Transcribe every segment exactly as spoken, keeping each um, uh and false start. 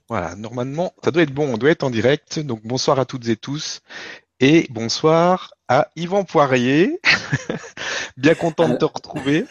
Voilà, normalement, ça doit être bon, on doit être en direct. Donc bonsoir à toutes et tous et bonsoir à Yvan Poirier. Bien content de te Alors, retrouver.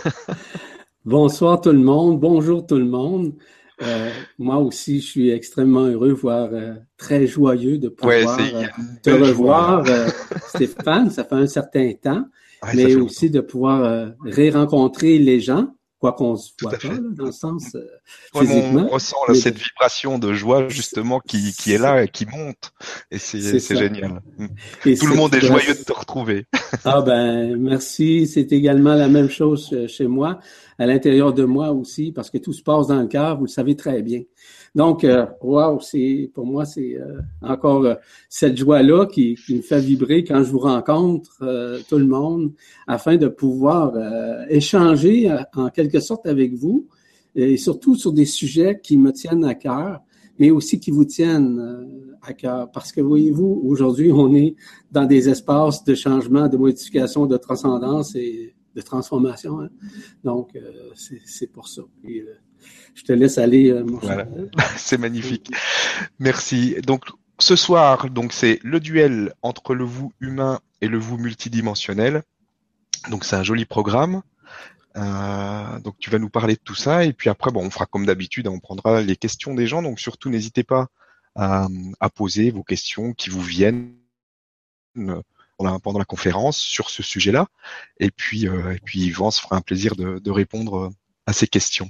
bonsoir tout le monde, bonjour tout le monde. Euh, moi aussi, je suis extrêmement heureux, voire euh, très joyeux de Ouais, c'est pouvoir il y euh, a une te belle joie là. revoir, euh, Stéphane. Ça fait un certain temps, Ouais, ça mais fait longtemps. aussi de pouvoir euh, ré-rencontrer les gens, quoi qu'on se Tout voit à pas, fait. là, dans le sens euh, Ouais, mais on physiquement, ressent là mais de, cette vibration de joie c'est justement qui, qui est c'est- là et qui monte. Et c'est c'est c'est ça. génial. Mm. Et Tout le cette monde est joyeux de vibration. te retrouver. Ah ben, merci. C'est également la même chose euh, chez moi, à l'intérieur de moi aussi, parce que tout se passe dans le cœur, vous le savez très bien. Donc, euh, wow, c'est pour moi, c'est euh, encore euh, cette joie-là qui, qui me fait vibrer quand je vous rencontre, euh, tout le monde, afin de pouvoir euh, échanger euh, en quelque sorte avec vous, et surtout sur des sujets qui me tiennent à cœur, mais aussi qui vous tiennent euh, à cœur. Parce que voyez-vous, aujourd'hui, on est dans des espaces de changement, de modification, de transcendance et de transformation. Hein. Donc, euh, c'est, c'est pour ça. Puis, euh, je te laisse aller, euh, mon cher. Voilà, c'est magnifique. Merci. Donc ce soir, donc c'est le duel entre le vous humain et le vous multidimensionnel. Donc c'est un joli programme. Euh, donc tu vas nous parler de tout ça et puis après bon on fera comme d'habitude, hein, on prendra les questions des gens. Donc surtout n'hésitez pas à, à poser vos questions qui vous viennent euh, pendant la, pendant la conférence sur ce sujet-là. Et puis euh, et puis Yvan se fera un plaisir de, de répondre euh, à ces questions.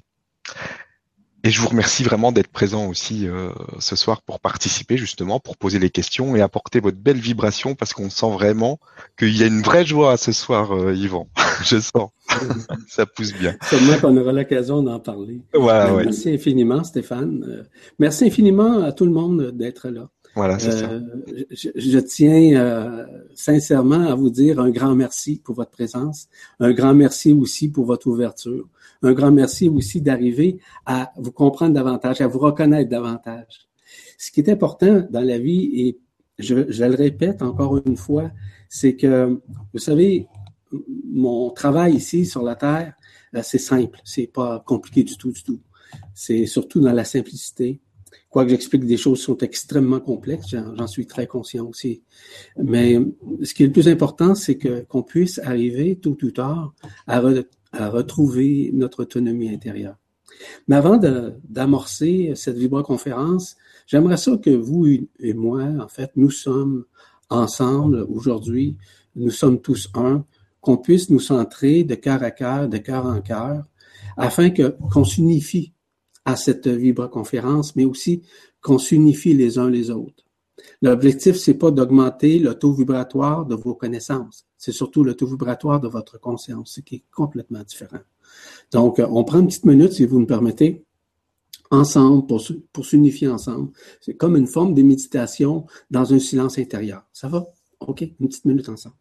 Et je vous remercie vraiment d'être présent aussi euh, ce soir pour participer justement, pour poser les questions et apporter votre belle vibration parce qu'on sent vraiment qu'il y a une vraie joie ce soir, euh, Yvan. Je sens, ça pousse bien. Sûrement qu'on aura l'occasion d'en parler. Voilà, Ben, ouais. merci infiniment, Stéphane. Euh, merci infiniment à tout le monde d'être là. Voilà, c'est ça. Euh, je, je tiens euh, sincèrement à vous dire un grand merci pour votre présence, un grand merci aussi pour votre ouverture, un grand merci aussi d'arriver à vous comprendre davantage, à vous reconnaître davantage. Ce qui est important dans la vie, et je, je le répète encore une fois, c'est que, vous savez, mon travail ici sur la Terre, euh, c'est simple, c'est pas compliqué du tout, du tout. C'est surtout dans la simplicité. Quoique j'explique des choses qui sont extrêmement complexes, j'en suis très conscient aussi. Mais ce qui est le plus important, c'est que qu'on puisse arriver tôt ou tard à, re, à retrouver notre autonomie intérieure. Mais avant de, d'amorcer cette vibra-conférence, j'aimerais ça que vous et moi, en fait, nous sommes ensemble aujourd'hui, nous sommes tous un, qu'on puisse nous centrer de cœur à cœur, de cœur en cœur, afin que qu'on s'unifie à cette vibra-conférence, mais aussi qu'on s'unifie les uns les autres. L'objectif, c'est pas d'augmenter le taux vibratoire de vos connaissances, c'est surtout le taux vibratoire de votre conscience, ce qui est complètement différent. Donc, on prend une petite minute, si vous me permettez, ensemble, pour, pour s'unifier ensemble. C'est comme une forme de méditation dans un silence intérieur. Ça va? OK? Une petite minute ensemble.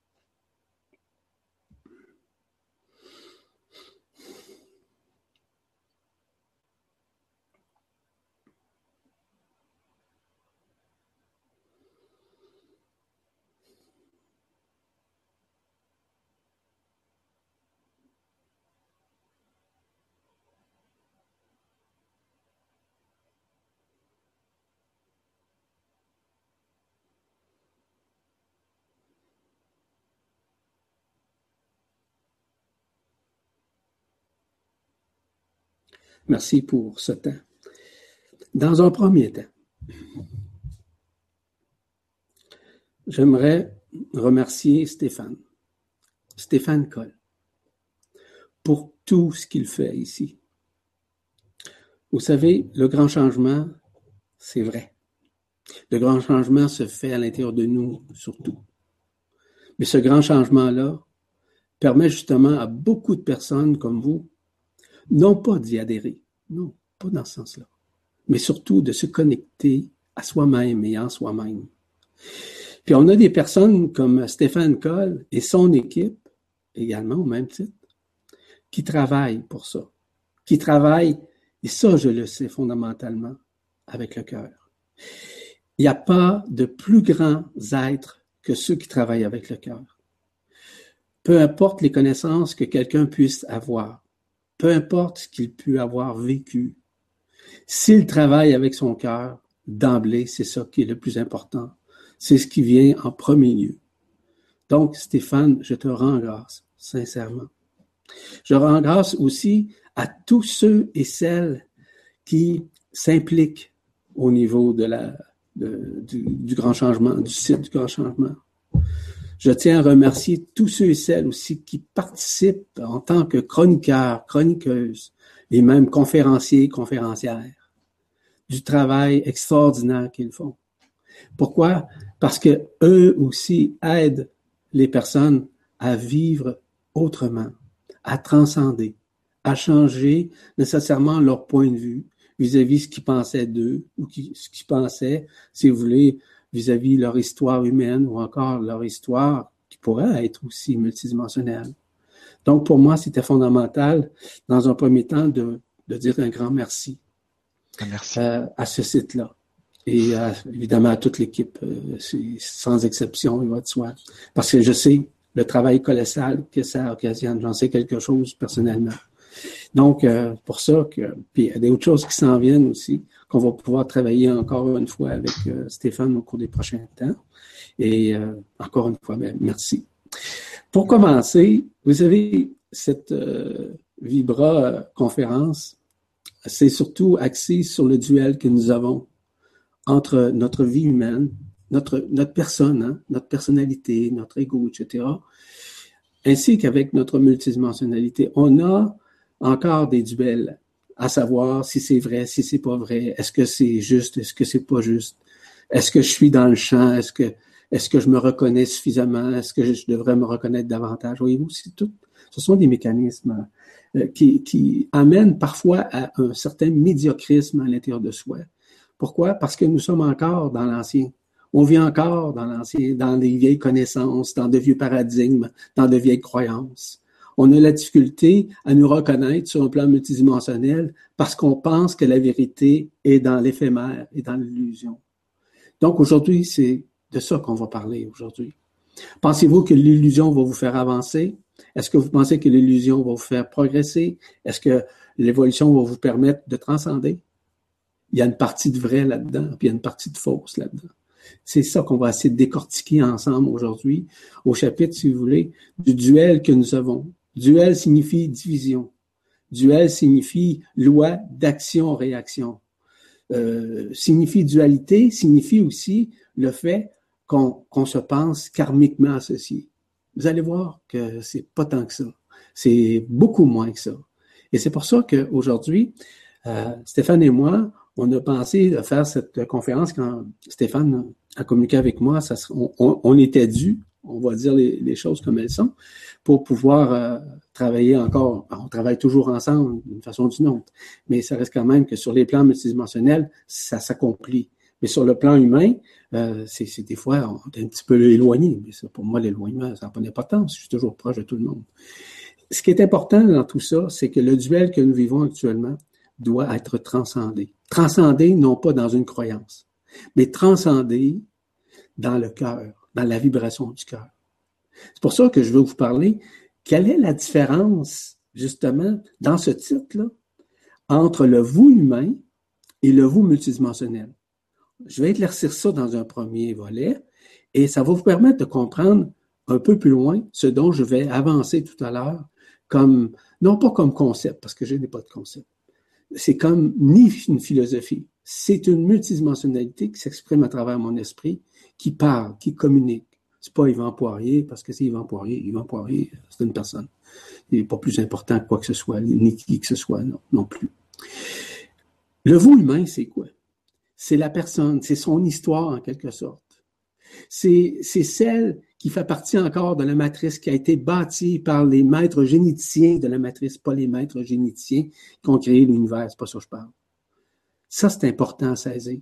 Merci pour ce temps. Dans un premier temps, j'aimerais remercier Stéphane, Stéphane Coll, pour tout ce qu'il fait ici. Vous savez, le grand changement, c'est vrai. Le grand changement se fait à l'intérieur de nous, surtout. Mais ce grand changement-là permet justement à beaucoup de personnes comme vous, non pas d'y adhérer, non, pas dans ce sens-là, mais surtout de se connecter à soi-même et en soi-même. Puis on a des personnes comme Stéphane Coll et son équipe, également au même titre, qui travaillent pour ça, qui travaillent, et ça je le sais fondamentalement, avec le cœur. Il n'y a pas de plus grands êtres que ceux qui travaillent avec le cœur. Peu importe les connaissances que quelqu'un puisse avoir, peu importe ce qu'il peut avoir vécu, S'il travaille avec son cœur, d'emblée, c'est ça qui est le plus important. C'est ce qui vient en premier lieu. Donc, Stéphane, je te rends grâce, sincèrement. Je rends grâce aussi à tous ceux et celles qui s'impliquent au niveau de la, de, du, du grand changement, du site du grand changement. Je tiens à remercier tous ceux et celles aussi qui participent en tant que chroniqueurs, chroniqueuses, et même conférenciers, conférencières, du travail extraordinaire qu'ils font. Pourquoi? Parce que eux aussi aident les personnes à vivre autrement, à transcender, à changer nécessairement leur point de vue vis-à-vis ce qu'ils pensaient d'eux, ou qui, ce qu'ils pensaient, si vous voulez, vis-à-vis leur histoire humaine, ou encore leur histoire qui pourrait être aussi multidimensionnelle. Donc, pour moi, c'était fondamental, dans un premier temps, de, de dire un grand merci, merci. Euh, à ce site-là. Et euh, évidemment à toute l'équipe, euh, c'est sans exception, il va de soi. Parce que je sais le travail colossal que ça occasionne. J'en sais quelque chose personnellement. Donc, euh, pour ça, que, puis il y a d'autres choses qui s'en viennent aussi, qu'on va pouvoir travailler encore une fois avec euh, Stéphane au cours des prochains temps. Et euh, encore une fois, ben, merci. Pour commencer, vous savez, cette euh, Vibra euh, conférence, c'est surtout axé sur le duel que nous avons entre notre vie humaine, notre, notre personne, hein, notre personnalité, notre ego, et cetera, ainsi qu'avec notre multidimensionnalité. On a encore des duels à savoir si c'est vrai, si c'est pas vrai, est-ce que c'est juste, est-ce que c'est pas juste, est-ce que je suis dans le champ, est-ce que est-ce que je me reconnais suffisamment, est-ce que je devrais me reconnaître davantage. Voyez-vous, c'est tout. Ce sont des mécanismes euh, qui, qui amènent parfois à un certain médiocrisme à l'intérieur de soi. Pourquoi? Parce que nous sommes encore dans l'ancien. On vit encore dans l'ancien, dans des vieilles connaissances, dans de vieux paradigmes, dans de vieilles croyances. On a la difficulté à nous reconnaître sur un plan multidimensionnel parce qu'on pense que la vérité est dans l'éphémère et dans l'illusion. Donc aujourd'hui, c'est de ça qu'on va parler aujourd'hui. Pensez-vous que l'illusion va vous faire avancer? Est-ce que vous pensez que l'illusion va vous faire progresser? Est-ce que l'évolution va vous permettre de transcender? Il y a une partie de vrai là-dedans, puis il y a une partie de fausse là-dedans. C'est ça qu'on va essayer de décortiquer ensemble aujourd'hui, au chapitre, si vous voulez, du duel que nous avons. Duel signifie division. Duel signifie loi d'action-réaction. Euh, signifie dualité, signifie aussi le fait qu'on, qu'on se pense karmiquement associé. Vous allez voir que c'est pas tant que ça. C'est beaucoup moins que ça. Et c'est pour ça qu'aujourd'hui, euh, Stéphane et moi, on a pensé de faire cette conférence quand Stéphane a communiqué avec moi. Ça, on, on, on était dû, on va dire les, les choses comme elles sont, pour pouvoir euh, travailler encore. On travaille toujours ensemble d'une façon ou d'une autre, mais ça reste quand même que sur les plans multidimensionnels, ça s'accomplit. Mais sur le plan humain, euh, c'est, c'est des fois, on est un petit peu éloigné. Mais ça, pour moi, l'éloignement, ça n'a pas d'importance. Je suis toujours proche de tout le monde. Ce qui est important dans tout ça, c'est que le duel que nous vivons actuellement doit être transcendé. Transcendé, non pas dans une croyance, mais transcendé dans le cœur, dans la vibration du cœur. C'est pour ça que je veux vous parler. Quelle est la différence, justement, dans ce titre-là, entre le vous humain et le vous multidimensionnel? Je vais éclaircir ça dans un premier volet et ça va vous permettre de comprendre un peu plus loin ce dont je vais avancer tout à l'heure, comme, non pas comme concept, parce que je n'ai pas de concept. C'est comme ni une philosophie. C'est une multidimensionnalité qui s'exprime à travers mon esprit, qui parle, qui communique. C'est pas Yvan Poirier, parce que c'est Yvan Poirier. Yvan Poirier, c'est une personne. Il n'est pas plus important que quoi que ce soit, ni qui que ce soit, non, non plus. Le vous humain, c'est quoi? C'est la personne, c'est son histoire en quelque sorte. C'est, c'est celle qui fait partie encore de la matrice qui a été bâtie par les maîtres généticiens de la matrice, pas les maîtres généticiens qui ont créé l'univers, c'est pas ça que je parle. Ça, c'est important à saisir.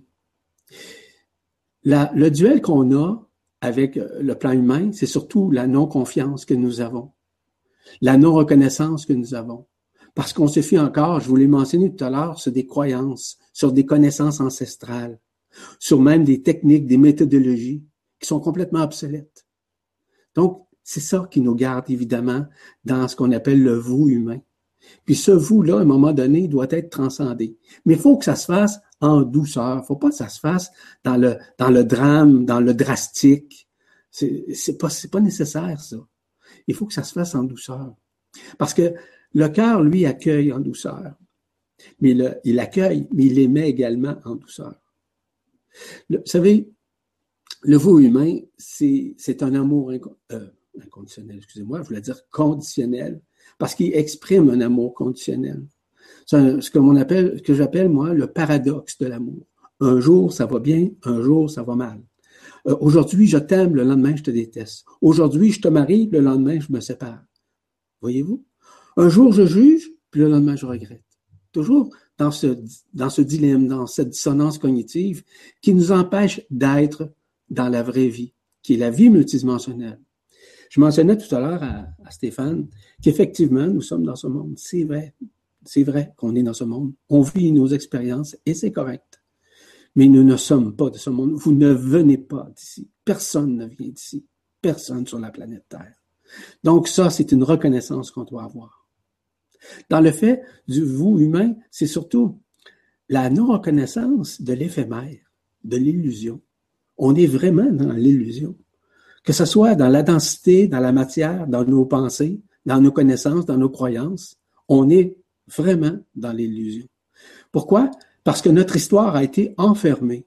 La, le duel qu'on a avec le plan humain, c'est surtout la non-confiance que nous avons, la non-reconnaissance que nous avons. Parce qu'on se fie encore, je vous l'ai mentionné tout à l'heure, sur des croyances, sur des connaissances ancestrales, sur même des techniques, des méthodologies qui sont complètement obsolètes. Donc, c'est ça qui nous garde évidemment dans ce qu'on appelle le vous humain. Puis ce vous-là, à un moment donné, doit être transcendé. Mais il faut que ça se fasse en douceur. Il ne faut pas que ça se fasse dans le, dans le drame, dans le drastique. C'est, c'est pas, c'est pas nécessaire, ça. Il faut que ça se fasse en douceur. Parce que le cœur, lui, accueille en douceur. Mais le, il accueille, mais il émet également en douceur. Le, vous savez, le vous humain, c'est, c'est un amour inco- euh, inconditionnel, excusez-moi, je voulais dire conditionnel, parce qu'il exprime un amour conditionnel. C'est un, ce que l'on appelle, ce que j'appelle, moi, le paradoxe de l'amour. Un jour, ça va bien, un jour, ça va mal. Euh, aujourd'hui, je t'aime, le lendemain, je te déteste. Aujourd'hui, je te marie, le lendemain, je me sépare. Voyez-vous? Un jour, je juge, puis le lendemain, je regrette. Toujours dans ce, dans ce dilemme, dans cette dissonance cognitive qui nous empêche d'être dans la vraie vie, qui est la vie multidimensionnelle. Je mentionnais tout à l'heure à, à Stéphane qu'effectivement, nous sommes dans ce monde. C'est vrai. C'est vrai qu'on est dans ce monde. On vit nos expériences et c'est correct. Mais nous ne sommes pas de ce monde. Vous ne venez pas d'ici. Personne ne vient d'ici. Personne sur la planète Terre. Donc ça, c'est une reconnaissance qu'on doit avoir. Dans le fait du vous humain, c'est surtout la non-reconnaissance de l'éphémère, de l'illusion. On est vraiment dans l'illusion. Que ce soit dans la densité, dans la matière, dans nos pensées, dans nos connaissances, dans nos croyances, on est vraiment dans l'illusion. Pourquoi? Parce que notre histoire a été enfermée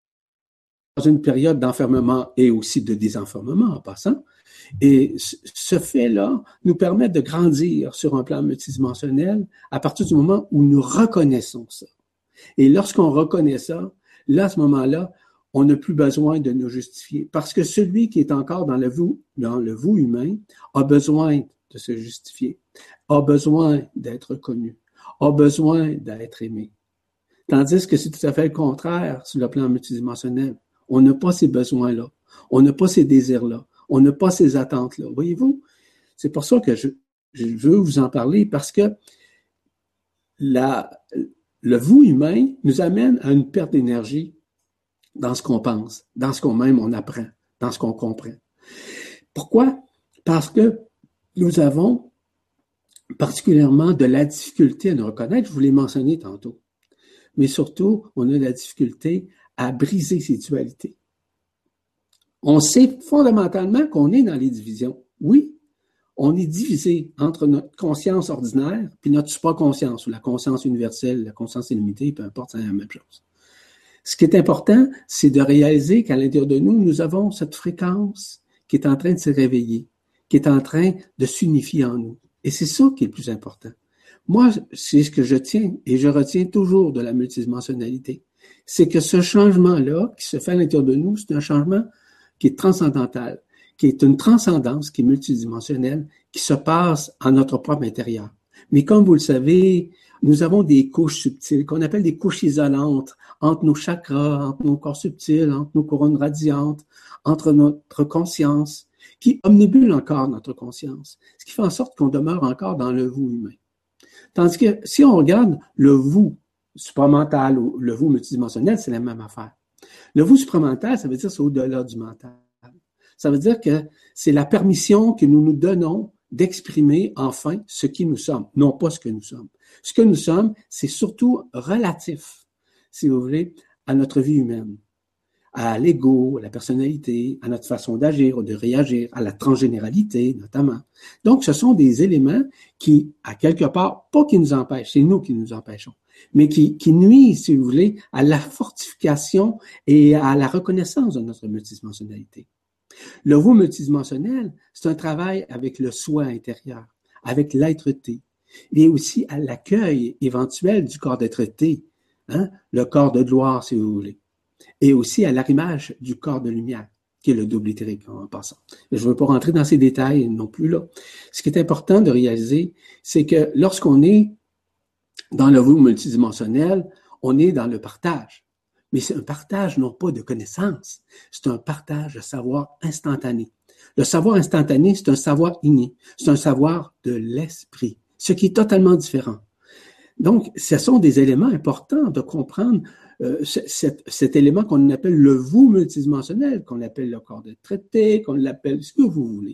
dans une période d'enfermement et aussi de désenfermement en passant. Et ce fait-là nous permet de grandir sur un plan multidimensionnel à partir du moment où nous reconnaissons ça. Et lorsqu'on reconnaît ça, là, à ce moment-là, on n'a plus besoin de nous justifier. Parce que celui qui est encore dans le vous, dans le vous humain, a besoin de se justifier, a besoin d'être connu, a besoin d'être aimé. Tandis que c'est tout à fait le contraire sur le plan multidimensionnel. On n'a pas ces besoins-là. On n'a pas ces désirs-là. On n'a pas ces attentes-là. Voyez-vous? C'est pour ça que je, je veux vous en parler, parce que la, le vous humain nous amène à une perte d'énergie dans ce qu'on pense, dans ce qu'on même on apprend, dans ce qu'on comprend. Pourquoi? Parce que nous avons particulièrement de la difficulté à nous reconnaître, je vous l'ai mentionné tantôt, mais surtout, on a de la difficulté à briser ces dualités. On sait fondamentalement qu'on est dans les divisions. Oui, on est divisé entre notre conscience ordinaire puis notre supraconscience, ou la conscience universelle, la conscience illimitée, peu importe, c'est la même chose. Ce qui est important, c'est de réaliser qu'à l'intérieur de nous, nous avons cette fréquence qui est en train de se réveiller, qui est en train de s'unifier en nous. Et c'est ça qui est le plus important. Moi, c'est ce que je tiens et je retiens toujours de la multidimensionnalité. C'est que ce changement-là qui se fait à l'intérieur de nous, c'est un changement qui est transcendantal, qui est une transcendance qui est multidimensionnelle, qui se passe en notre propre intérieur. Mais comme vous le savez, nous avons des couches subtiles, qu'on appelle des couches isolantes, entre nos chakras, entre nos corps subtils, entre nos couronnes radiantes, entre notre conscience, qui omnibulent encore notre conscience, ce qui fait en sorte qu'on demeure encore dans le vous humain. Tandis que si on regarde le vous supramental ou le vous multidimensionnel, c'est la même affaire. Le vous supramental, ça veut dire c'est au-delà du mental. Ça veut dire que c'est la permission que nous nous donnons d'exprimer enfin ce qui nous sommes, non pas ce que nous sommes. Ce que nous sommes, c'est surtout relatif, si vous voulez, à notre vie humaine, à l'ego, à la personnalité, à notre façon d'agir ou de réagir, à la transgénéralité notamment. Donc, ce sont des éléments qui, à quelque part, pas qui nous empêchent, c'est nous qui nous empêchons, mais qui, qui nuisent, si vous voulez, à la fortification et à la reconnaissance de notre multidimensionnalité. Le vous multidimensionnel, c'est un travail avec le soi intérieur, avec l'être-té, et aussi à l'accueil éventuel du corps d'être-té, hein, le corps de gloire, si vous voulez, et aussi à l'arrimage du corps de lumière, qui est le double éthérique en passant. Je ne veux pas rentrer dans ces détails non plus là. Ce qui est important de réaliser, c'est que lorsqu'on est dans le vous multidimensionnel, on est dans le partage. Mais c'est un partage non pas de connaissances, c'est un partage de savoir instantané. Le savoir instantané, c'est un savoir inné, c'est un savoir de l'esprit, ce qui est totalement différent. Donc, ce sont des éléments importants de comprendre euh, cet, cet élément qu'on appelle le vous multidimensionnel, qu'on appelle le corps de traité, qu'on l'appelle ce que vous voulez.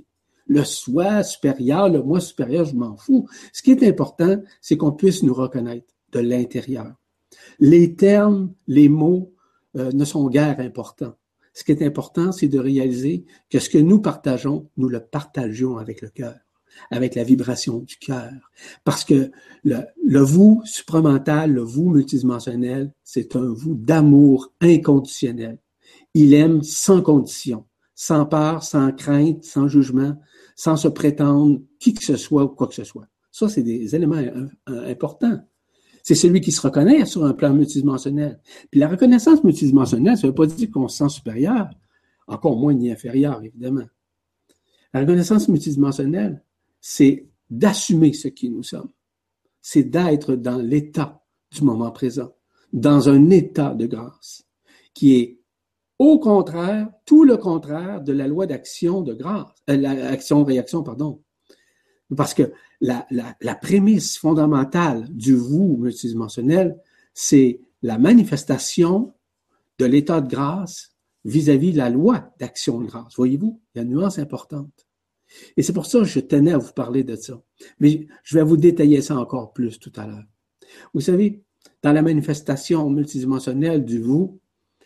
le soi supérieur, le moi supérieur, je m'en fous. Ce qui est important, c'est qu'on puisse nous reconnaître de l'intérieur. Les termes, les mots euh, ne sont guère importants. Ce qui est important, c'est de réaliser que ce que nous partageons, nous le partageons avec le cœur, avec la vibration du cœur. Parce que le, le vous supramental, le vous multidimensionnel, c'est un vous d'amour inconditionnel. Il aime sans condition, sans peur, sans crainte, sans jugement, sans se prétendre qui que ce soit ou quoi que ce soit. Ça, c'est des éléments importants. C'est celui qui se reconnaît sur un plan multidimensionnel. Puis la reconnaissance multidimensionnelle, ça ne veut pas dire qu'on se sent supérieur, encore moins ni inférieur, évidemment. La reconnaissance multidimensionnelle, c'est d'assumer ce qui nous sommes. C'est d'être dans l'état du moment présent, dans un état de grâce, qui est au contraire, tout le contraire de la loi d'action de grâce, euh, l'action-réaction, pardon. Parce que la, la, la prémisse fondamentale du vous multidimensionnel, c'est la manifestation de l'état de grâce vis-à-vis de la loi d'action de grâce. Voyez-vous, il y a une nuance importante. Et c'est pour ça que je tenais à vous parler de ça. Mais je vais vous détailler ça encore plus tout à l'heure. Vous savez, dans la manifestation multidimensionnelle du vous,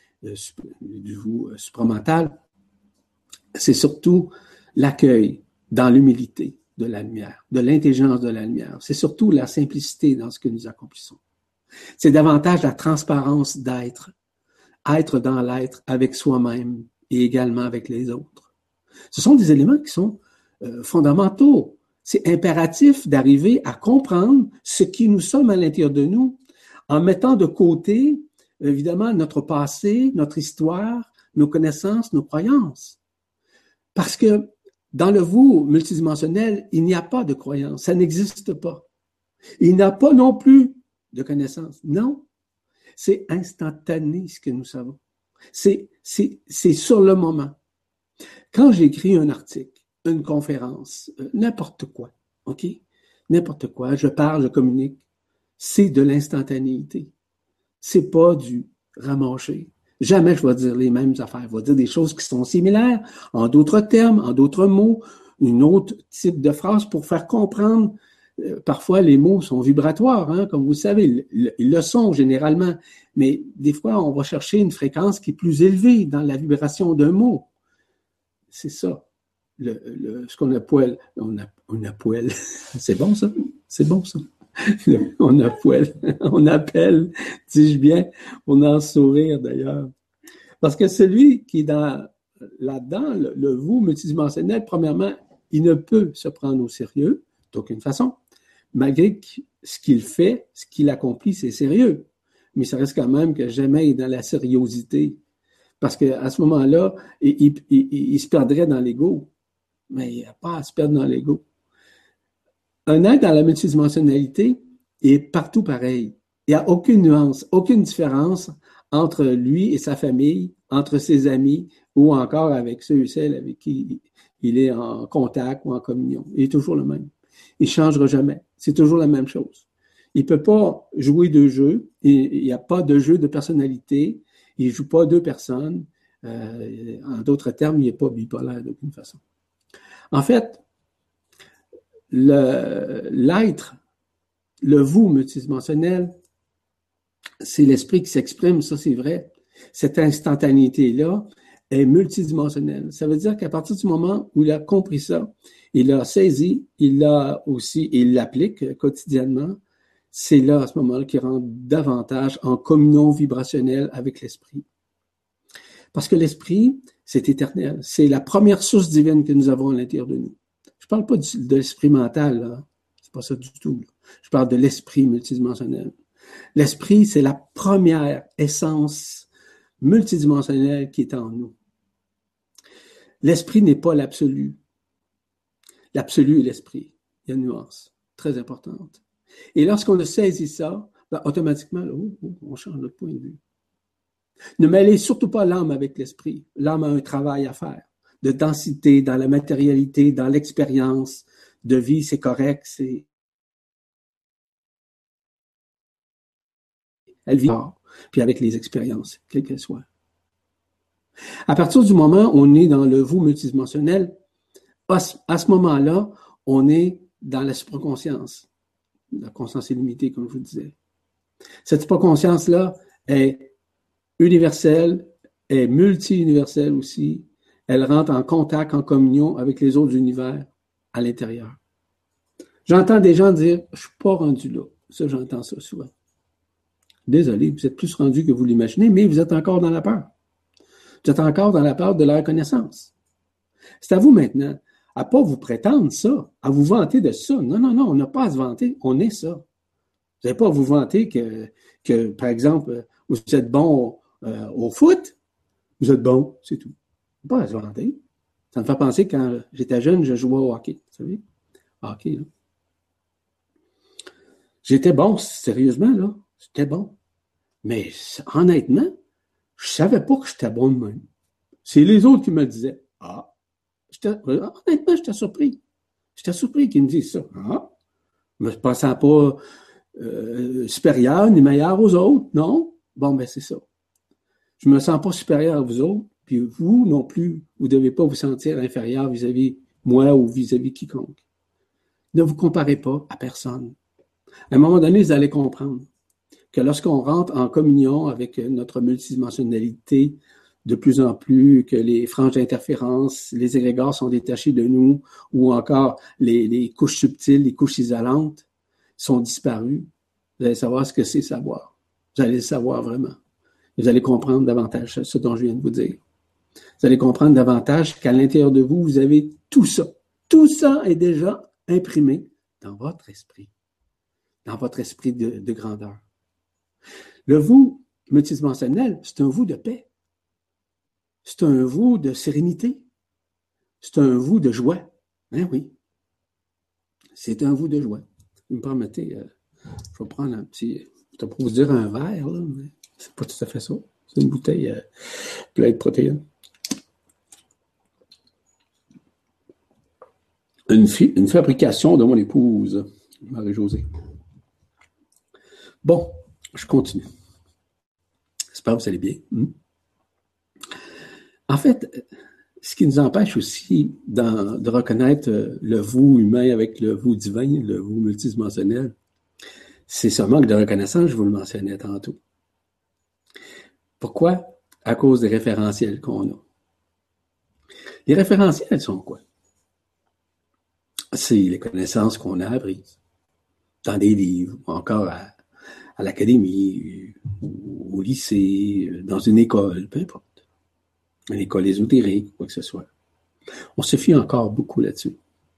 du vous supramental, c'est surtout l'accueil dans l'humilité de la lumière, de l'intelligence de la lumière. C'est surtout la simplicité dans ce que nous accomplissons. C'est davantage la transparence d'être, être dans l'être avec soi-même et également avec les autres. Ce sont des éléments qui sont euh, fondamentaux. C'est impératif d'arriver à comprendre ce qui nous sommes à l'intérieur de nous en mettant de côté évidemment, notre passé, notre histoire, nos connaissances, nos croyances. Parce que dans le vous multidimensionnel, il n'y a pas de croyance, ça n'existe pas. Il n'y a pas non plus de connaissances. Non, c'est instantané ce que nous savons. C'est, c'est, c'est sur le moment. Quand j'écris un article, une conférence, euh, n'importe quoi, OK? N'importe quoi, je parle, je communique, c'est de l'instantanéité. C'est pas du ramancher. Jamais je vais dire les mêmes affaires. Je vais dire des choses qui sont similaires, en d'autres termes, en d'autres mots, une autre type de phrase pour faire comprendre. Euh, parfois, les mots sont vibratoires, hein, comme vous le savez. Ils le sont généralement. Mais des fois, on va chercher une fréquence qui est plus élevée dans la vibration d'un mot. C'est ça. Le, le, ce qu'on appelle, on a, on appelle, c'est bon ça? C'est bon ça? On appelle, on appelle, dis-je bien, on a un sourire d'ailleurs. Parce que celui qui est dans, là-dedans, le, le vous multidimensionnel, premièrement, il ne peut se prendre au sérieux d'aucune façon, malgré que ce qu'il fait, ce qu'il accomplit, c'est sérieux. Mais ça reste quand même que jamais il est dans la sériosité. Parce qu'à ce moment-là, il, il, il, il se perdrait dans l'ego. Mais il n'y a pas à se perdre dans l'ego. Un être dans la multidimensionnalité est partout pareil. Il n'y a aucune nuance, aucune différence entre lui et sa famille, entre ses amis ou encore avec ceux et celles avec qui il est en contact ou en communion. Il est toujours le même. Il ne changera jamais. C'est toujours la même chose. Il ne peut pas jouer deux jeux. Il n'y a pas de jeu de personnalité. Il ne joue pas deux personnes. Euh, en d'autres termes, il n'est pas bipolaire d'aucune façon. En fait, Le, l'être, le vous multidimensionnel, c'est l'esprit qui s'exprime, ça c'est vrai. Cette instantanéité-là est multidimensionnelle. Ça veut dire qu'à partir du moment où il a compris ça, il l'a saisi, il l'a aussi, il l'applique quotidiennement, c'est là, à ce moment-là, qu'il rentre davantage en communion vibrationnelle avec l'esprit. Parce que l'esprit, c'est éternel. C'est la première source divine que nous avons à l'intérieur de nous. Je ne parle pas du, de l'esprit mental, là. C'est pas ça du tout. Là. Je parle de l'esprit multidimensionnel. L'esprit, c'est la première essence multidimensionnelle qui est en nous. L'esprit n'est pas l'absolu. L'absolu est l'esprit. Il y a une nuance très importante. Et lorsqu'on a saisi ça, ben, automatiquement, là, oh, oh, on change notre point de vue. Ne mêlez surtout pas l'âme avec l'esprit. L'âme a un travail à faire. De densité, dans la matérialité, dans l'expérience de vie, c'est correct, c'est... Elle vit, puis avec les expériences, quelles qu'elles soient. À partir du moment où on est dans le vous multidimensionnel, à ce, à ce moment-là, on est dans la supraconscience. La conscience illimitée, comme je vous disais. Cette supraconscience-là est universelle, est multi-universelle aussi. Elle rentre en contact, en communion avec les autres univers à l'intérieur. J'entends des gens dire « je suis pas rendu là ». Ça, j'entends ça souvent. Désolé, vous êtes plus rendu que vous l'imaginez, mais vous êtes encore dans la peur. Vous êtes encore dans la peur de la reconnaissance. C'est à vous maintenant, à pas vous prétendre ça, à vous vanter de ça. Non, non, non, on n'a pas à se vanter, on est ça. Vous n'avez pas à vous vanter que, que, par exemple, vous êtes bon euh, au foot, vous êtes bon, c'est tout. Pas à se vanter. Ça me fait penser que quand j'étais jeune, je jouais au hockey. Vous savez? Hockey, là. J'étais bon, sérieusement, là. J'étais bon. Mais honnêtement, je savais pas que j'étais bon de même. C'est les autres qui me le disaient. Ah. J'étais, honnêtement, j'étais surpris. J'étais surpris qu'ils me disent ça. Ah. Je ne me pensais pas euh, supérieur ni meilleur aux autres. Non. Bon, ben c'est ça. Je ne me sens pas supérieur à vous autres. Puis vous non plus, vous ne devez pas vous sentir inférieur vis-à-vis moi ou vis-à-vis quiconque. Ne vous comparez pas à personne. À un moment donné, vous allez comprendre que lorsqu'on rentre en communion avec notre multidimensionnalité, de plus en plus, que les franges d'interférence, les égrégores sont détachés de nous, ou encore les, les couches subtiles, les couches isolantes sont disparues, vous allez savoir ce que c'est savoir. Vous allez le savoir vraiment. Vous allez comprendre davantage ce dont je viens de vous dire. Vous allez comprendre davantage qu'à l'intérieur de vous, vous avez tout ça. Tout ça est déjà imprimé dans votre esprit, dans votre esprit de, de grandeur. Le vous multidimensionnel, c'est un vous de paix. C'est un vous de sérénité. C'est un vous de joie. Hein, oui. C'est un vous de joie. Vous me permettez, euh, je vais prendre un petit, je vais pas vous dire un verre, là, mais c'est pas tout à fait ça. C'est une bouteille euh, pleine de protéines. Une, fi- une fabrication de mon épouse, Marie-Josée. Bon, je continue. J'espère que vous allez bien. En fait, ce qui nous empêche aussi dans, de reconnaître le vous humain avec le vous divin, le vous multidimensionnel, c'est ce manque de reconnaissance, je vous le mentionnais tantôt. Pourquoi? À cause des référentiels qu'on a. Les référentiels sont quoi? C'est les connaissances qu'on a apprises dans des livres, ou encore à, à l'académie, au lycée, dans une école, peu importe. Une école ésotérique, quoi que ce soit. On se fie encore beaucoup là-dessus.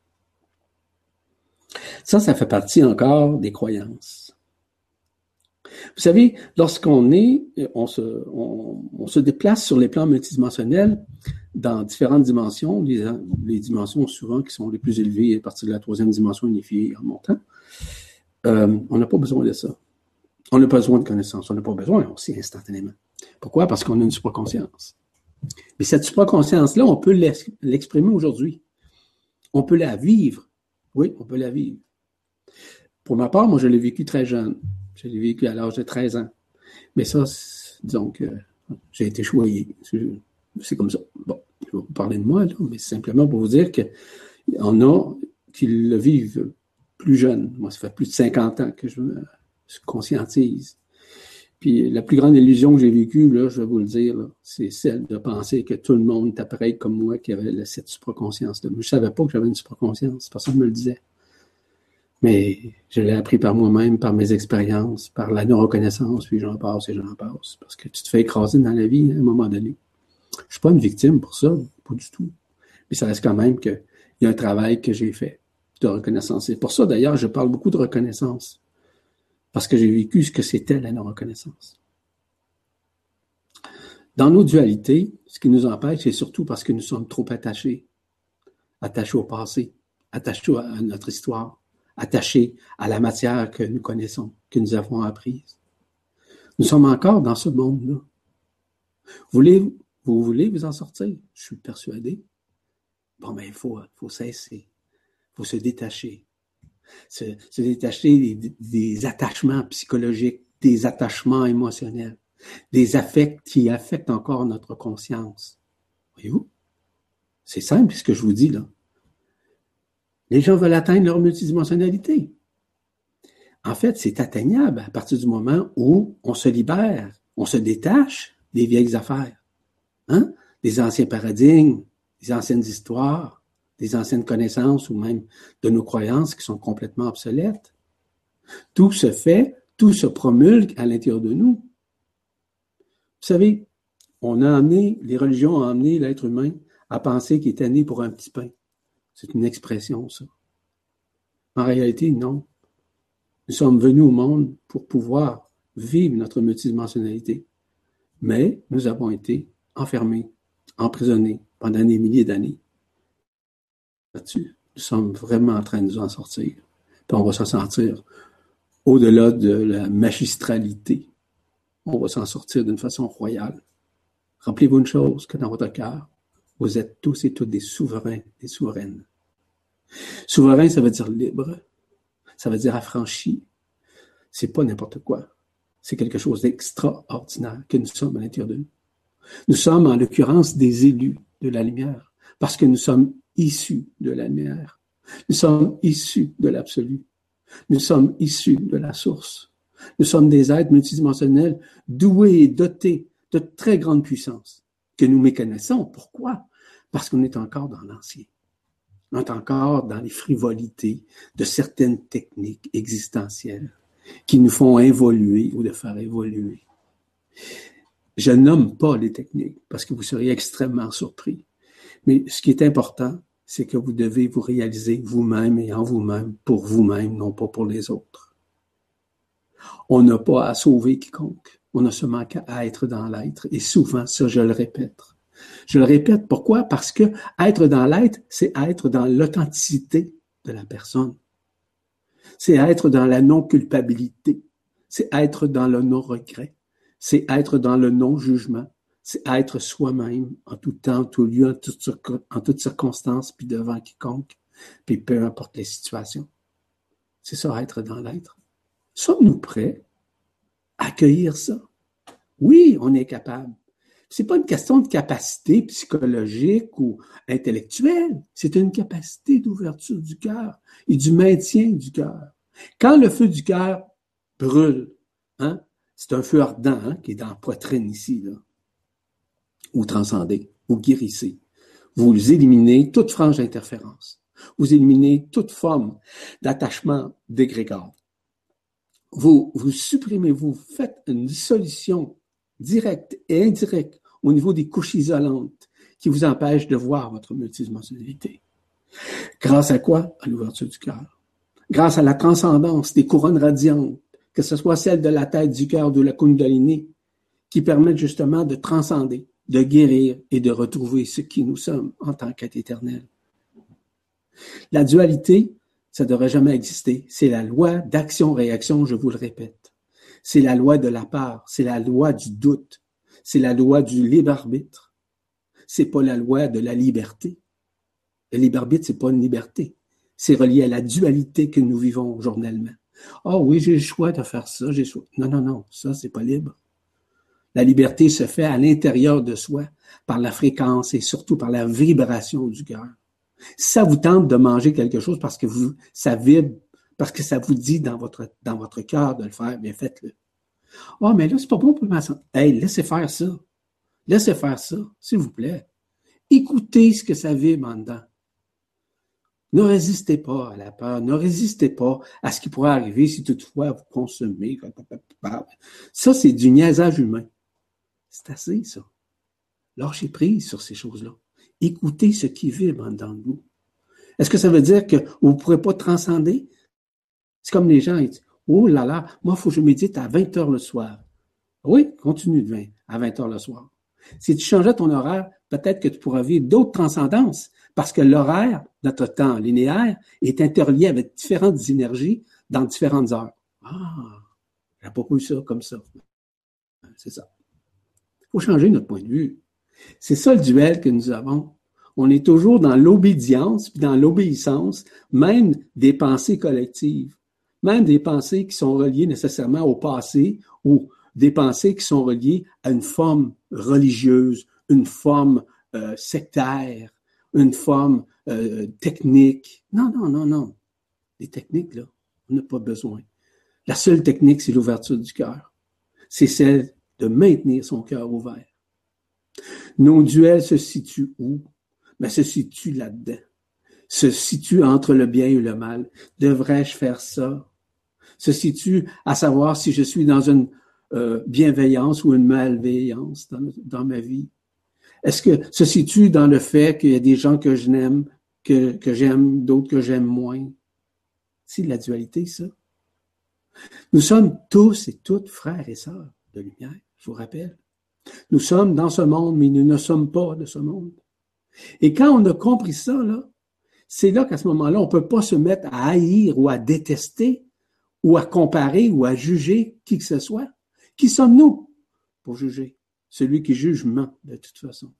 Ça, ça fait partie encore des croyances. Vous savez, lorsqu'on est, on se, on, on se déplace sur les plans multidimensionnels dans différentes dimensions, les, les dimensions souvent qui sont les plus élevées à partir de la troisième dimension unifiée en montant, euh, on n'a pas besoin de ça. On n'a pas besoin de connaissances, on n'a pas besoin, on sait instantanément. Pourquoi? Parce qu'on a une supraconscience. Mais cette supraconscience-là, on peut l'exprimer aujourd'hui. On peut la vivre. Oui, on peut la vivre. Pour ma part, moi, je l'ai vécu très jeune. Je l'ai vécu à l'âge de treize ans. Mais ça, disons que j'ai été choyé. C'est comme ça. Bon, je vais vous parler de moi, là, mais c'est simplement pour vous dire qu'il y en a qui le vivent plus jeune. Moi, ça fait plus de cinquante ans que je me conscientise. Puis la plus grande illusion que j'ai vécue, là, je vais vous le dire, là, c'est celle de penser que tout le monde était pareil comme moi, qui avait cette supraconscience-là. Je ne savais pas que j'avais une supraconscience. Personne ne me le disait. Mais je l'ai appris par moi-même, par mes expériences, par la non-reconnaissance, puis j'en passe et j'en passe. Parce que tu te fais écraser dans la vie, hein, à un moment donné. Je ne suis pas une victime pour ça, pas du tout. Mais ça reste quand même qu'il y a un travail que j'ai fait de reconnaissance. C'est pour ça, d'ailleurs, je parle beaucoup de reconnaissance. Parce que j'ai vécu ce que c'était la non-reconnaissance. Dans nos dualités, ce qui nous empêche, c'est surtout parce que nous sommes trop attachés. Attachés au passé, attachés à notre histoire, attachés à la matière que nous connaissons, que nous avons apprise. Nous sommes encore dans ce monde-là. Vous voulez, vous voulez vous en sortir? Je suis persuadé. Bon, ben, il faut, faut cesser. Il faut se détacher. Se, se détacher des, des attachements psychologiques, des attachements émotionnels, des affects qui affectent encore notre conscience. Voyez-vous? C'est simple ce que je vous dis là. Les gens veulent atteindre leur multidimensionnalité. En fait, c'est atteignable à partir du moment où on se libère, on se détache des vieilles affaires, hein? Des anciens paradigmes, des anciennes histoires, des anciennes connaissances ou même de nos croyances qui sont complètement obsolètes. Tout se fait, tout se promulgue à l'intérieur de nous. Vous savez, on a amené, les religions ont amené l'être humain à penser qu'il était né pour un petit pain. C'est une expression, ça. En réalité, non. Nous sommes venus au monde pour pouvoir vivre notre multidimensionnalité. Mais nous avons été enfermés, emprisonnés pendant des milliers d'années. Là-dessus, nous sommes vraiment en train de nous en sortir. Puis on va s'en sortir au-delà de la magistralité. On va s'en sortir d'une façon royale. Rappelez-vous une chose, que dans votre cœur, vous êtes tous et toutes des souverains, des souveraines. Souverain, ça veut dire libre. Ça veut dire affranchi. C'est pas n'importe quoi. C'est quelque chose d'extraordinaire que nous sommes à l'intérieur de nous. Nous sommes, en l'occurrence, des élus de la lumière, parce que nous sommes issus de la lumière. Nous sommes issus de l'absolu. Nous sommes issus de la source. Nous sommes des êtres multidimensionnels, doués et dotés de très grande puissance, que nous méconnaissons. Pourquoi? Parce qu'on est encore dans l'ancien. On est encore dans les frivolités de certaines techniques existentielles qui nous font évoluer ou de faire évoluer. Je nomme pas les techniques parce que vous seriez extrêmement surpris. Mais ce qui est important, c'est que vous devez vous réaliser vous-même et en vous-même pour vous-même, non pas pour les autres. On n'a pas à sauver quiconque. On a seulement qu'à être dans l'être. Et souvent, ça, je le répète. Je le répète, pourquoi? Parce que être dans l'être, c'est être dans l'authenticité de la personne. C'est être dans la non-culpabilité. C'est être dans le non-regret. C'est être dans le non-jugement. C'est être soi-même en tout temps, en tout lieu, en toutes circon- en toutes circonstances, puis devant quiconque, puis peu importe les situations. C'est ça, être dans l'être. Sommes-nous prêts à accueillir ça? Oui, on est capable. C'est pas une question de capacité psychologique ou intellectuelle. C'est une capacité d'ouverture du cœur et du maintien du cœur. Quand le feu du cœur brûle, hein, c'est un feu ardent hein, qui est dans la poitrine ici, là. Vous transcendez, vous guérissez. Vous éliminez toute frange d'interférence. Vous éliminez toute forme d'attachement d'égrégore. Vous, vous supprimez, vous faites une dissolution directe et indirecte au niveau des couches isolantes qui vous empêchent de voir votre multidimensionnalité. Grâce à quoi? À l'ouverture du cœur. Grâce à la transcendance des couronnes radiantes, que ce soit celle de la tête, du cœur, de la Kundalini, qui permettent justement de transcender, de guérir et de retrouver ce qui nous sommes en tant qu'être éternel. La dualité, ça ne devrait jamais exister. C'est la loi d'action-réaction, je vous le répète. C'est la loi de la peur, c'est la loi du doute, c'est la loi du libre-arbitre. C'est pas la loi de la liberté. Le libre-arbitre, c'est pas une liberté. C'est relié à la dualité que nous vivons journellement. Ah oh, oui, j'ai le choix de faire ça, j'ai le choix. Non, non, non, ça, c'est pas libre. La liberté se fait à l'intérieur de soi, par la fréquence et surtout par la vibration du cœur. Si ça vous tente de manger quelque chose parce que vous, ça vibre, parce que ça vous dit dans votre, dans votre cœur de le faire, bien faites-le. Ah, oh, mais là, c'est pas bon pour ma santé. Hey, laissez faire ça. Laissez faire ça, s'il vous plaît. Écoutez ce que ça vibre en dedans. Ne résistez pas à la peur, ne résistez pas à ce qui pourrait arriver si toutefois vous consommez. Ça, c'est du niaisage humain. C'est assez, ça. Lâchez prise sur ces choses-là. Écoutez ce qui vibre en dedans de vous. Est-ce que ça veut dire que vous ne pourrez pas transcender? C'est comme les gens, ils disent, oh là là, moi, il faut que je médite à vingt heures le soir. Oui, continue de vingt, à vingt heures le soir. Si tu changeais ton horaire, peut-être que tu pourras vivre d'autres transcendances, parce que l'horaire, notre temps linéaire, est interlié avec différentes énergies dans différentes heures. Ah, j'ai pas vu ça comme ça. C'est ça. Il faut changer notre point de vue. C'est ça le duel que nous avons. On est toujours dans l'obédience, puis dans l'obéissance, même des pensées collectives, même des pensées qui sont reliées nécessairement au passé ou des pensées qui sont reliées à une forme religieuse, une forme euh, sectaire une forme euh, technique. Non, non, non, non. Les techniques, là, on n'a pas besoin. La seule technique, c'est l'ouverture du cœur. C'est celle de maintenir son cœur ouvert. Nos duels se situent où? Ben, se situent là-dedans. Se situent entre le bien et le mal. Devrais-je faire ça? Se situe à savoir si je suis dans une euh, bienveillance ou une malveillance dans, dans ma vie. Est-ce que se situe dans le fait qu'il y a des gens que je n'aime, que, que j'aime, d'autres que j'aime moins? C'est de la dualité, ça. Nous sommes tous et toutes frères et sœurs de lumière, je vous rappelle. Nous sommes dans ce monde, mais nous ne sommes pas de ce monde. Et quand on a compris ça, là, c'est là qu'à ce moment-là, on ne peut pas se mettre à haïr ou à détester ou à comparer ou à juger qui que ce soit. Qui sommes-nous pour juger? Celui qui juge ment, de toute façon.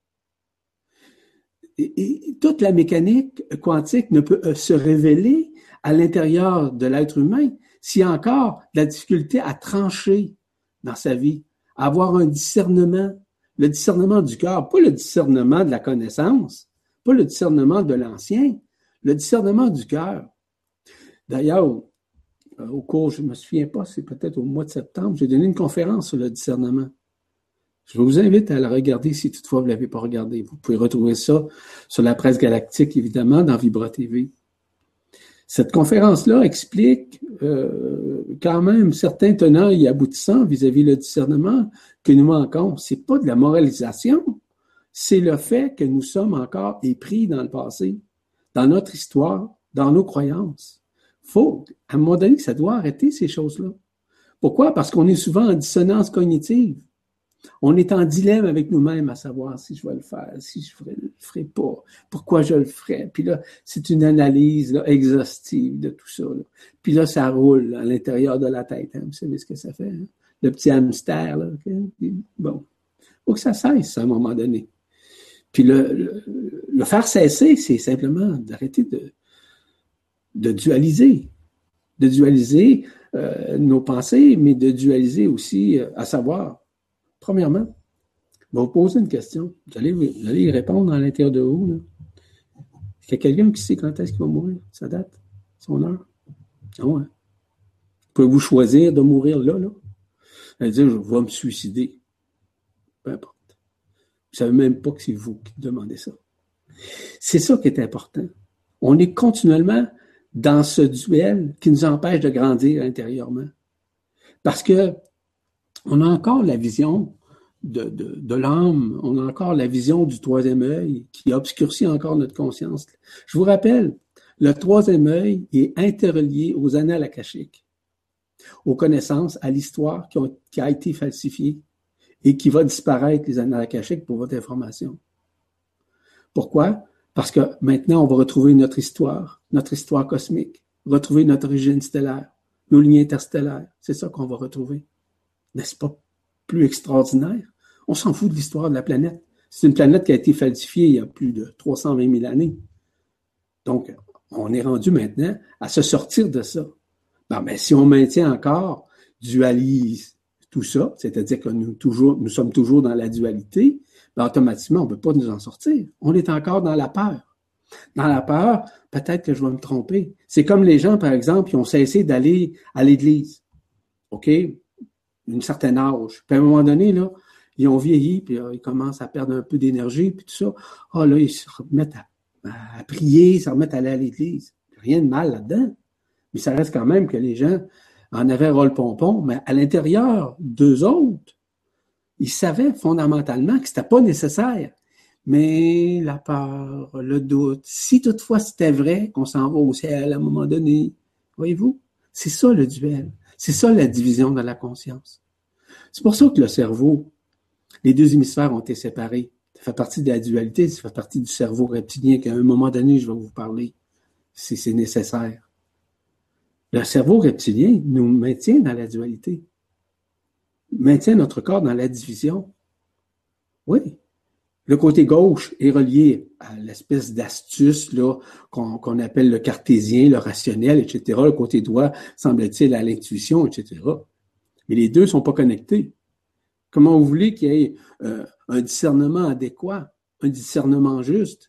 Et, et toute la mécanique quantique ne peut se révéler à l'intérieur de l'être humain s'il y a encore de la difficulté à trancher dans sa vie, à avoir un discernement, le discernement du cœur, pas le discernement de la connaissance, pas le discernement de l'ancien, le discernement du cœur. D'ailleurs, au, au cours, je ne me souviens pas, c'est peut-être au mois de septembre, j'ai donné une conférence sur le discernement. Je vous invite à la regarder si toutefois vous ne l'avez pas regardée. Vous pouvez retrouver ça sur la presse galactique, évidemment, dans Vibra T V. Cette conférence-là explique euh, quand même certains tenants et aboutissants vis-à-vis le discernement que nous manquons. C'est pas de la moralisation, c'est le fait que nous sommes encore épris dans le passé, dans notre histoire, dans nos croyances. Faut, à un moment donné, ça doit arrêter ces choses-là. Pourquoi? Parce qu'on est souvent en dissonance cognitive. On est en dilemme avec nous-mêmes à savoir si je vais le faire, si je ne le ferai pas, pourquoi je le ferai. Puis là, c'est une analyse là, exhaustive de tout ça. Là. Puis là, ça roule à l'intérieur de la tête. Hein. Vous savez ce que ça fait? Hein? Le petit hamster. Là, okay? Bon, il faut que ça cesse à un moment donné. Puis le, le, le faire cesser, c'est simplement d'arrêter de, de dualiser. De dualiser euh, nos pensées, mais de dualiser aussi, euh, à savoir, premièrement, je vais vous poser une question. Vous allez, vous allez y répondre à l'intérieur de vous. Là. Est-ce qu'il y a quelqu'un qui sait quand est-ce qu'il va mourir? Sa date? Son heure? Non, hein? Pouvez-vous choisir de mourir là, là? Elle dit, je vais me suicider. Peu importe. Vous ne savez même pas que c'est vous qui demandez ça. C'est ça qui est important. On est continuellement dans ce duel qui nous empêche de grandir intérieurement. Parce que on a encore la vision de, de, de l'âme, on a encore la vision du troisième œil qui obscurcit encore notre conscience. Je vous rappelle, le troisième œil est interrelié aux annales akashiques, aux connaissances, à l'histoire qui, ont, qui a été falsifiée et qui va disparaître, les annales akashiques, pour votre information. Pourquoi? Parce que maintenant, on va retrouver notre histoire, notre histoire cosmique, retrouver notre origine stellaire, nos lignes interstellaires. C'est ça qu'on va retrouver. N'est-ce pas plus extraordinaire? On s'en fout de l'histoire de la planète. C'est une planète qui a été falsifiée il y a plus de trois cent vingt mille années. Donc, on est rendu maintenant à se sortir de ça. Bon, ben, si on maintient encore, dualise tout ça, c'est-à-dire que nous, toujours, nous sommes toujours dans la dualité, ben, automatiquement, on ne peut pas nous en sortir. On est encore dans la peur. Dans la peur, peut-être que je vais me tromper. C'est comme les gens, par exemple, qui ont cessé d'aller à l'église. OK? Une certaine âge. Puis à un moment donné, là, ils ont vieilli, puis là, ils commencent à perdre un peu d'énergie, puis tout ça. Ah oh, là, ils se remettent à, à, à prier, ils se remettent à aller à l'église. Rien de mal là-dedans. Mais ça reste quand même que les gens en avaient rôle-pompon, mais à l'intérieur d'eux autres, ils savaient fondamentalement que c'était pas nécessaire. Mais la peur, le doute, si toutefois c'était vrai qu'on s'en va au ciel à un moment donné, voyez-vous, c'est ça le duel. C'est ça la division de la conscience. C'est pour ça que le cerveau, les deux hémisphères ont été séparés. Ça fait partie de la dualité, ça fait partie du cerveau reptilien qu'à un moment donné, je vais vous parler, si c'est nécessaire. Le cerveau reptilien nous maintient dans la dualité, maintient notre corps dans la division. Oui. Le côté gauche est relié à l'espèce d'astuce là, qu'on, qu'on appelle le cartésien, le rationnel, et cetera. Le côté droit, semble-t-il, à l'intuition, et cetera. Mais les deux ne sont pas connectés. Comment vous voulez qu'il y ait euh, un discernement adéquat, un discernement juste?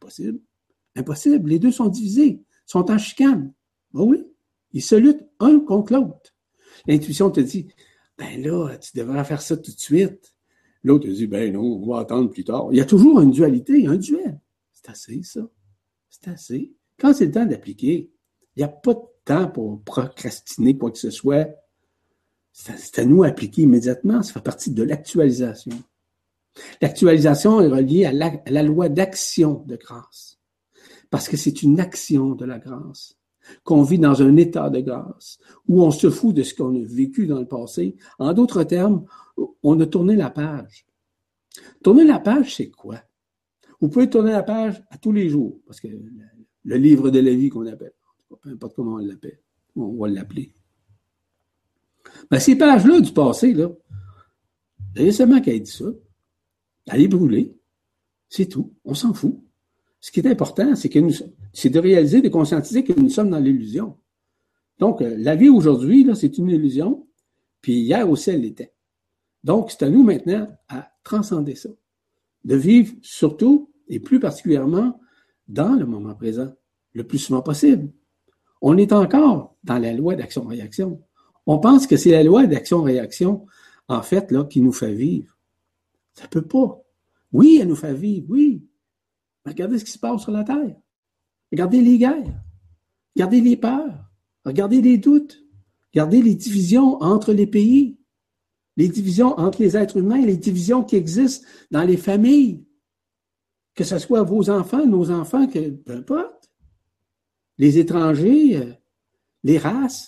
Impossible. Impossible. Les deux sont divisés, sont en chicane. Ben oui, ils se luttent un contre l'autre. L'intuition te dit, ben là, tu devrais faire ça tout de suite. L'autre te dit, ben non, on va attendre plus tard. Il y a toujours une dualité, un duel. C'est assez, ça. C'est assez. Quand c'est le temps d'appliquer, il n'y a pas de temps pour procrastiner quoi que ce soit. C'est à nous d'appliquer immédiatement. Ça fait partie de l'actualisation. L'actualisation est reliée à la, à la loi d'action de grâce. Parce que c'est une action de la grâce. Qu'on vit dans un état de grâce, où on se fout de ce qu'on a vécu dans le passé. En d'autres termes, on a tourné la page. Tourner la page, c'est quoi? Vous pouvez tourner la page à tous les jours, parce que le livre de la vie qu'on appelle, peu importe comment on l'appelle, on va l'appeler. Ben, ces pages-là du passé, là, il y a seulement qu'à dit ça, à les brûler, c'est tout, on s'en fout. Ce qui est important, c'est que nous, c'est de réaliser, de conscientiser que nous sommes dans l'illusion. Donc, la vie aujourd'hui, là, c'est une illusion, puis hier aussi, elle l'était. Donc, c'est à nous maintenant à transcender ça, de vivre surtout et plus particulièrement dans le moment présent, le plus souvent possible. On est encore dans la loi d'action-réaction. On pense que c'est la loi d'action-réaction, en fait, là, qui nous fait vivre. Ça peut pas. Oui, elle nous fait vivre, oui. Mais regardez ce qui se passe sur la Terre. Regardez les guerres. Regardez les peurs. Regardez les doutes. Regardez les divisions entre les pays. Les divisions entre les êtres humains, les divisions qui existent dans les familles. Que ce soit vos enfants, nos enfants, que, peu importe. Les étrangers, les races.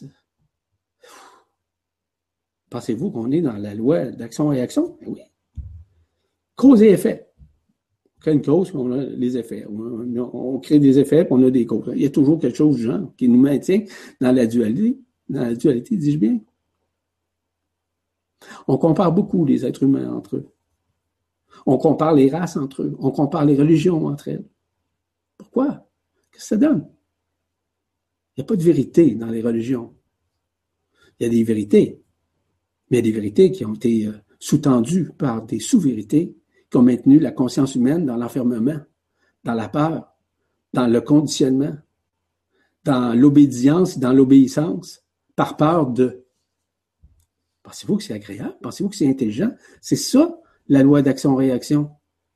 Pensez-vous qu'on est dans la loi d'action-réaction? Oui. Cause et effet. On crée une cause, puis on a les effets. On, on crée des effets, puis on a des causes. Il y a toujours quelque chose du genre qui nous maintient dans la dualité. Dans la dualité, dis-je bien. On compare beaucoup les êtres humains entre eux. On compare les races entre eux. On compare les religions entre elles. Pourquoi? Qu'est-ce que ça donne? Il n'y a pas de vérité dans les religions. Il y a des vérités, mais il y a des vérités qui ont été sous-tendues par des sous-vérités qui ont maintenu la conscience humaine dans l'enfermement, dans la peur, dans le conditionnement, dans l'obédience, dans l'obéissance, par peur de. Pensez-vous que c'est agréable? Pensez-vous que c'est intelligent? C'est ça, la loi d'action-réaction.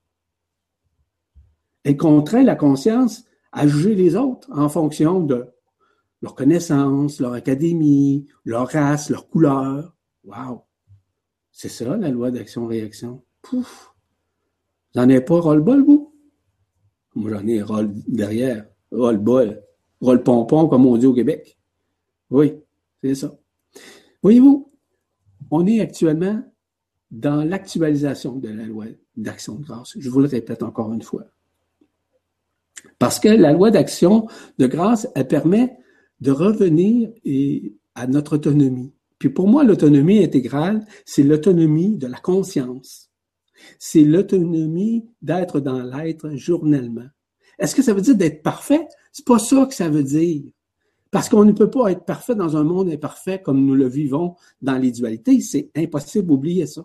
Elle contraint la conscience à juger les autres en fonction de leur connaissance, leur académie, leur race, leur couleur. Wow! C'est ça, la loi d'action-réaction. Pouf! Vous n'en avez pas roll-ball, vous? Moi, j'en ai roll derrière. Roll-ball. Roll-pompon, comme on dit au Québec. Oui, c'est ça. Voyez-vous, on est actuellement dans l'actualisation de la loi d'action de grâce. Je vous le répète encore une fois. Parce que la loi d'action de grâce, elle permet de revenir et, à notre autonomie. Puis pour moi, l'autonomie intégrale, c'est l'autonomie de la conscience. C'est l'autonomie d'être dans l'être journellement. Est-ce que ça veut dire d'être parfait? C'est pas ça que ça veut dire. Parce qu'on ne peut pas être parfait dans un monde imparfait comme nous le vivons dans les dualités. C'est impossible d'oublier ça.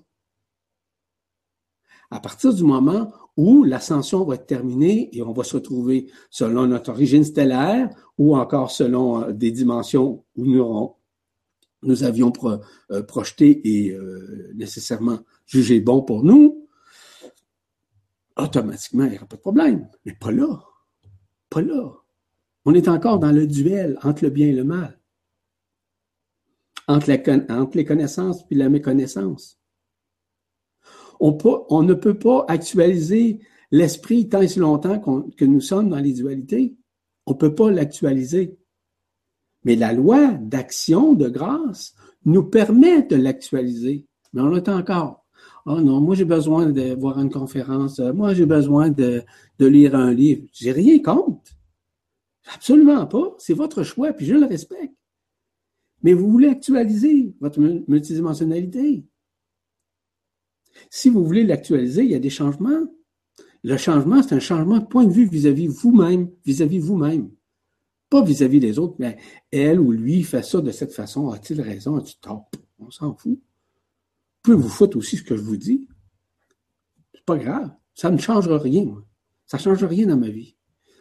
À partir du moment où l'ascension va être terminée et on va se retrouver selon notre origine stellaire ou encore selon des dimensions où nous, aurons, nous avions pro, euh, projeté et euh, nécessairement jugé bon pour nous, automatiquement, il n'y aura pas de problème. Mais pas là. Pas là. On est encore dans le duel entre le bien et le mal. Entre, la, entre les connaissances et la méconnaissance. On, peut, on ne peut pas actualiser l'esprit tant et si longtemps qu'on, que nous sommes dans les dualités. On ne peut pas l'actualiser. Mais la loi d'action, de grâce, nous permet de l'actualiser. Mais on est encore. Oh non, moi j'ai besoin de voir une conférence. Moi j'ai besoin de, de lire un livre. J'ai rien contre. Absolument pas. C'est votre choix, puis je le respecte. Mais vous voulez actualiser votre multidimensionnalité. Si vous voulez l'actualiser, il y a des changements. Le changement, c'est un changement de point de vue vis-à-vis vous-même, vis-à-vis vous-même. Pas vis-à-vis des autres, mais elle ou lui fait ça de cette façon. A-t-il raison? A-t-il tort? On s'en fout. Vous pouvez vous foutre aussi ce que je vous dis. C'est pas grave. Ça ne changera rien. Moi. Ça ne change rien dans ma vie.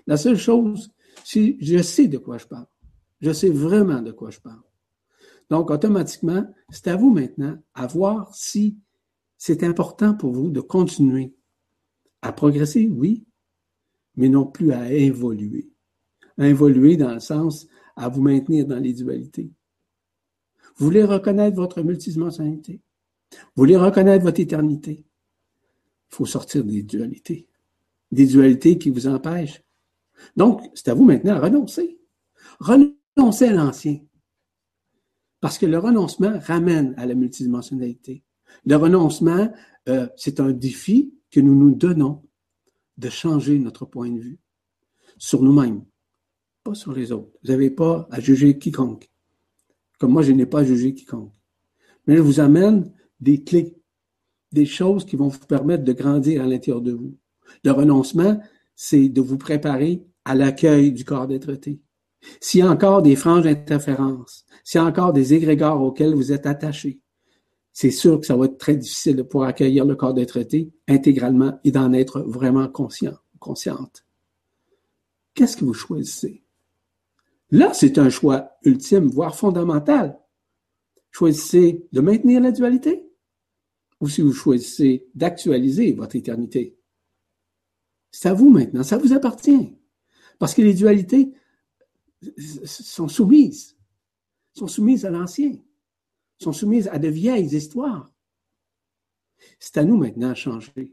La seule chose, c'est je sais de quoi je parle. Je sais vraiment de quoi je parle. Donc, automatiquement, c'est à vous maintenant à voir si c'est important pour vous de continuer à progresser, oui, mais non plus à évoluer. À évoluer dans le sens à vous maintenir dans les dualités. Vous voulez reconnaître votre multidimensionnalité. Vous voulez reconnaître votre éternité. Il faut sortir des dualités. Des dualités qui vous empêchent. Donc, c'est à vous maintenant à renoncer. Renoncer à l'ancien. Parce que le renoncement ramène à la multidimensionnalité. Le renoncement, euh, c'est un défi que nous nous donnons de changer notre point de vue sur nous-mêmes, pas sur les autres. Vous n'avez pas à juger quiconque. Comme moi, je n'ai pas à juger quiconque. Mais je vous amène des clés, des choses qui vont vous permettre de grandir à l'intérieur de vous. Le renoncement, c'est de vous préparer à l'accueil du corps d'être-té. S'il y a encore des franges d'interférence, s'il y a encore des égrégores auxquels vous êtes attachés, c'est sûr que ça va être très difficile de pouvoir accueillir le corps d'être-té intégralement et d'en être vraiment conscient, consciente. Qu'est-ce que vous choisissez? Là, c'est un choix ultime, voire fondamental. Choisissez de maintenir la dualité ou si vous choisissez d'actualiser votre éternité. C'est à vous maintenant, ça vous appartient. Parce que les dualités sont soumises, sont soumises à l'ancien, sont soumises à de vieilles histoires. C'est à nous maintenant à changer.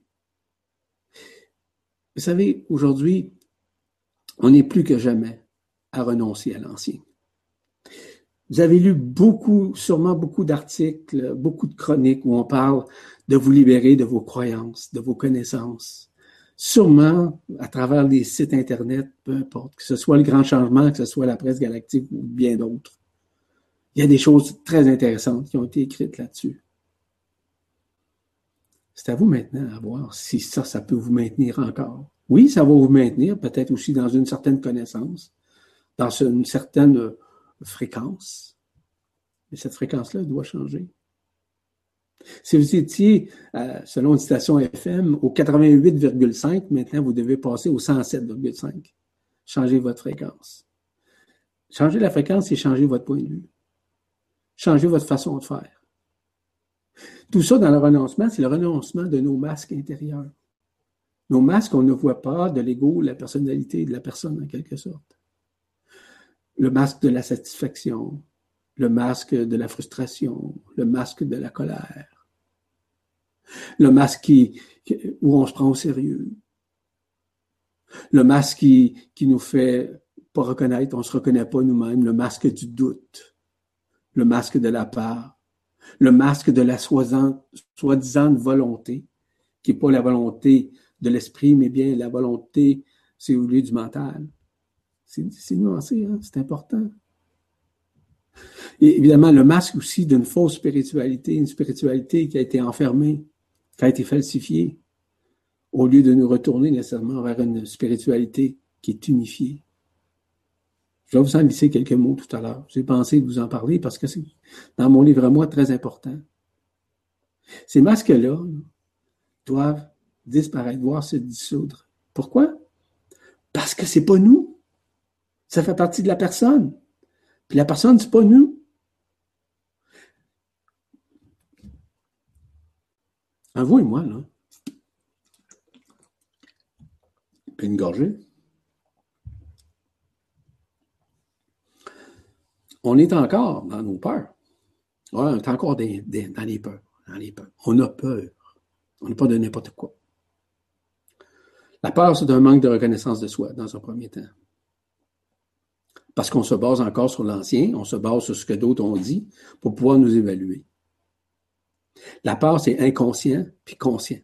Vous savez, aujourd'hui, on n'est plus que jamais à renoncer à l'ancien. Vous avez lu beaucoup, sûrement beaucoup d'articles, beaucoup de chroniques où on parle de vous libérer de vos croyances, de vos connaissances. Sûrement, à travers les sites Internet, peu importe, que ce soit le Grand Changement, que ce soit la presse galactique ou bien d'autres. Il y a des choses très intéressantes qui ont été écrites là-dessus. C'est à vous maintenant à voir si ça, ça peut vous maintenir encore. Oui, ça va vous maintenir, peut-être aussi dans une certaine connaissance, dans une certaine fréquence. Mais cette fréquence-là doit changer. Si vous étiez, euh, selon une station F M, au quatre-vingt-huit virgule cinq, maintenant vous devez passer au cent sept virgule cinq. Changez votre fréquence. Changer la fréquence, c'est changer votre point de vue. Changer votre façon de faire. Tout ça dans le renoncement, c'est le renoncement de nos masques intérieurs. Nos masques, on ne voit pas de l'ego, de la personnalité de la personne en quelque sorte. Le masque de la satisfaction, le masque de la frustration, le masque de la colère, le masque qui, où on se prend au sérieux, le masque qui, qui nous fait pas reconnaître, on ne se reconnaît pas nous-mêmes, le masque du doute, le masque de la peur, le masque de la soi-disant volonté, qui n'est pas la volonté de l'esprit, mais bien la volonté, c'est au lieu du mental. C'est, c'est nuancé, hein? C'est important. Et évidemment, le masque aussi d'une fausse spiritualité, une spiritualité qui a été enfermée, qui a été falsifiée, au lieu de nous retourner nécessairement vers une spiritualité qui est unifiée. Je vais vous en glisser quelques mots tout à l'heure. J'ai pensé de vous en parler parce que c'est, dans mon livre à moi, très important. Ces masques-là là, doivent disparaître, voire se dissoudre. Pourquoi? Parce que c'est pas nous. Ça fait partie de la personne. Puis la personne, c'est pas nous. En vous et moi, là. Puis une gorgée. On est encore dans nos peurs. Ouais, on est encore des, des, dans les peurs. Dans les peurs. On a peur. On n'est pas de n'importe quoi. La peur, c'est un manque de reconnaissance de soi, dans un premier temps. Parce qu'on se base encore sur l'ancien, on se base sur ce que d'autres ont dit pour pouvoir nous évaluer. La peur, c'est inconscient puis conscient.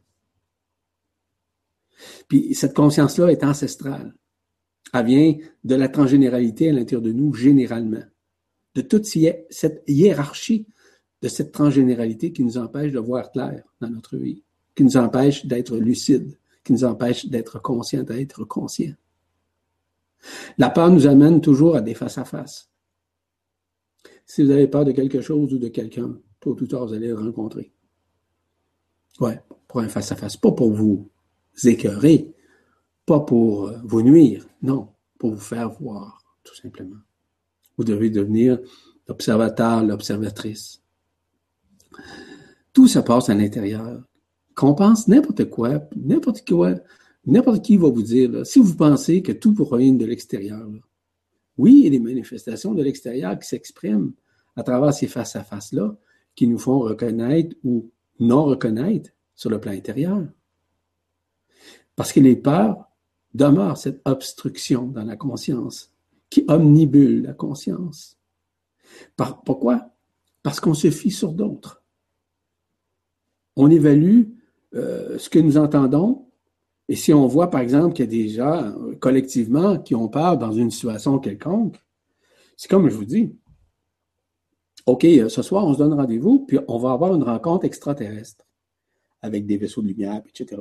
Puis cette conscience-là est ancestrale. Elle vient de la transgénéralité à l'intérieur de nous, généralement. De toute cette hiérarchie de cette transgénéralité qui nous empêche de voir clair dans notre vie, qui nous empêche d'être lucide, qui nous empêche d'être conscient, d'être conscient. La peur nous amène toujours à des face-à-face. Si vous avez peur de quelque chose ou de quelqu'un, tôt ou tard, vous allez le rencontrer. Ouais, pour un face-à-face. Pas pour vous écœurer, Pas pour vous nuire, non, pour vous faire voir, tout simplement. Vous devez devenir l'observateur, l'observatrice. Tout se passe à l'intérieur. Qu'on pense n'importe quoi, n'importe quoi, n'importe qui va vous dire, là, si vous pensez que tout provient de l'extérieur, là, oui, il y a des manifestations de l'extérieur qui s'expriment à travers ces face-à-face-là, qui nous font reconnaître ou non reconnaître sur le plan intérieur. Parce que les peurs demeurent cette obstruction dans la conscience, qui omnibule la conscience. Par, pourquoi? Parce qu'on se fie sur d'autres. On évalue euh, ce que nous entendons, et si on voit, par exemple, qu'il y a des gens, euh, collectivement, qui ont peur dans une situation quelconque, c'est comme je vous dis, OK, ce soir, on se donne rendez-vous, puis on va avoir une rencontre extraterrestre avec des vaisseaux de lumière, et cetera.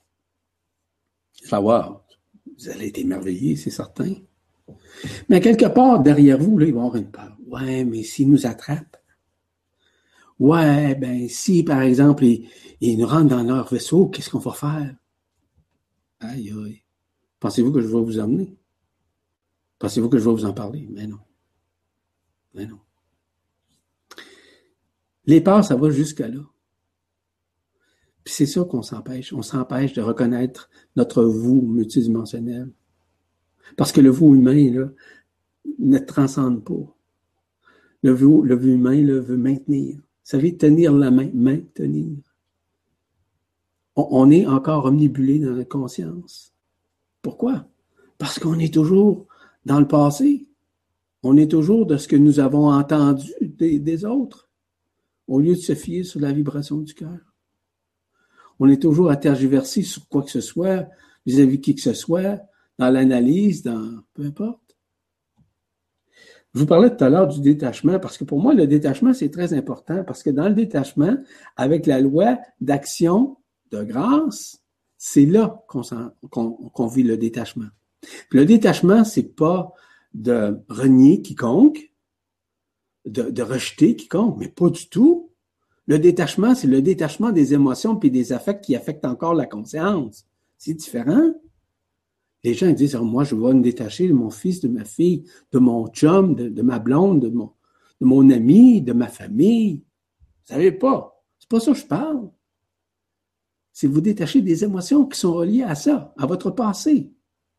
Savoir, vous allez être émerveillés, c'est certain. Mais quelque part, derrière vous, là, il va y avoir une peur. Ouais, mais s'ils nous attrapent, ouais, ben, si, par exemple, ils, ils nous rentrent dans leur vaisseau, qu'est-ce qu'on va faire? Aïe, aïe. Pensez-vous que je vais vous emmener? Pensez-vous que je vais vous en parler? Mais non. Mais non. Les peurs, ça va jusqu'à là. Puis c'est ça qu'on s'empêche. On s'empêche de reconnaître notre vous multidimensionnel. Parce que le vous humain, là, ne transcende pas. Le vous, le vous humain, là, veut maintenir. Vous savez, tenir la main, maintenir. On, on est encore omnibulé dans notre conscience. Pourquoi? Parce qu'on est toujours dans le passé. On est toujours de ce que nous avons entendu des, des autres, au lieu de se fier sur la vibration du cœur. On est toujours à tergiverser sur quoi que ce soit, vis-à-vis de qui que ce soit, dans l'analyse, dans peu importe. Je vous parlais tout à l'heure du détachement, parce que pour moi, le détachement, c'est très important, parce que dans le détachement, avec la loi d'action de grâce, c'est là qu'on, qu'on, qu'on vit le détachement. Puis le détachement, c'est pas de renier quiconque, de, de rejeter quiconque, mais pas du tout. Le détachement, c'est le détachement des émotions puis des affects qui affectent encore la conscience. C'est différent. Les gens disent, oh, moi, je vais me détacher de mon fils, de ma fille, de mon chum, de, de ma blonde, de mon, de mon ami, de ma famille. Vous savez pas. C'est pas ça que je parle. C'est vous détacher des émotions qui sont reliées à ça, à votre passé.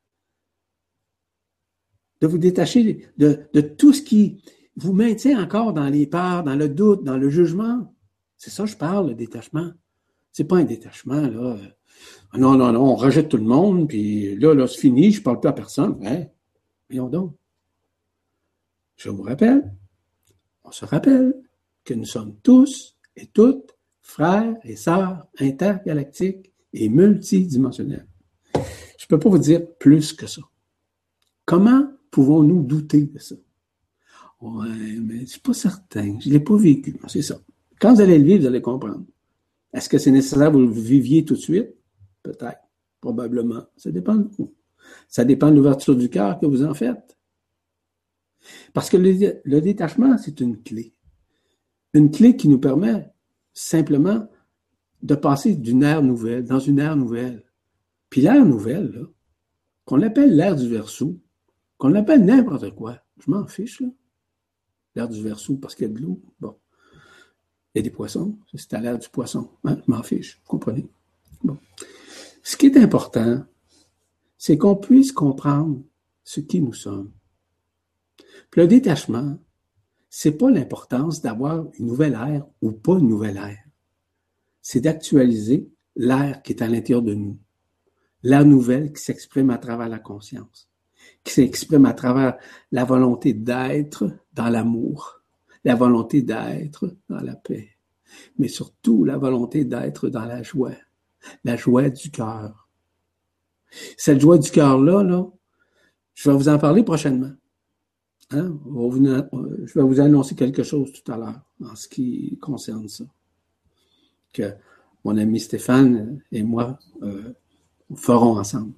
De vous détacher de, de tout ce qui vous maintient encore dans les peurs, dans le doute, dans le jugement. C'est ça que je parle, le détachement. C'est pas un détachement, là. Non, non, non, on rejette tout le monde, puis là, là, c'est fini, je parle plus à personne. Ouais, voyons donc. Je vous rappelle, on se rappelle que nous sommes tous et toutes frères et sœurs intergalactiques et multidimensionnels. Je ne peux pas vous dire plus que ça. Comment pouvons-nous douter de ça? Ouais, mais je ne suis pas certain. Je ne l'ai pas vécu. C'est ça. Quand vous allez le vivre, vous allez comprendre. Est-ce que c'est nécessaire que vous le viviez tout de suite? Peut-être. Probablement. Ça dépend de vous. Ça dépend de l'ouverture du cœur que vous en faites. Parce que le, le détachement, c'est une clé. Une clé qui nous permet simplement de passer d'une ère nouvelle dans une ère nouvelle. Puis l'ère nouvelle, là, qu'on l'appelle l'ère du Verseau, qu'on l'appelle n'importe quoi, je m'en fiche, là. L'ère du Verseau, parce qu'il y a de l'eau, bon. Il y a des poissons, c'est à l'ère du poisson, hein? Je m'en fiche, vous comprenez? Bon. Ce qui est important, c'est qu'on puisse comprendre ce qui nous sommes. Puis le détachement, c'est pas l'importance d'avoir une nouvelle ère ou pas une nouvelle ère. C'est d'actualiser l'ère qui est à l'intérieur de nous. L'ère nouvelle qui s'exprime à travers la conscience, qui s'exprime à travers la volonté d'être dans l'amour, la volonté d'être dans la paix, mais surtout la volonté d'être dans la joie, la joie du cœur. Cette joie du cœur-là, là, je vais vous en parler prochainement. Hein? Je vais vous annoncer quelque chose tout à l'heure en ce qui concerne ça, que mon ami Stéphane et moi euh, ferons ensemble.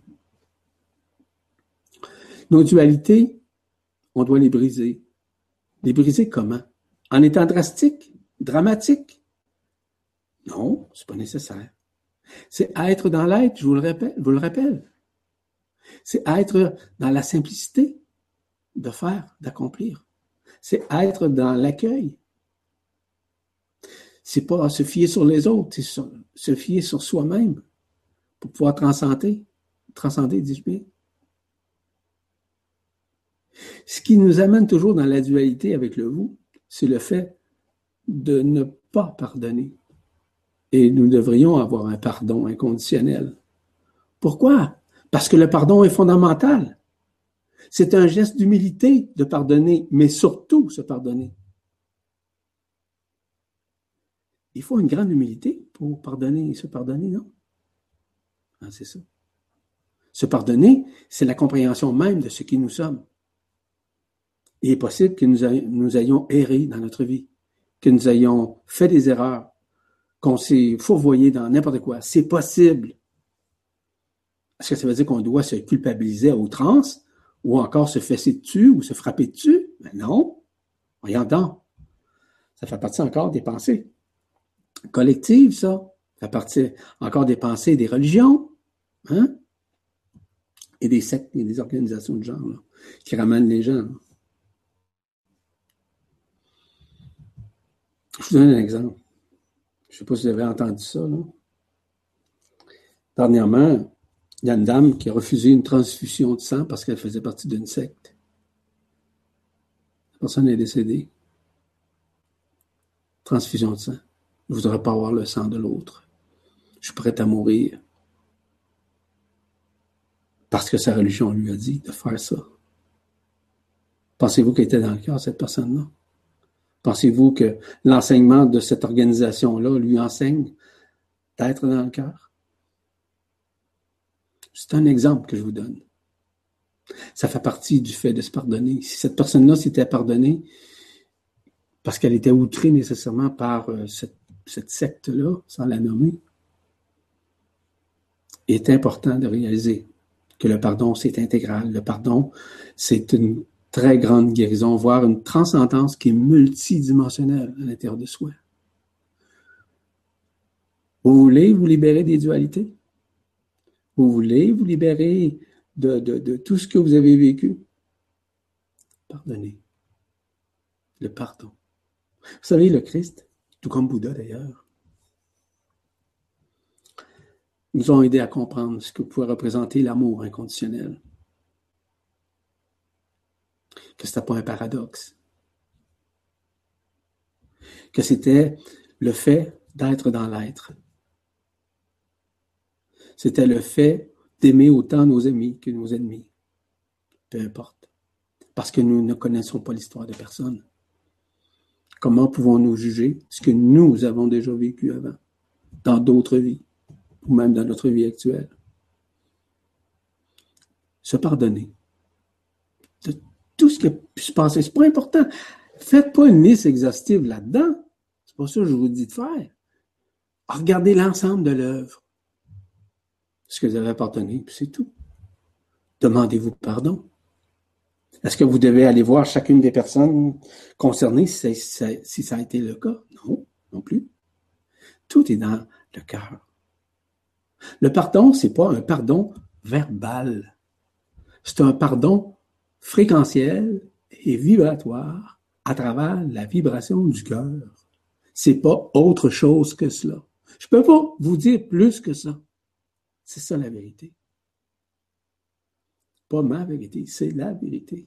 Nos dualités, on doit les briser. Les briser comment? En étant drastique? Dramatique? Non, c'est pas nécessaire. C'est être dans l'être, je vous le répète, je vous le rappelle. C'est être dans la simplicité de faire, d'accomplir. C'est être dans l'accueil. C'est pas se fier sur les autres, c'est sur, se fier sur soi-même pour pouvoir transcender, transcender, dis-je bien. Ce qui nous amène toujours dans la dualité avec le vous, c'est le fait de ne pas pardonner. Et nous devrions avoir un pardon inconditionnel. Pourquoi? Parce que le pardon est fondamental. C'est un geste d'humilité de pardonner, mais surtout se pardonner. Il faut une grande humilité pour pardonner et se pardonner, non? Ah, c'est ça. Se pardonner, c'est la compréhension même de ce qui nous sommes. Il est possible que nous, ayons, nous ayons erré dans notre vie, que nous ayons fait des erreurs, qu'on s'est fourvoyé dans n'importe quoi. C'est possible. Est-ce que ça veut dire qu'on doit se culpabiliser à outrance ou encore se fesser dessus ou se frapper dessus? Ben non. Voyons donc. Ça fait partie encore des pensées collectives, ça. Ça fait partie encore des pensées des religions, hein? Et des sectes et des organisations de genre, là, qui ramènent les gens. Là. Je vous donne un exemple. Je ne sais pas si vous avez entendu ça, là. Dernièrement, il y a une dame qui a refusé une transfusion de sang parce qu'elle faisait partie d'une secte. La personne est décédée. Transfusion de sang. Je ne voudrais pas avoir le sang de l'autre. Je suis prêt à mourir. Parce que sa religion lui a dit de faire ça. Pensez-vous qu'elle était dans le cœur, cette personne-là? Pensez-vous que l'enseignement de cette organisation-là lui enseigne d'être dans le cœur? C'est un exemple que je vous donne. Ça fait partie du fait de se pardonner. Si cette personne-là s'était pardonnée parce qu'elle était outrée nécessairement par euh, cette, cette secte-là, sans la nommer, il est important de réaliser que le pardon, c'est intégral. Le pardon, c'est une très grande guérison, voire une transcendance qui est multidimensionnelle à l'intérieur de soi. Vous voulez vous libérer des dualités? Vous voulez vous libérer de, de, de tout ce que vous avez vécu? Pardonnez. Le pardon. Vous savez, le Christ, tout comme Bouddha d'ailleurs, nous ont aidés à comprendre ce que pouvait représenter l'amour inconditionnel. Que ce n'était pas un paradoxe. Que c'était le fait d'être dans l'être. C'était le fait d'aimer autant nos amis que nos ennemis. Peu importe. Parce que nous ne connaissons pas l'histoire de personne. Comment pouvons-nous juger ce que nous avons déjà vécu avant, dans d'autres vies, ou même dans notre vie actuelle? Se pardonner. De tout ce qui a pu se passer, c'est pas important. Faites pas une liste exhaustive là-dedans. C'est pas ça que je vous dis de faire. Regardez l'ensemble de l'œuvre. Ce que vous avez pardonné, puis c'est tout. Demandez-vous pardon. Est-ce que vous devez aller voir chacune des personnes concernées si ça, si ça a été le cas? Non, non plus. Tout est dans le cœur. Le pardon, c'est pas un pardon verbal. C'est un pardon fréquentiel et vibratoire à travers la vibration du cœur. C'est pas autre chose que cela. Je peux pas vous dire plus que ça. C'est ça la vérité. Pas ma vérité, c'est la vérité.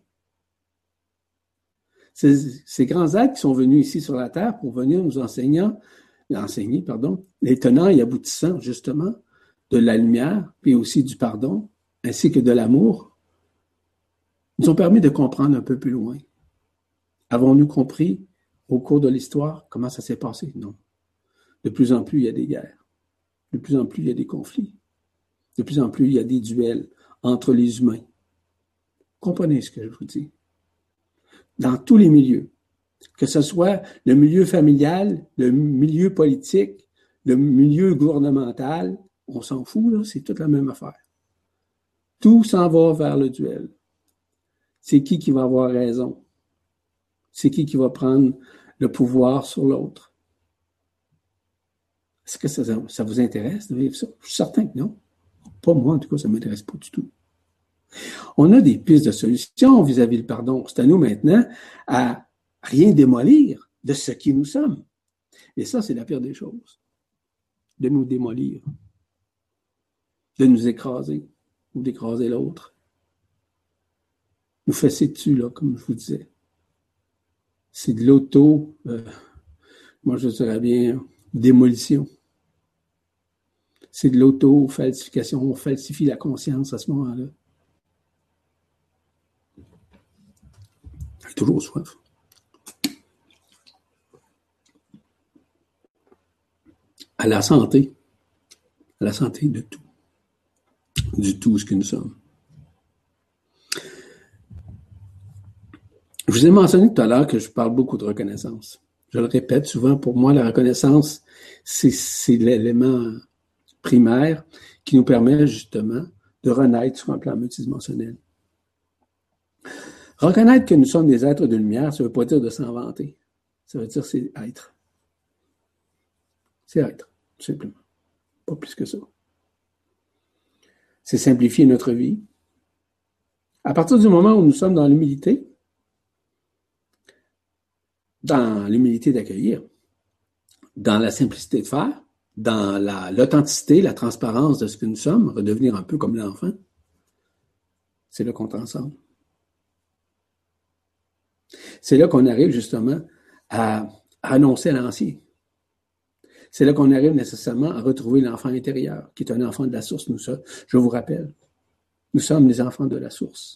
Ces, ces grands êtres qui sont venus ici sur la Terre pour venir nous enseigner, enseigner, pardon, les tenants et aboutissants, justement, de la lumière, puis aussi du pardon, ainsi que de l'amour, nous ont permis de comprendre un peu plus loin. Avons-nous compris au cours de l'histoire comment ça s'est passé? Non. De plus en plus, il y a des guerres. De plus en plus, il y a des conflits. De plus en plus, il y a des duels entre les humains. Comprenez ce que je vous dis. Dans tous les milieux, que ce soit le milieu familial, le milieu politique, le milieu gouvernemental, on s'en fout, là, c'est toute la même affaire. Tout s'en va vers le duel. C'est qui qui va avoir raison? C'est qui qui va prendre le pouvoir sur l'autre? Est-ce que ça, ça vous intéresse de vivre ça? Je suis certain que non. Pas moi, en tout cas, ça ne m'intéresse pas du tout. On a des pistes de solutions vis-à-vis du pardon. C'est à nous maintenant à rien démolir de ce qui nous sommes. Et ça, c'est la pire des choses. De nous démolir. De nous écraser. Ou d'écraser l'autre. Nous fesser dessus, là, comme je vous disais. C'est de l'auto, euh, moi je dirais bien, démolition. C'est de l'auto-falsification. On falsifie la conscience à ce moment-là. J'ai toujours soif. À la santé. À la santé de tout. Du tout ce que nous sommes. Je vous ai mentionné tout à l'heure que je parle beaucoup de reconnaissance. Je le répète souvent, pour moi, la reconnaissance, c'est, c'est l'élément primaire qui nous permet justement de renaître sur un plan multidimensionnel. Reconnaître que nous sommes des êtres de lumière, ça ne veut pas dire de s'en vanter. Ça veut dire c'est être. C'est être, tout simplement. Pas plus que ça. C'est simplifier notre vie. À partir du moment où nous sommes dans l'humilité, dans l'humilité d'accueillir, dans la simplicité de faire, dans la, l'authenticité, la transparence de ce que nous sommes, redevenir un peu comme l'enfant, c'est là qu'on transcende. C'est là qu'on arrive justement à, à renoncer à l'ancien. C'est là qu'on arrive nécessairement à retrouver l'enfant intérieur, qui est un enfant de la source, nous sommes. Je vous rappelle, nous sommes les enfants de la source.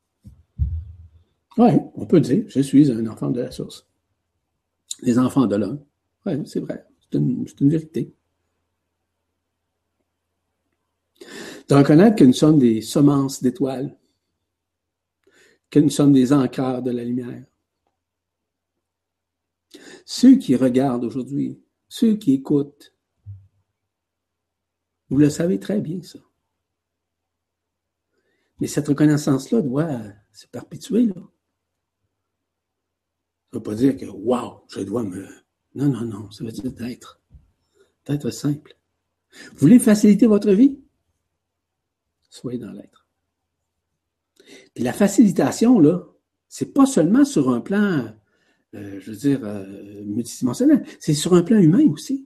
Oui, on peut dire, je suis un enfant de la source. Les enfants de l'homme. Oui, c'est vrai. C'est une, c'est une vérité. De reconnaître que nous sommes des semences d'étoiles, que nous sommes des ancreurs de la lumière. Ceux qui regardent aujourd'hui, ceux qui écoutent, vous le savez très bien, ça. Mais cette reconnaissance-là doit se perpétuer, là. Ça ne veut pas dire que, wow, je dois me... Non, non, non, ça veut dire d'être. D'être simple. Vous voulez faciliter votre vie? Soyez dans l'être. Puis la facilitation, là, c'est pas seulement sur un plan, euh, je veux dire, euh, multidimensionnel, c'est sur un plan humain aussi.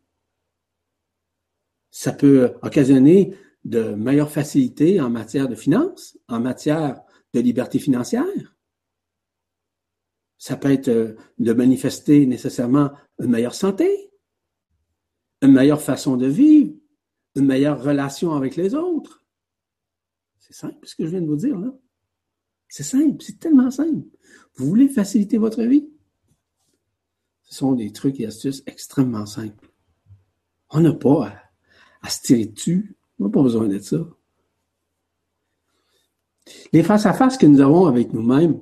Ça peut occasionner de meilleures facilités en matière de finances, en matière de liberté financière. Ça peut être de manifester nécessairement une meilleure santé, une meilleure façon de vivre, une meilleure relation avec les autres. C'est simple ce que je viens de vous dire là. C'est simple, c'est tellement simple. Vous voulez faciliter votre vie? Ce sont des trucs et astuces extrêmement simples. On n'a pas à, à se tirer dessus. On n'a pas besoin de ça. Les face-à-face que nous avons avec nous-mêmes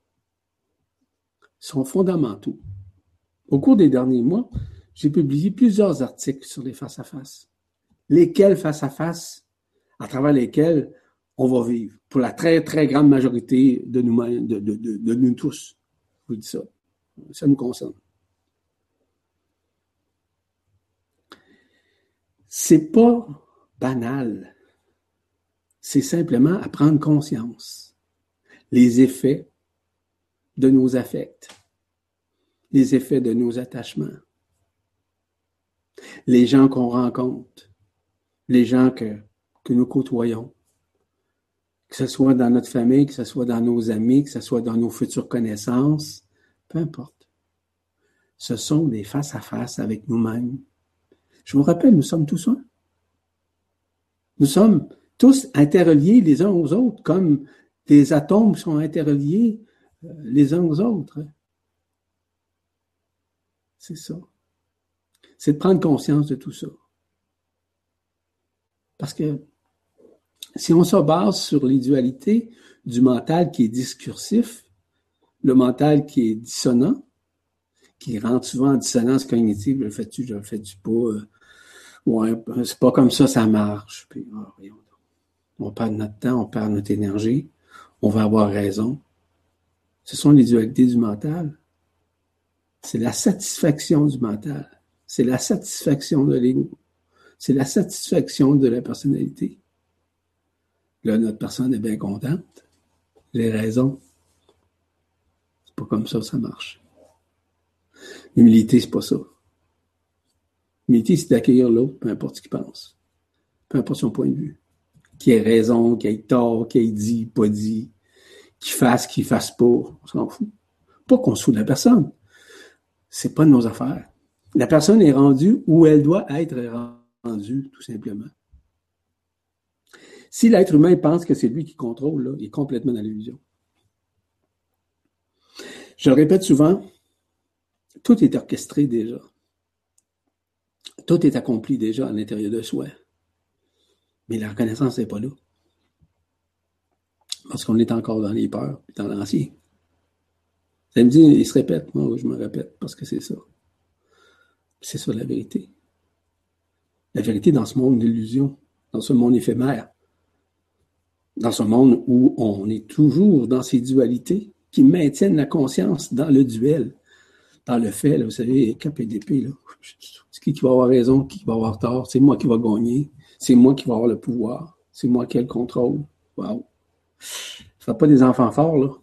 sont fondamentaux. Au cours des derniers mois, j'ai publié plusieurs articles sur les face-à-face. Lesquels face-à-face, à travers lesquels on va vivre, pour la très, très grande majorité de nous-mêmes, de, de, de, de nous tous. Je vous dis ça. Ça nous concerne. C'est pas banal. C'est simplement à prendre conscience. Les effets de nos affects, les effets de nos attachements, les gens qu'on rencontre, les gens que, que nous côtoyons, que ce soit dans notre famille, que ce soit dans nos amis, que ce soit dans nos futures connaissances, peu importe. Ce sont des face-à-face avec nous-mêmes. Je vous rappelle, nous sommes tous un. Nous sommes tous interreliés les uns aux autres, comme des atomes sont interreliés les uns aux autres. C'est ça. C'est de prendre conscience de tout ça. Parce que si on se base sur les dualités du mental qui est discursif, le mental qui est dissonant, qui rentre souvent en dissonance cognitive, je le fais-tu, je le fais-tu pas, euh, ouais, c'est pas comme ça, ça marche. Puis, oh, on perd notre temps, on perd notre énergie, on va avoir raison. Ce sont les dualités du mental. C'est la satisfaction du mental. C'est la satisfaction de l'ego. C'est la satisfaction de la personnalité. Là, notre personne est bien contente. J'ai raison. C'est pas comme ça que ça marche. L'humilité, c'est pas ça. L'humilité, c'est d'accueillir l'autre, peu importe ce qu'il pense. Peu importe son point de vue. Qu'il ait raison, qu'il ait tort, qu'il ait dit, pas dit, qu'il fasse, qu'il fasse pas. On s'en fout. Pas qu'on se fout de la personne. C'est pas de nos affaires. La personne est rendue où elle doit être rendue, tout simplement. Si l'être humain pense que c'est lui qui contrôle, là, il est complètement dans l'illusion. Je le répète souvent, tout est orchestré déjà. Tout est accompli déjà à l'intérieur de soi. Mais la reconnaissance n'est pas là. Parce qu'on est encore dans les peurs, dans l'ancien. Ça me dit, il se répète. Moi, je me répète, parce que c'est ça. C'est ça la vérité. La vérité dans ce monde d'illusion, dans ce monde éphémère, dans ce monde où on est toujours dans ces dualités qui maintiennent la conscience dans le duel, dans le fait, là, vous savez, cap et d'épée, là. C'est qui qui va avoir raison, qui va avoir tort, c'est moi qui va gagner, c'est moi qui va avoir le pouvoir, c'est moi qui ai le contrôle. Wow. Ça fait pas des enfants forts, là.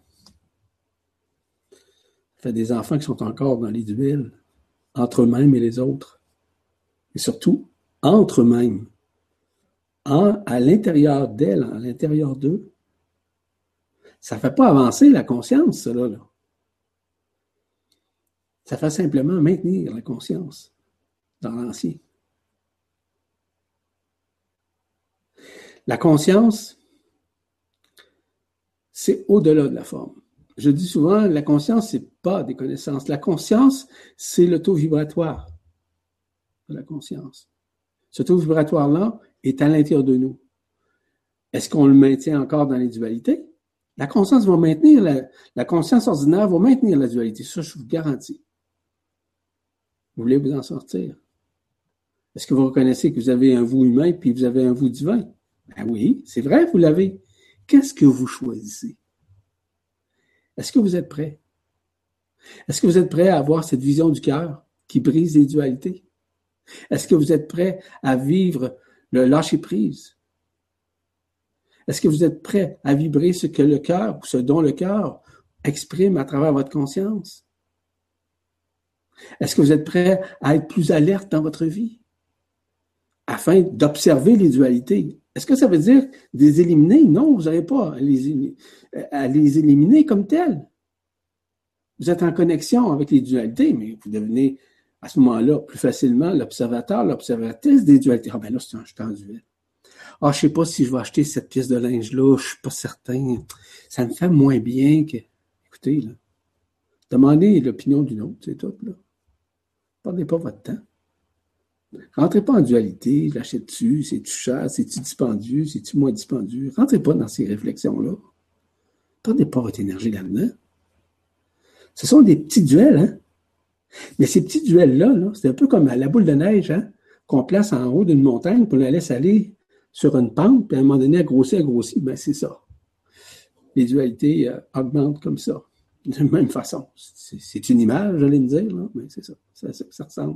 Ça fait des enfants qui sont encore dans les duels, entre eux-mêmes et les autres. Et surtout, entre eux-mêmes. En, à l'intérieur d'elle, à l'intérieur d'eux. Ça ne fait pas avancer la conscience, ça, là, là. Ça fait simplement maintenir la conscience dans l'ancien. La conscience, c'est au-delà de la forme. Je dis souvent, la conscience, c'est pas des connaissances. La conscience, c'est le taux vibratoire de la conscience. Ce taux vibratoire-là est à l'intérieur de nous. Est-ce qu'on le maintient encore dans les dualités? La conscience va maintenir, la, la conscience ordinaire va maintenir la dualité. Ça, je vous garantis. Vous voulez vous en sortir? Est-ce que vous reconnaissez que vous avez un vous humain puis vous avez un vous divin? Ben oui, c'est vrai, vous l'avez. Qu'est-ce que vous choisissez? Est-ce que vous êtes prêt? Est-ce que vous êtes prêt à avoir cette vision du cœur qui brise les dualités? Est-ce que vous êtes prêt à vivre le lâcher-prise? Est-ce que vous êtes prêt à vibrer ce que le cœur, ou ce dont le cœur exprime à travers votre conscience? Est-ce que vous êtes prêt à être plus alerte dans votre vie afin d'observer les dualités? Est-ce que ça veut dire les éliminer? Non, vous n'avez pas à les, à les éliminer comme telles. Vous êtes en connexion avec les dualités, mais vous devenez à ce moment-là plus facilement l'observateur, l'observatrice des dualités. Ah ben là, c'est un jeté en duel. Ah, je sais pas si je vais acheter cette pièce de linge-là, je suis pas certain. Ça me fait moins bien que... Écoutez, là, demandez l'opinion d'une autre, c'est tout, là. Perdez pas votre temps. Rentrez pas en dualité, l'achètes-tu, c'est-tu cher, c'est-tu dispendieux, c'est-tu moins dispendieux. Rentrez pas dans ces réflexions-là. Perdez pas votre énergie là-dedans. Ce sont des petits duels, hein. Mais ces petits duels-là, là, c'est un peu comme la boule de neige, hein, qu'on place en haut d'une montagne pour la laisser aller sur une pente, puis à un moment donné, elle grossit, elle grossit, ben c'est ça. Les dualités euh, augmentent comme ça, de la même façon. C'est, c'est une image, j'allais me dire, là, mais c'est ça, c'est ça que ça ressemble.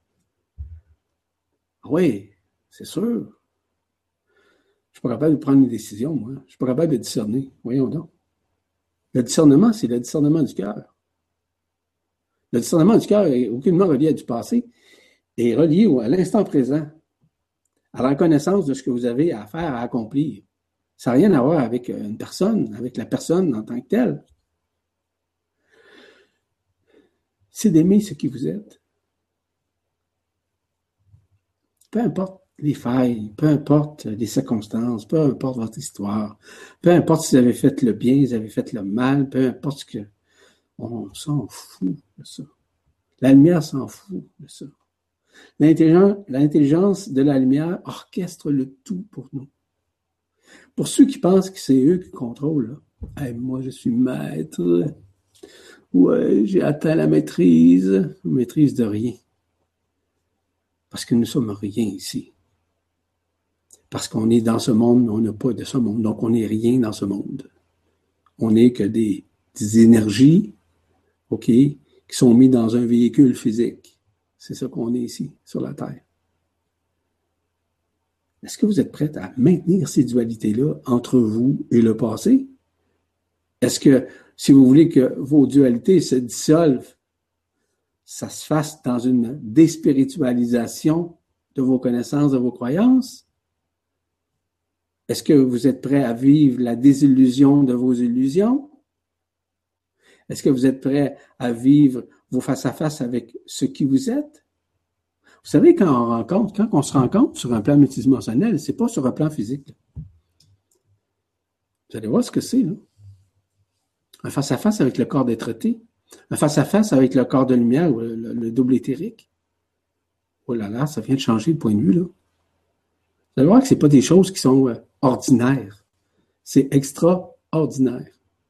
Oui, c'est sûr. Je suis pas capable de prendre une décision, moi. Je suis pas capable de discerner. Voyons donc. Le discernement, c'est le discernement du cœur. Le discernement du cœur est aucunement relié à du passé, est relié à l'instant présent, à la reconnaissance de ce que vous avez à faire, à accomplir. Ça n'a rien à voir avec une personne, avec la personne en tant que telle. C'est d'aimer ce qui vous êtes. Peu importe les failles, peu importe les circonstances, peu importe votre histoire, peu importe si vous avez fait le bien, si vous avez fait le mal, peu importe ce que... On s'en fout de ça. La lumière s'en fout de ça. L'intelligence, l'intelligence de la lumière orchestre le tout pour nous. Pour ceux qui pensent que c'est eux qui contrôlent, là, hey, moi je suis maître, ouais, j'ai atteint la maîtrise, maîtrise de rien. Parce que nous sommes rien ici. Parce qu'on est dans ce monde, mais on n'a pas de ce monde. Donc on n'est rien dans ce monde. On n'est que des, des énergies, OK, qui sont mises dans un véhicule physique. C'est ça qu'on est ici, sur la Terre. Est-ce que vous êtes prêts à maintenir ces dualités-là entre vous et le passé? Est-ce que, si vous voulez que vos dualités se dissolvent, ça se fasse dans une déspiritualisation de vos connaissances, de vos croyances? Est-ce que vous êtes prêts à vivre la désillusion de vos illusions? Est-ce que vous êtes prêts à vivre vos face-à-face avec ce qui vous êtes? Vous savez, quand on rencontre, quand on se rencontre sur un plan multidimensionnel, c'est pas sur un plan physique. Vous allez voir ce que c'est, là. Un face-à-face avec le corps d'être-té, un face-à-face avec le corps de lumière, ou le, le, le double éthérique. Oh là là, ça vient de changer le point de vue, là. Vous allez voir que c'est pas des choses qui sont euh, ordinaires. C'est extraordinaire.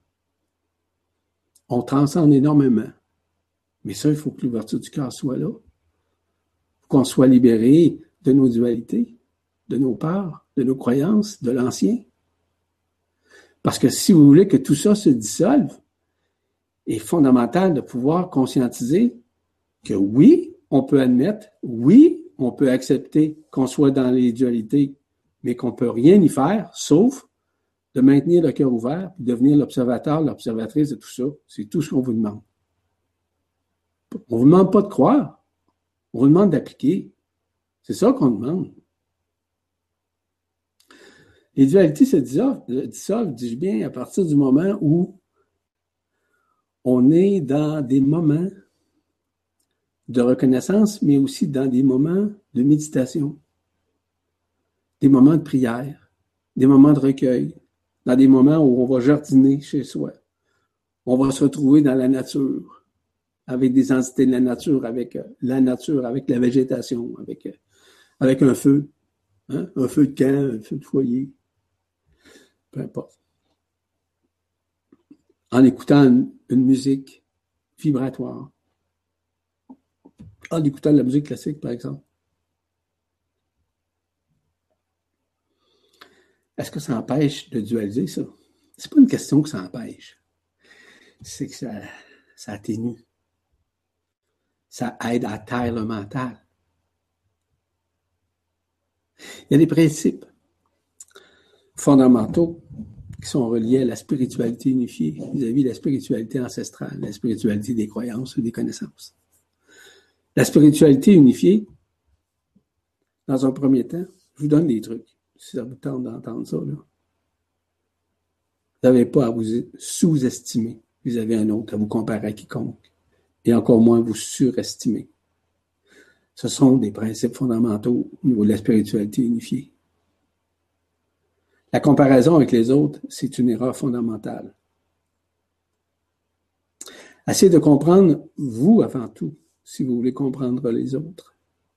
On transcende énormément. Mais ça, il faut que l'ouverture du cœur soit là. Il faut qu'on soit libéré de nos dualités, de nos peurs, de nos croyances, de l'ancien. Parce que si vous voulez que tout ça se dissolve, il est fondamental de pouvoir conscientiser que oui, on peut admettre, oui, on peut accepter qu'on soit dans les dualités, mais qu'on ne peut rien y faire, sauf de maintenir le cœur ouvert et devenir l'observateur, l'observatrice de tout ça. C'est tout ce qu'on vous demande. On ne vous demande pas de croire, on vous demande d'appliquer. C'est ça qu'on demande. Les dualités se dissolvent, dissolvent, dis-je bien, à partir du moment où on est dans des moments de reconnaissance, mais aussi dans des moments de méditation, des moments de prière, des moments de recueil, dans des moments où on va jardiner chez soi. On va se retrouver dans la nature, avec des entités de la nature, avec la nature, avec la végétation, avec, avec un feu, hein? Un feu de camp, un feu de foyer, peu importe. En écoutant une, une musique vibratoire, en écoutant de la musique classique, par exemple. Est-ce que ça empêche de dualiser ça? C'est pas une question que ça empêche. C'est que ça, ça atténue. Ça aide à taire le mental. Il y a des principes fondamentaux qui sont reliés à la spiritualité unifiée vis-à-vis de la spiritualité ancestrale, la spiritualité des croyances ou des connaissances. La spiritualité unifiée, dans un premier temps, je vous donne des trucs, si ça vous tente d'entendre ça, là. Vous n'avez pas à vous sous-estimer vis-à-vis un autre, à vous comparer à quiconque, et encore moins vous surestimer. Ce sont des principes fondamentaux au niveau de la spiritualité unifiée. La comparaison avec les autres, c'est une erreur fondamentale. Essayez de comprendre vous avant tout, si vous voulez comprendre les autres.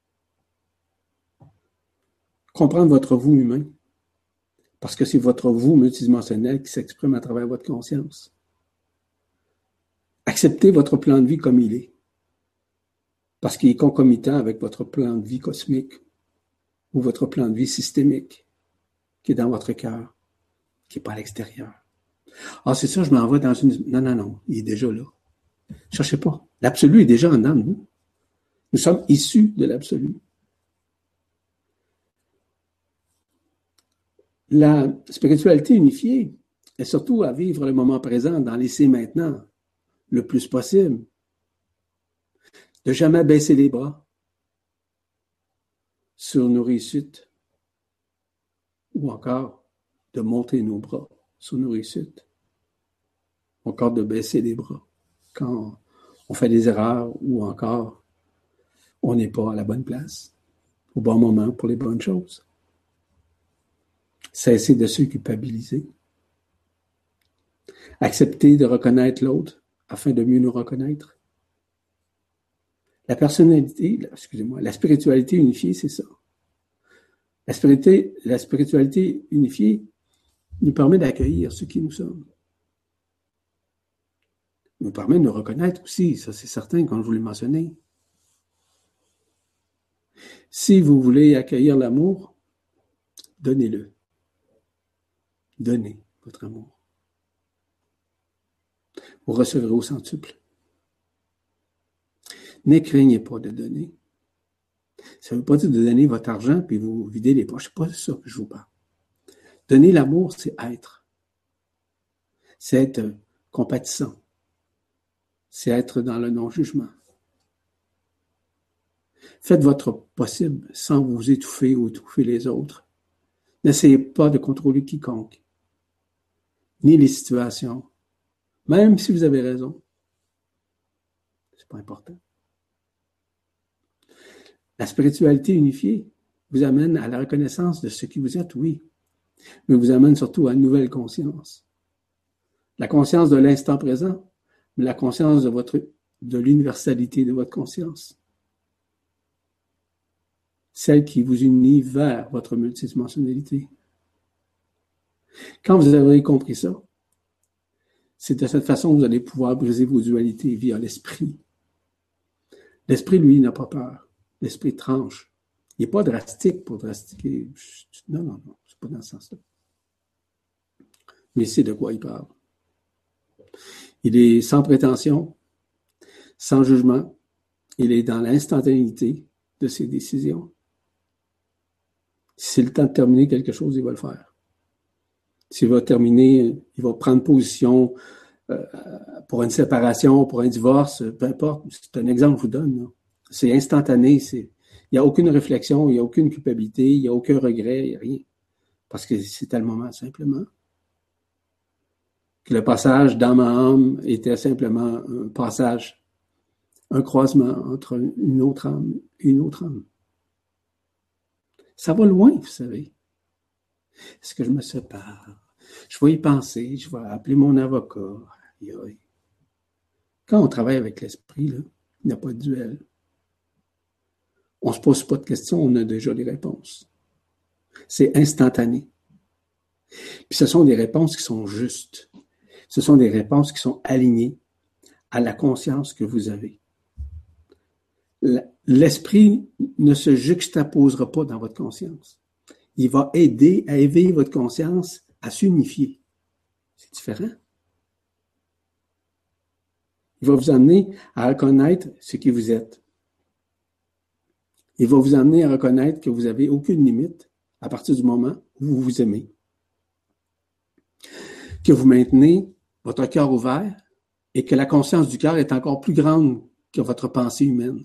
Comprendre votre vous humain, parce que c'est votre vous multidimensionnel qui s'exprime à travers votre conscience. Acceptez votre plan de vie comme il est, parce qu'il est concomitant avec votre plan de vie cosmique ou votre plan de vie systémique qui est dans votre cœur, qui n'est pas à l'extérieur. Ah, c'est ça, je m'en vais dans une... Non, non, non, il est déjà là. Cherchez pas. L'absolu est déjà en dedans de nous. Nous sommes issus de l'absolu. La spiritualité unifiée est surtout à vivre le moment présent dans l'essai maintenant, le plus possible. De jamais baisser les bras sur nos réussites ou encore de monter nos bras sur nos réussites. Encore de baisser les bras quand on fait des erreurs ou encore on n'est pas à la bonne place, au bon moment pour les bonnes choses. Cessez de se culpabiliser. Acceptez de reconnaître l'autre afin de mieux nous reconnaître. La personnalité, excusez-moi, la spiritualité unifiée, c'est ça. La spiritualité, la spiritualité unifiée nous permet d'accueillir ce qui nous sommes. Nous permet de nous reconnaître aussi, ça c'est certain, comme je vous l'ai mentionné. Si vous voulez accueillir l'amour, donnez-le. Donnez votre amour. Vous recevrez au centuple. Ne craignez pas de donner. Ça ne veut pas dire de donner votre argent puis vous vider les poches. C'est pas ça que je vous parle. Donner l'amour, c'est être. C'est être compatissant. C'est être dans le non-jugement. Faites votre possible sans vous étouffer ou étouffer les autres. N'essayez pas de contrôler quiconque, ni les situations, même si vous avez raison. C'est pas important. La spiritualité unifiée vous amène à la reconnaissance de ce qui vous êtes, oui, mais vous amène surtout à une nouvelle conscience. La conscience de l'instant présent, mais la conscience de votre, de l'universalité de votre conscience. Celle qui vous unit vers votre multidimensionnalité. Quand vous aurez compris ça, c'est de cette façon que vous allez pouvoir briser vos dualités via l'esprit. L'esprit, lui, n'a pas peur. L'esprit tranche. Il n'est pas drastique pour drastiquer. Non, non, non, c'est pas dans ce sens-là. Mais c'est de quoi il parle. Il est sans prétention, sans jugement. Il est dans l'instantanéité de ses décisions. Si c'est le temps de terminer quelque chose, il va le faire. S'il va terminer, il va prendre position euh, pour une séparation, pour un divorce, peu importe. C'est un exemple que je vous donne. Là. C'est instantané. C'est, il n'y a aucune réflexion, il n'y a aucune culpabilité, il n'y a aucun regret, il n'y a rien. Parce que c'était le moment, simplement. Que le passage dans ma âme était simplement un passage, un croisement entre une autre âme et une autre âme. Ça va loin, vous savez. Est-ce que je me sépare? Je vais y penser, je vais appeler mon avocat. Aïe, aïe. Quand on travaille avec l'esprit, là, il n'y a pas de duel. On ne se pose pas de questions, on a déjà les réponses. C'est instantané. Puis ce sont des réponses qui sont justes. Ce sont des réponses qui sont alignées à la conscience que vous avez. L'esprit ne se juxtaposera pas dans votre conscience. Il va aider à éveiller votre conscience à s'unifier. C'est différent. Il va vous amener à reconnaître ce qui vous êtes. Il va vous amener à reconnaître que vous n'avez aucune limite à partir du moment où vous vous aimez. Que vous maintenez votre cœur ouvert et que la conscience du cœur est encore plus grande que votre pensée humaine.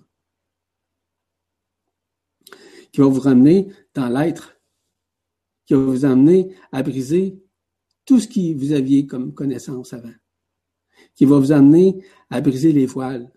Qui va vous ramener dans l'être, qui va vous amener à briser tout ce que vous aviez comme connaissance avant, qui va vous amener à briser les voiles,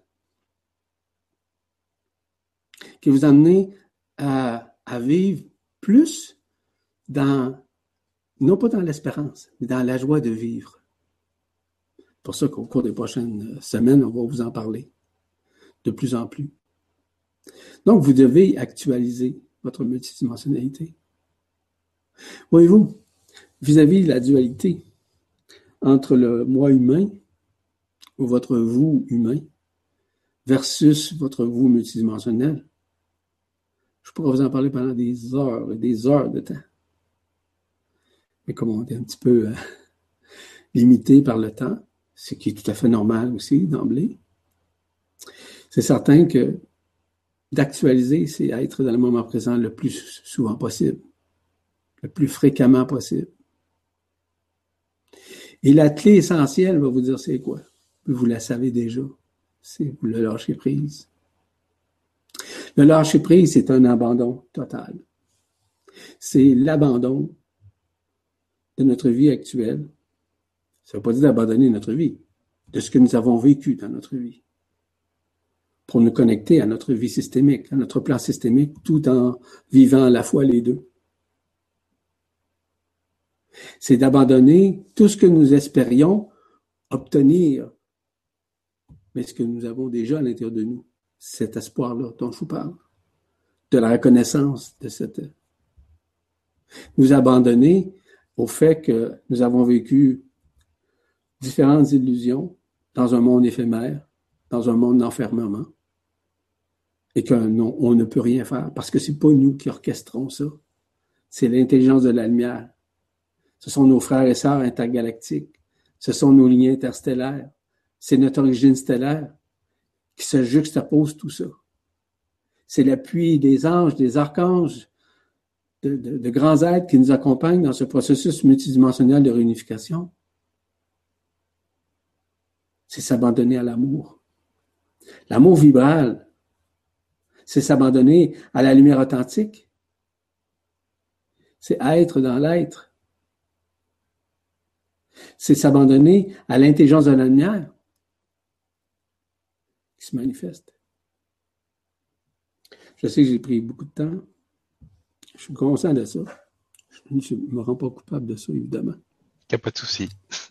qui va vous amener à, à vivre plus dans, non pas dans l'espérance, mais dans la joie de vivre. C'est pour ça qu'au cours des prochaines semaines, on va vous en parler de plus en plus. Donc, vous devez actualiser votre multidimensionnalité. Voyez-vous, vis-à-vis de la dualité entre le moi humain ou votre vous humain versus votre vous multidimensionnel, je pourrais vous en parler pendant des heures et des heures de temps. Mais comme on est un petit peu euh, limité par le temps, ce qui est tout à fait normal aussi d'emblée, c'est certain que d'actualiser, c'est être dans le moment présent le plus souvent possible, le plus fréquemment possible. Et la clé essentielle va vous dire c'est quoi? Vous la savez déjà, c'est le lâcher prise. Le lâcher prise, c'est un abandon total. C'est l'abandon de notre vie actuelle. Ça ne veut pas dire d'abandonner notre vie, de ce que nous avons vécu dans notre vie, pour nous connecter à notre vie systémique, à notre plan systémique, tout en vivant à la fois les deux. C'est d'abandonner tout ce que nous espérions obtenir, mais ce que nous avons déjà à l'intérieur de nous, cet espoir-là dont je vous parle, de la reconnaissance de cette... Nous abandonner au fait que nous avons vécu différentes illusions dans un monde éphémère, dans un monde d'enfermement, et qu'on on ne peut rien faire, parce que c'est pas nous qui orchestrons ça. C'est l'intelligence de la lumière. Ce sont nos frères et sœurs intergalactiques. Ce sont nos lignées interstellaires. C'est notre origine stellaire qui se juxtapose tout ça. C'est l'appui des anges, des archanges, de, de, de grands êtres qui nous accompagnent dans ce processus multidimensionnel de réunification. C'est s'abandonner à l'amour. L'amour vibral, c'est s'abandonner à la lumière authentique. C'est être dans l'être. C'est s'abandonner à l'intelligence de la lumière qui se manifeste. Je sais que j'ai pris beaucoup de temps. Je suis conscient de ça. Je ne me rends pas coupable de ça, évidemment. Il n'y a pas de souci.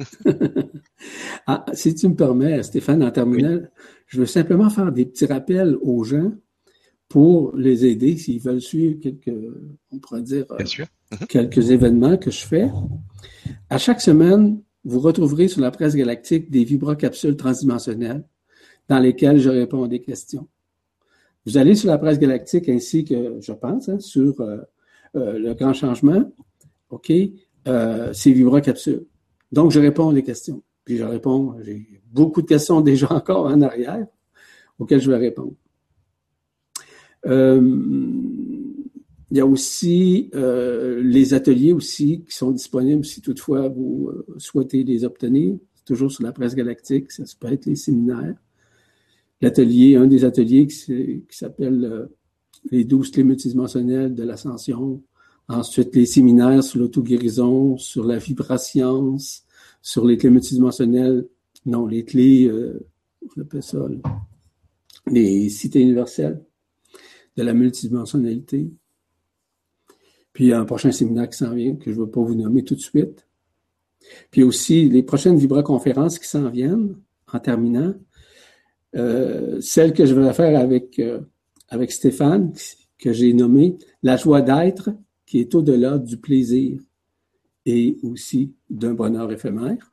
Ah, si tu me permets, Stéphane, en terminant, oui. Je veux simplement faire des petits rappels aux gens pour les aider s'ils veulent suivre quelques, on pourrait dire, Bien sûr. Mm-hmm. quelques événements que je fais. À chaque semaine, vous retrouverez sur la presse galactique des vibrocapsules transdimensionnelles dans lesquelles je réponds à des questions. Vous allez sur la presse galactique ainsi que, je pense, hein, sur euh, euh, le grand changement, OK, euh, c'est vibrocapsules. Donc, je réponds à des questions. Puis je réponds, j'ai beaucoup de questions déjà encore en arrière auxquelles je vais répondre. Euh, il y a aussi euh, les ateliers aussi qui sont disponibles si toutefois vous euh, souhaitez les obtenir. C'est toujours sur la presse galactique, ça peut être les séminaires. L'atelier, un des ateliers qui, qui s'appelle euh, les douze clés multidimensionnelles de l'ascension. Ensuite, les séminaires sur l'auto-guérison, sur la vibrascience, sur les clés multidimensionnelles, non, les clés, euh, on appelle ça, là, les cités universelles de la multidimensionnalité. Puis, il y a un prochain séminaire qui s'en vient, que je ne vais pas vous nommer tout de suite. Puis aussi, les prochaines vibra-conférences qui s'en viennent, en terminant, euh, celle que je vais faire avec, euh, avec Stéphane, que j'ai nommée « La joie d'être », qui est au-delà du plaisir et aussi d'un bonheur éphémère.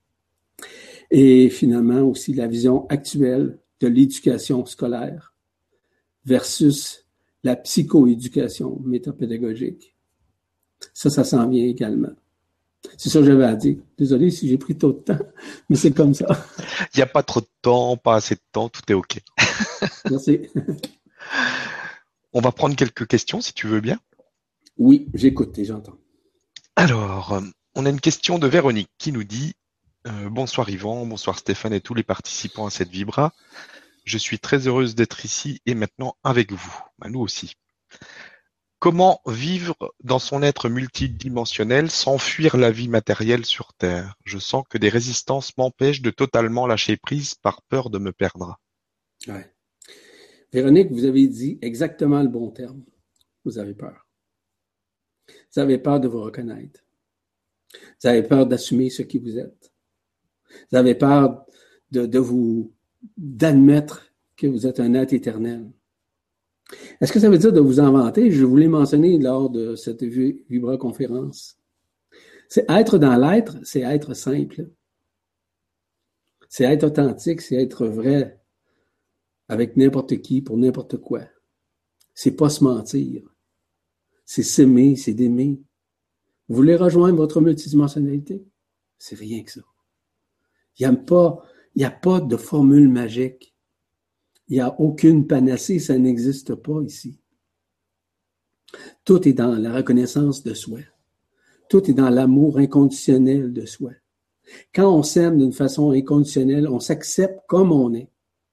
Et finalement aussi la vision actuelle de l'éducation scolaire versus la psychoéducation métapédagogique. Ça, ça s'en vient également. C'est ça que j'avais à dire. Désolé si j'ai pris trop de temps, mais c'est comme ça. Il n'y a pas trop de temps, pas assez de temps, tout est OK. Merci. On va prendre quelques questions, si tu veux bien. Oui, j'écoute et j'entends. Alors, on a une question de Véronique qui nous dit euh, « Bonsoir Yvan, bonsoir Stéphane et tous les participants à cette Vibra. Je suis très heureuse d'être ici et maintenant avec vous. Ben, nous aussi. Comment vivre dans son être multidimensionnel sans fuir la vie matérielle sur Terre? Je sens que des résistances m'empêchent de totalement lâcher prise par peur de me perdre. » Ouais. Véronique, vous avez dit exactement le bon terme. Vous avez peur. Vous avez peur de vous reconnaître. Vous avez peur d'assumer ce qui vous êtes. Vous avez peur de, de vous, d'admettre que vous êtes un être éternel. Est-ce que ça veut dire de vous inventer? Je vous l'ai mentionné lors de cette vibra-conférence. C'est être dans l'être, c'est être simple. C'est être authentique, c'est être vrai avec n'importe qui, pour n'importe quoi. C'est pas se mentir. C'est s'aimer, c'est d'aimer. Vous voulez rejoindre votre multidimensionnalité? C'est rien que ça. Il n'y a pas, il n'y a pas de formule magique. Il n'y a aucune panacée, ça n'existe pas ici. Tout est dans la reconnaissance de soi. Tout est dans l'amour inconditionnel de soi. Quand on s'aime d'une façon inconditionnelle, on s'accepte comme on est.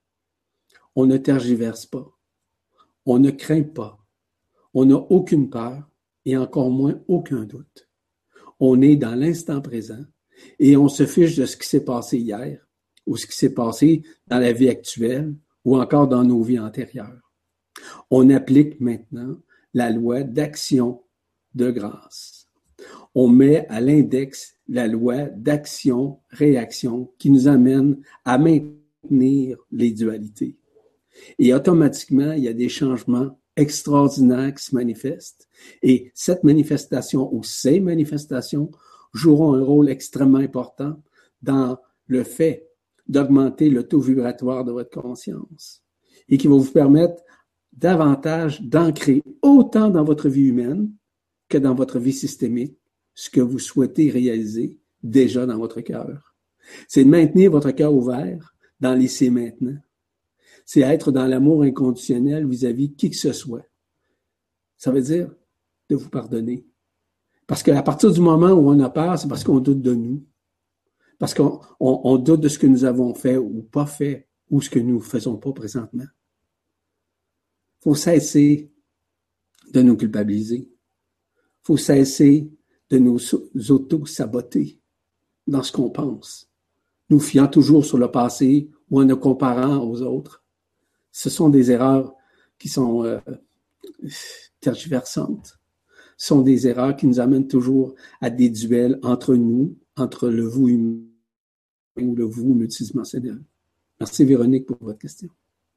On ne tergiverse pas. On ne craint pas. On n'a aucune peur et encore moins aucun doute. On est dans l'instant présent et on se fiche de ce qui s'est passé hier ou ce qui s'est passé dans la vie actuelle ou encore dans nos vies antérieures. On applique maintenant la loi d'action de grâce. On met à l'index la loi d'action-réaction qui nous amène à maintenir les dualités. Et automatiquement, il y a des changements extraordinaires qui se manifestent. Et cette manifestation ou ces manifestations joueront un rôle extrêmement important dans le fait d'augmenter le taux vibratoire de votre conscience et qui va vous permettre davantage d'ancrer autant dans votre vie humaine que dans votre vie systémique ce que vous souhaitez réaliser déjà dans votre cœur. C'est de maintenir votre cœur ouvert dans l'essai maintenant. c'est être dans l'amour inconditionnel vis-à-vis qui que ce soit. Ça veut dire de vous pardonner. Parce qu'à partir du moment où on a peur, c'est parce qu'on doute de nous. Parce qu'on on, on doute de ce que nous avons fait ou pas fait, ou ce que nous ne faisons pas présentement. Il faut cesser de nous culpabiliser. Il faut cesser de nous auto-saboter dans ce qu'on pense, nous fiant toujours sur le passé ou en nous comparant aux autres. Ce sont des erreurs qui sont euh, tergiversantes. Ce sont des erreurs qui nous amènent toujours à des duels entre nous, entre le vous humain ou le vous multidimensionnel. Merci Véronique pour votre question.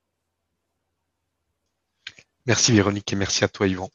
Merci Véronique et merci à toi Yvan.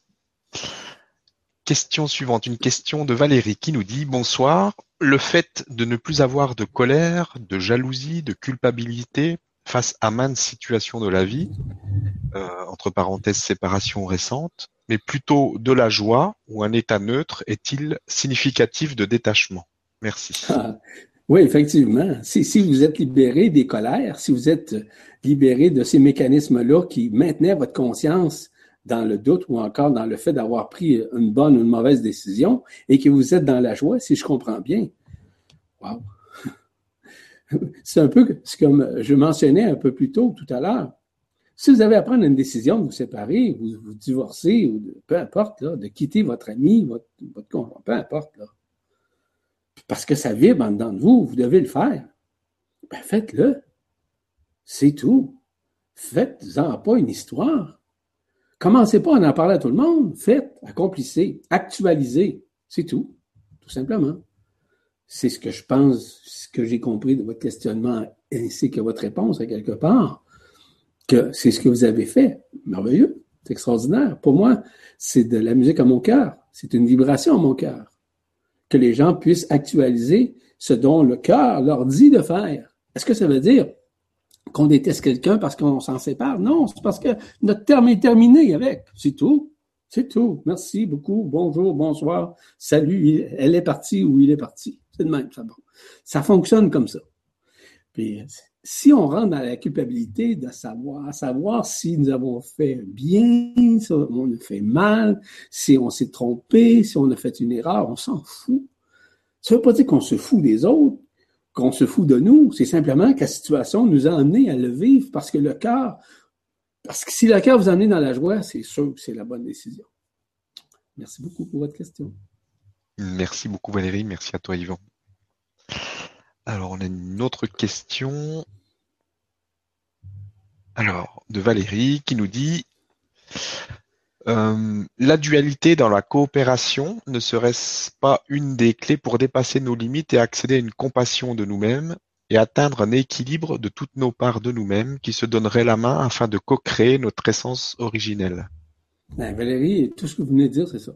Question suivante, une question de Valérie qui nous dit « Bonsoir, le fait de ne plus avoir de colère, de jalousie, de culpabilité face à maintes situations de la vie, euh, entre parenthèses séparation récente, mais plutôt de la joie ou un état neutre est-il significatif de détachement? Merci. » Ah, oui, effectivement. Si, si vous êtes libéré des colères, si vous êtes libéré de ces mécanismes-là qui maintenaient votre conscience dans le doute ou encore dans le fait d'avoir pris une bonne ou une mauvaise décision et que vous êtes dans la joie, si je comprends bien. Wow! C'est un peu comme je mentionnais un peu plus tôt tout à l'heure. Si vous avez à prendre une décision de vous séparer, vous vous divorcer, ou de, peu importe, là, de quitter votre ami, votre, votre conjoint, peu importe, là, parce que ça vibre en dedans de vous, vous devez le faire. Ben faites-le. C'est tout. Faites-en pas une histoire. Commencez pas à en parler à tout le monde. Faites, accomplissez, actualisez. C'est tout. Tout simplement. C'est ce que je pense, ce que j'ai compris de votre questionnement ainsi que votre réponse à quelque part, que c'est ce que vous avez fait. Merveilleux. C'est extraordinaire. Pour moi, c'est de la musique à mon cœur. C'est une vibration à mon cœur. Que les gens puissent actualiser ce dont le cœur leur dit de faire. Est-ce que ça veut dire qu'on déteste quelqu'un parce qu'on s'en sépare? Non, c'est parce que notre terme est terminé avec. C'est tout. C'est tout. Merci beaucoup. Bonjour, bonsoir. Salut. Elle est partie ou il est parti. C'est de même. Ça, bon. Ça fonctionne comme ça. Puis, si on rentre dans la culpabilité de savoir, savoir si nous avons fait bien, si on a fait mal, si on s'est trompé, si on a fait une erreur, on s'en fout. Ça ne veut pas dire qu'on se fout des autres, qu'on se fout de nous. C'est simplement que la situation nous a amenés à le vivre parce que le cœur, parce que si le cœur vous amène dans la joie, c'est sûr que c'est la bonne décision. Merci beaucoup pour votre question. Merci beaucoup Valérie, merci à toi Yvan. Alors, on a une autre question. Alors, de Valérie qui nous dit euh, la dualité dans la coopération ne serait-ce pas une des clés pour dépasser nos limites et accéder à une compassion de nous-mêmes et atteindre un équilibre de toutes nos parts de nous-mêmes qui se donneraient la main afin de co-créer notre essence originelle? Ben, Valérie, tout ce que vous venez de dire, c'est ça.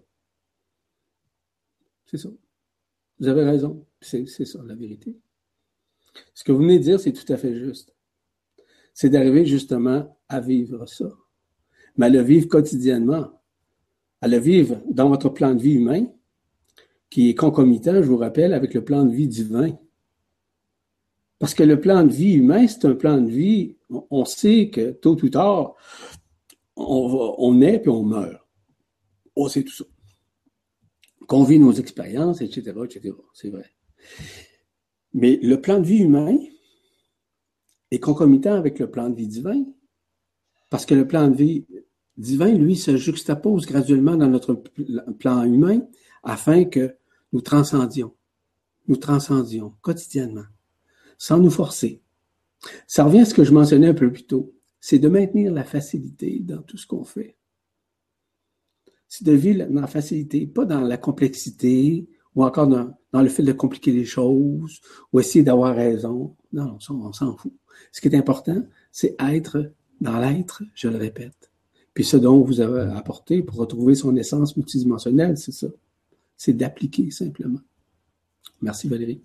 C'est ça. Vous avez raison. C'est, c'est ça, la vérité. Ce que vous venez de dire, c'est tout à fait juste. C'est d'arriver justement à vivre ça. Mais à le vivre quotidiennement. À le vivre dans votre plan de vie humain, qui est concomitant, je vous rappelle, avec le plan de vie divin. Parce que le plan de vie humain, c'est un plan de vie, on sait que tôt ou tard, on, va, on naît puis on meurt. On sait tout ça. Qu'on vit nos expériences, et cetera, et cetera. C'est vrai. Mais le plan de vie humain est concomitant avec le plan de vie divin, parce que le plan de vie divin, lui, se juxtapose graduellement dans notre plan humain afin que nous transcendions, nous transcendions quotidiennement, sans nous forcer. Ça revient à ce que je mentionnais un peu plus tôt, c'est de maintenir la facilité dans tout ce qu'on fait. C'est de vivre dans la facilité, pas dans la complexité, ou encore dans, dans le fait de compliquer les choses, ou essayer d'avoir raison. Non, on, on s'en fout. Ce qui est important, c'est être dans l'être, je le répète. Puis ce dont vous avez apporté pour retrouver son essence multidimensionnelle, c'est ça. C'est d'appliquer simplement. Merci Valérie.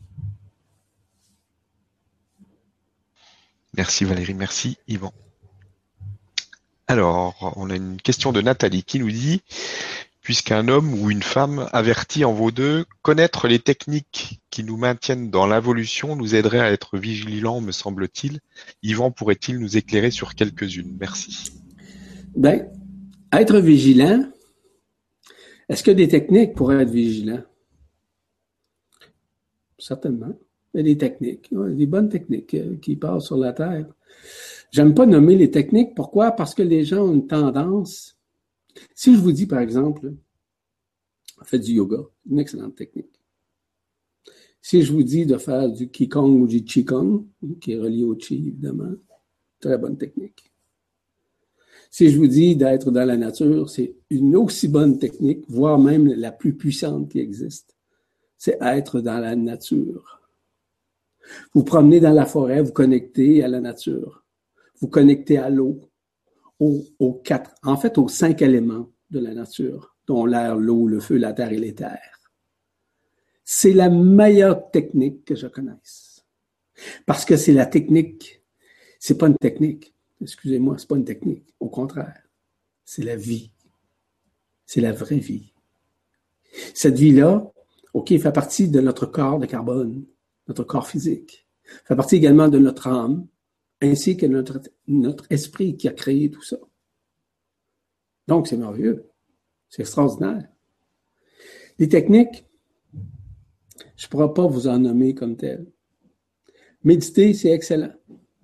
Merci Valérie, merci Yvan. Alors, on a une question de Nathalie qui nous dit puisqu'un homme ou une femme averti en vaut deux, connaître les techniques qui nous maintiennent dans l'involution nous aiderait à être vigilants, me semble-t-il. Yvan pourrait-il nous éclairer sur quelques-unes? Merci. Ben, être vigilant, est-ce qu'il y a des techniques pour être vigilant? Certainement. Il y a des techniques, il y a des bonnes techniques qui passent sur la Terre. J'aime pas nommer les techniques. Pourquoi? Parce que les gens ont une tendance. Si je vous dis, par exemple, faites du yoga, une excellente technique. Si je vous dis de faire du Qigong ou du Qigong, qui est relié au Qi, évidemment, très bonne technique. Si je vous dis d'être dans la nature, c'est une aussi bonne technique, voire même la plus puissante qui existe. C'est être dans la nature. Vous promenez dans la forêt, vous connectez à la nature. Vous connectez à l'eau, aux, aux quatre, en fait aux cinq éléments de la nature, dont l'air, l'eau, le feu, la terre et l'éther. C'est la meilleure technique que je connaisse. Parce que c'est la technique, c'est pas une technique. Excusez-moi, c'est pas une technique. Au contraire, c'est la vie. C'est la vraie vie. Cette vie-là, OK, fait partie de notre corps de carbone, notre corps physique. Fait partie également de notre âme, ainsi que notre, notre esprit qui a créé tout ça. Donc, c'est merveilleux. C'est extraordinaire. Les techniques, je ne pourrais pas vous en nommer comme telles. Méditer, c'est excellent.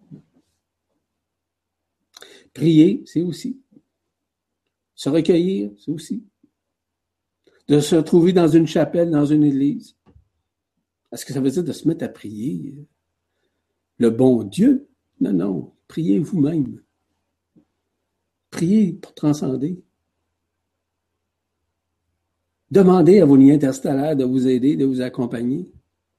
Prier, c'est aussi. Se recueillir, c'est aussi. De se retrouver dans une chapelle, dans une église. Est-ce que ça veut dire de se mettre à prier le bon Dieu? Non, non. Priez vous-même. Priez pour transcender. Demandez à vos liens interstellaires de vous aider, de vous accompagner.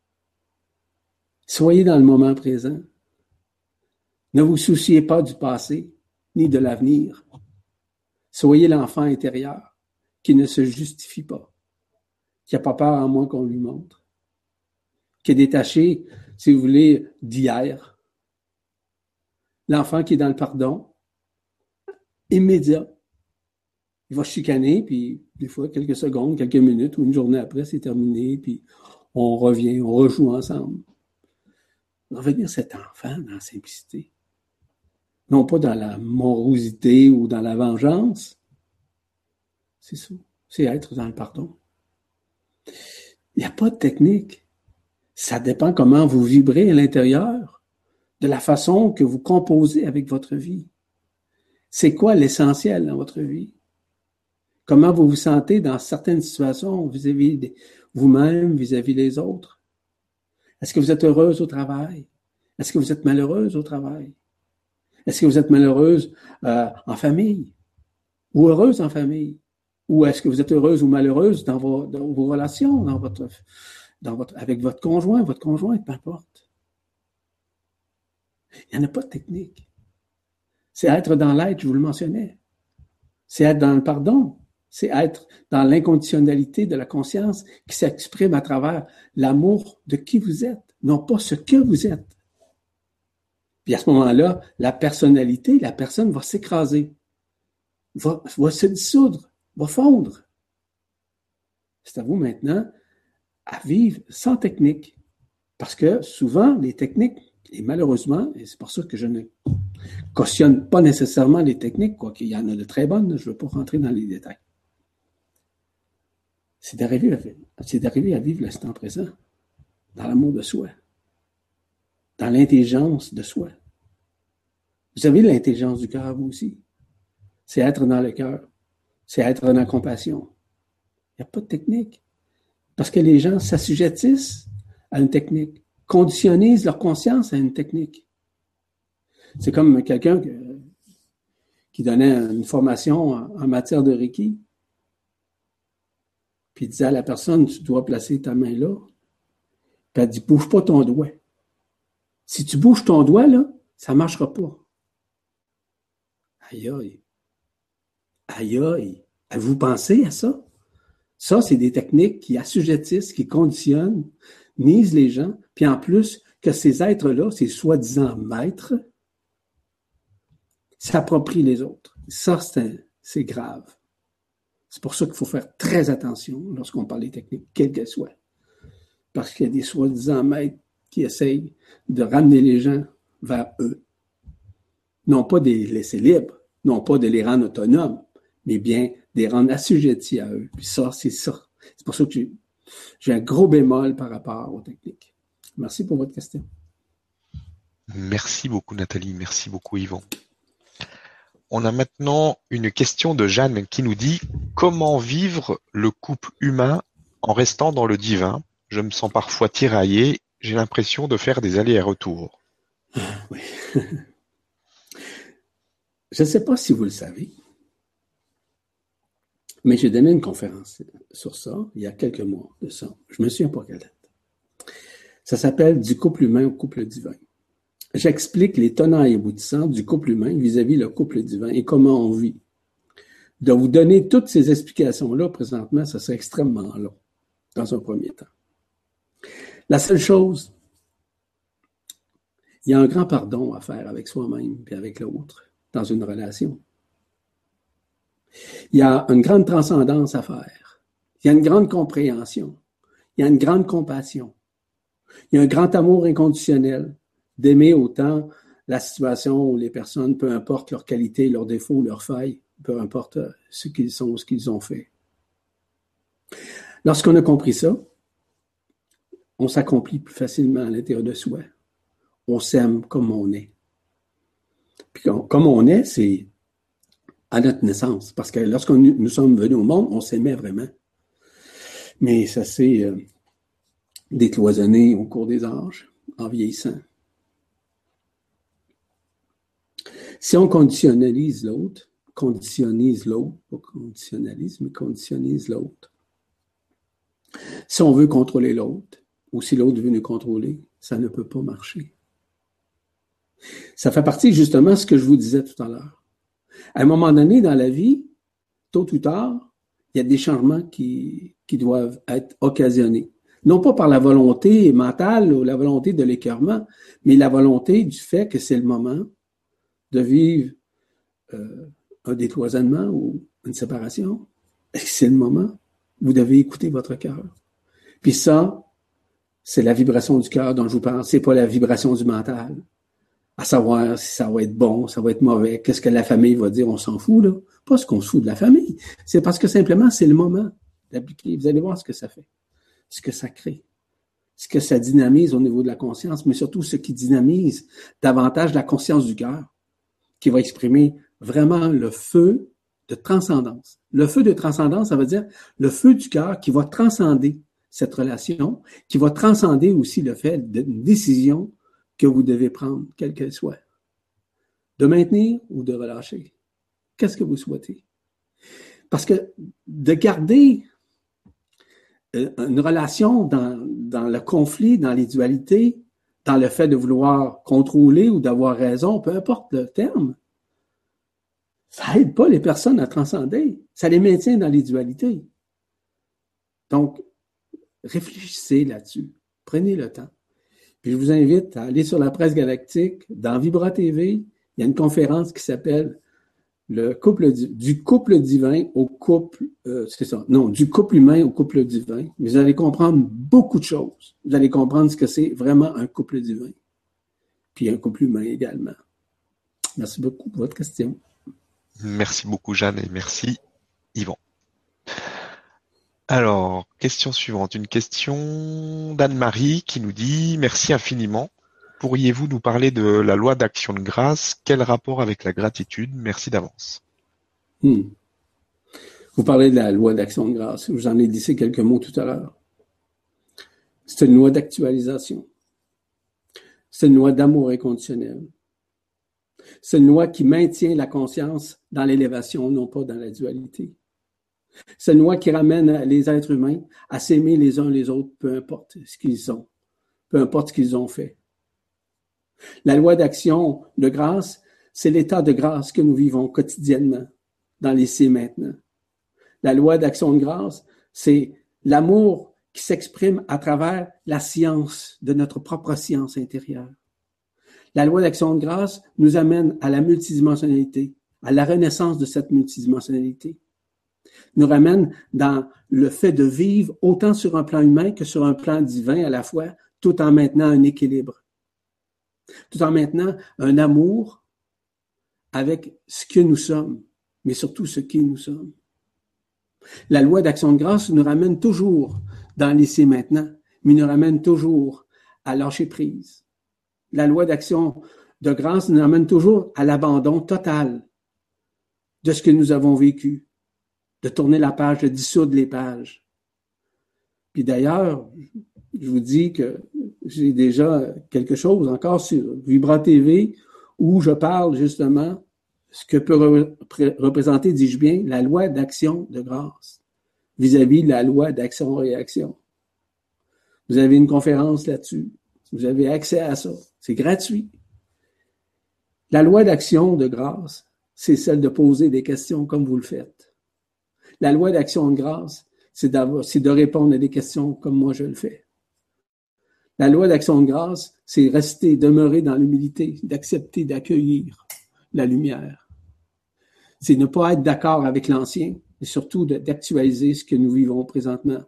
Soyez dans le moment présent. Ne vous souciez pas du passé ni de l'avenir. Soyez l'enfant intérieur qui ne se justifie pas, qui n'a pas peur à moins qu'on lui montre, qui est détaché, si vous voulez, d'hier. L'enfant qui est dans le pardon, immédiat. Il va chicaner, puis des fois, quelques secondes, quelques minutes ou une journée après, c'est terminé, puis on revient, on rejoue ensemble. Revenir cet enfant dans la simplicité. Non pas dans la morosité ou dans la vengeance. C'est ça. C'est être dans le pardon. Il n'y a pas de technique. Ça dépend comment vous vibrez à l'intérieur, de la façon que vous composez avec votre vie. C'est quoi l'essentiel dans votre vie? Comment vous vous sentez dans certaines situations vis-à-vis de vous-même, vis-à-vis des autres? Est-ce que vous êtes heureuse au travail? Est-ce que vous êtes malheureuse au travail? Est-ce que vous êtes malheureuse euh, en famille? Ou heureuse en famille? Ou est-ce que vous êtes heureuse ou malheureuse dans vos, dans vos relations, dans votre, dans votre, avec votre conjoint, votre conjointe, peu importe. Il n'y en a pas de technique. C'est être dans l'être, je vous le mentionnais. C'est être dans le pardon. C'est être dans l'inconditionnalité de la conscience qui s'exprime à travers l'amour de qui vous êtes, non pas ce que vous êtes. Puis à ce moment-là, la personnalité, la personne va s'écraser, va, va se dissoudre, va fondre. C'est à vous maintenant à vivre sans technique. Parce que souvent, les techniques, et malheureusement, et c'est pour ça que je ne cautionne pas nécessairement les techniques, quoiqu'il y en a de très bonnes, je ne veux pas rentrer dans les détails. C'est d'arriver à, c'est d'arriver à vivre l'instant présent, dans l'amour de soi, dans l'intelligence de soi. Vous avez l'intelligence du cœur, vous aussi. C'est être dans le cœur, c'est être dans la compassion. Il n'y a pas de technique. Parce que les gens s'assujettissent à une technique, conditionnent leur conscience à une technique. C'est comme quelqu'un que, qui donnait une formation en, en matière de Reiki. Puis il disait à la personne, tu dois placer ta main là. Puis elle dit, bouge pas ton doigt. Si tu bouges ton doigt, là, ça ne marchera pas. Aïe, aïe. Aïe, aïe. Avez-vous pensé à ça? Ça, c'est des techniques qui assujettissent, qui conditionnent, nisent les gens. Puis en plus, que ces êtres-là, ces soi-disant maîtres, s'approprient les autres. Ça, c'est, c'est grave. C'est pour ça qu'il faut faire très attention lorsqu'on parle des techniques, quelles qu'elles soient. Parce qu'il y a des soi-disant maîtres qui essayent de ramener les gens vers eux. Non pas de les laisser libres, non pas de les rendre autonomes, mais bien de les rendre assujettis à eux. Puis ça, c'est ça. C'est pour ça que j'ai, j'ai un gros bémol par rapport aux techniques. Merci pour votre question. Merci beaucoup Nathalie, merci beaucoup Yvon. On a maintenant une question de Jeanne qui nous dit « Comment vivre le couple humain en restant dans le divin ? Je me sens parfois tiraillé, j'ai l'impression de faire des allers et retours. » Ah, oui. Je ne sais pas si vous le savez, mais j'ai donné une conférence sur ça il y a quelques mois de ça. Je me souviens pas quelle date. Ça s'appelle « Du couple humain au couple divin ». J'explique les tenants et aboutissants du couple humain vis-à-vis le couple divin et comment on vit. De vous donner toutes ces explications-là, présentement, ça serait extrêmement long, dans un premier temps. La seule chose, il y a un grand pardon à faire avec soi-même et avec l'autre dans une relation. Il y a une grande transcendance à faire. Il y a une grande compréhension. Il y a une grande compassion. Il y a un grand amour inconditionnel d'aimer autant la situation ou les personnes, peu importe leurs qualités, leurs défauts, leurs failles, peu importe ce qu'ils sont, ce qu'ils ont fait. Lorsqu'on a compris ça, on s'accomplit plus facilement à l'intérieur de soi. On s'aime comme on est. Puis comme on est, c'est à notre naissance. Parce que lorsque nous sommes venus au monde, on s'aimait vraiment. Mais ça s'est euh, décloisonné au cours des âges, en vieillissant. Si on conditionnalise l'autre, conditionnise l'autre, pas conditionnalise, mais conditionnise l'autre. Si on veut contrôler l'autre, ou si l'autre veut nous contrôler, ça ne peut pas marcher. Ça fait partie justement de ce que je vous disais tout à l'heure. À un moment donné dans la vie, tôt ou tard, il y a des changements qui, qui doivent être occasionnés. Non pas par la volonté mentale ou la volonté de l'écœurement, mais la volonté du fait que c'est le moment de vivre euh, un décloisonnement ou une séparation. C'est le moment. Vous devez écouter votre cœur. Puis ça, c'est la vibration du cœur dont je vous parle. C'est pas la vibration du mental. À savoir si ça va être bon, ça va être mauvais, qu'est-ce que la famille va dire, on s'en fout, là. Pas ce qu'on se fout de la famille. C'est parce que simplement, c'est le moment d'appliquer. Vous allez voir ce que ça fait, ce que ça crée, ce que ça dynamise au niveau de la conscience, mais surtout ce qui dynamise davantage la conscience du cœur, qui va exprimer vraiment le feu de transcendance. Le feu de transcendance, ça veut dire le feu du cœur qui va transcender cette relation, qui va transcender aussi le fait d'une décision que vous devez prendre, quelle qu'elle soit. De maintenir ou de relâcher. Qu'est-ce que vous souhaitez? Parce que de garder une relation dans, dans le conflit, dans les dualités, dans le fait de vouloir contrôler ou d'avoir raison, peu importe le terme, ça n'aide pas les personnes à transcender. Ça les maintient dans les dualités. Donc, réfléchissez là-dessus. Prenez le temps. Puis je vous invite à aller sur la presse galactique, dans Vibra T V, il y a une conférence qui s'appelle le couple du, du couple divin au couple, euh, c'est ça, non, du couple humain au couple divin. Vous allez comprendre beaucoup de choses. Vous allez comprendre ce que c'est vraiment un couple divin. Puis un couple humain également. Merci beaucoup pour votre question. Merci beaucoup Jeanne et merci Yvon. Alors, question suivante, une question d'Anne-Marie qui nous dit « Merci infiniment. Pourriez-vous nous parler de la loi d'action de grâce? Quel rapport avec la gratitude? Merci d'avance. Hmm. » Vous parlez de la loi d'action de grâce. Je vous en ai dit quelques mots tout à l'heure. C'est une loi d'actualisation. C'est une loi d'amour inconditionnel. C'est une loi qui maintient la conscience dans l'élévation, non pas dans la dualité. C'est une loi qui ramène les êtres humains à s'aimer les uns les autres, peu importe ce qu'ils sont, peu importe ce qu'ils ont fait. La loi d'action de grâce, c'est l'état de grâce que nous vivons quotidiennement dans l'ici et maintenant. La loi d'action de grâce, c'est l'amour qui s'exprime à travers la science de notre propre science intérieure. La loi d'action de grâce nous amène à la multidimensionnalité, à la renaissance de cette multidimensionnalité. nous ramène dans le fait de vivre autant sur un plan humain que sur un plan divin à la fois, tout en maintenant un équilibre, tout en maintenant un amour avec ce que nous sommes, mais surtout ce qui nous sommes. La loi d'action de grâce nous ramène toujours dans l'ici et maintenant, mais nous ramène toujours à lâcher prise. La loi d'action de grâce nous ramène toujours à l'abandon total de ce que nous avons vécu, de tourner la page, de dissoudre les pages. Puis d'ailleurs, je vous dis que j'ai déjà quelque chose encore sur Vibra T V où je parle justement ce que peut re- représenter, dis-je bien, la loi d'action de grâce vis-à-vis de la loi d'action-réaction. Vous avez une conférence là-dessus. Vous avez accès à ça. C'est gratuit. La loi d'action de grâce, c'est celle de poser des questions comme vous le faites. La loi d'action de grâce, c'est, d'avoir, c'est de répondre à des questions comme moi je le fais. La loi d'action de grâce, c'est rester, demeurer dans l'humilité, d'accepter, d'accueillir la lumière. C'est ne pas être d'accord avec l'ancien, mais surtout de, d'actualiser ce que nous vivons présentement.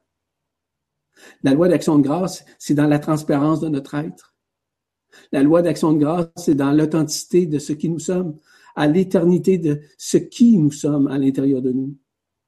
La loi d'action de grâce, c'est dans la transparence de notre être. La loi d'action de grâce, c'est dans l'authenticité de ce qui nous sommes, à l'éternité de ce qui nous sommes à l'intérieur de nous.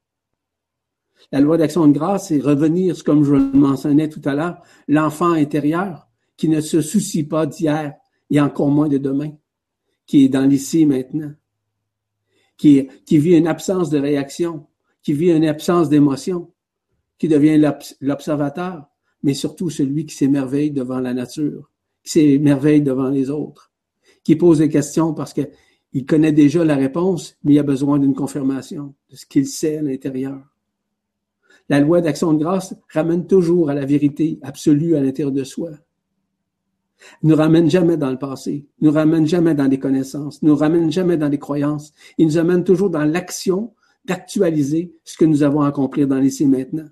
La loi d'action de grâce, c'est revenir, comme je le mentionnais tout à l'heure, l'enfant intérieur qui ne se soucie pas d'hier et encore moins de demain, qui est dans l'ici et maintenant, qui, qui vit une absence de réaction, qui vit une absence d'émotion, qui devient l'observateur, mais surtout celui qui s'émerveille devant la nature, qui s'émerveille devant les autres, qui pose des questions parce qu'il connaît déjà la réponse, mais il a besoin d'une confirmation de ce qu'il sait à l'intérieur. La loi d'action de grâce ramène toujours à la vérité absolue à l'intérieur de soi. Il ne nous ramène jamais dans le passé, il ne nous ramène jamais dans les connaissances, il ne nous ramène jamais dans les croyances. Il nous amène toujours dans l'action d'actualiser ce que nous avons à accomplir dans l'ici et maintenant.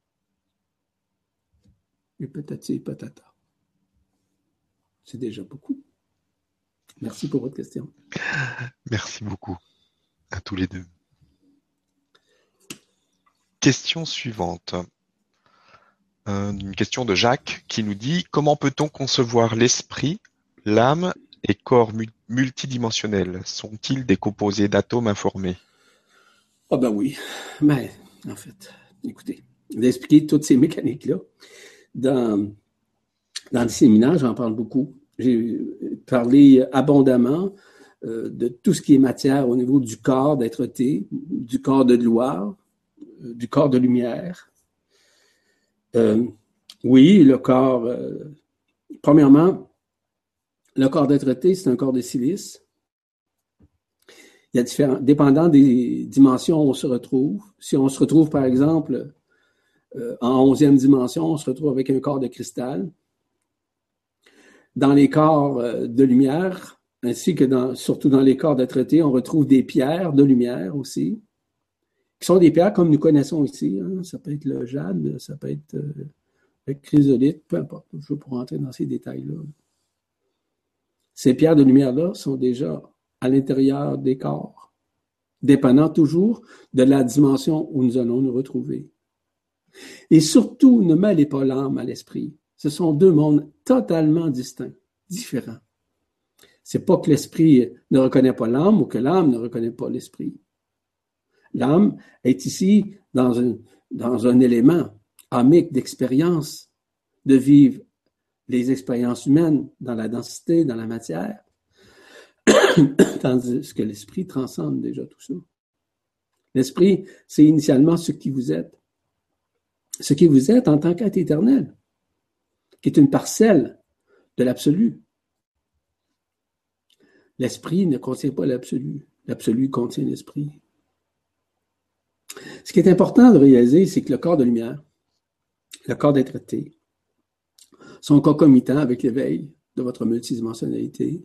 Et peut-être patata. C'est déjà beaucoup. Merci pour votre question. Merci beaucoup à tous les deux. Question suivante. Euh, une question de Jacques qui nous dit « Comment peut-on concevoir l'esprit, l'âme et corps mu- multidimensionnels? Sont-ils des composés d'atomes informés ?» Ah ben oui. Ben, en fait, écoutez, d'expliquer toutes ces mécaniques-là, dans, dans le séminaire, j'en parle beaucoup. J'ai parlé abondamment euh, de tout ce qui est matière au niveau du corps d'être-té, du corps de gloire, euh, du corps de lumière. Euh, oui, le corps, euh, premièrement, le corps d'être-té, c'est un corps de silice. Il y a différents, dépendant des dimensions où on se retrouve. Si on se retrouve, par exemple, euh, en onzième dimension, on se retrouve avec un corps de cristal. Dans les corps euh, de lumière, ainsi que dans, surtout dans les corps d'être-té, on retrouve des pierres de lumière aussi, qui sont des pierres comme nous connaissons ici. Hein. Ça peut être le jade, ça peut être euh, le chrysolite, peu importe. Je ne veux pas rentrer dans ces détails-là. Ces pierres de lumière-là sont déjà à l'intérieur des corps, dépendant toujours de la dimension où nous allons nous retrouver. Et surtout, ne mêlez pas l'âme à l'esprit. Ce sont deux mondes totalement distincts, différents. C'est pas que l'esprit ne reconnaît pas l'âme ou que l'âme ne reconnaît pas l'esprit. L'âme est ici dans un, dans un élément amique d'expérience, de vivre les expériences humaines dans la densité, dans la matière, tandis que l'esprit transcende déjà tout ça. L'esprit, c'est initialement ce qui vous êtes. Ce qui vous êtes en tant qu'être éternel, qui est une parcelle de l'absolu. L'esprit ne contient pas l'absolu. L'absolu contient l'esprit. Ce qui est important de réaliser, c'est que le corps de lumière, le corps d'être-té, sont concomitants avec l'éveil de votre multidimensionnalité.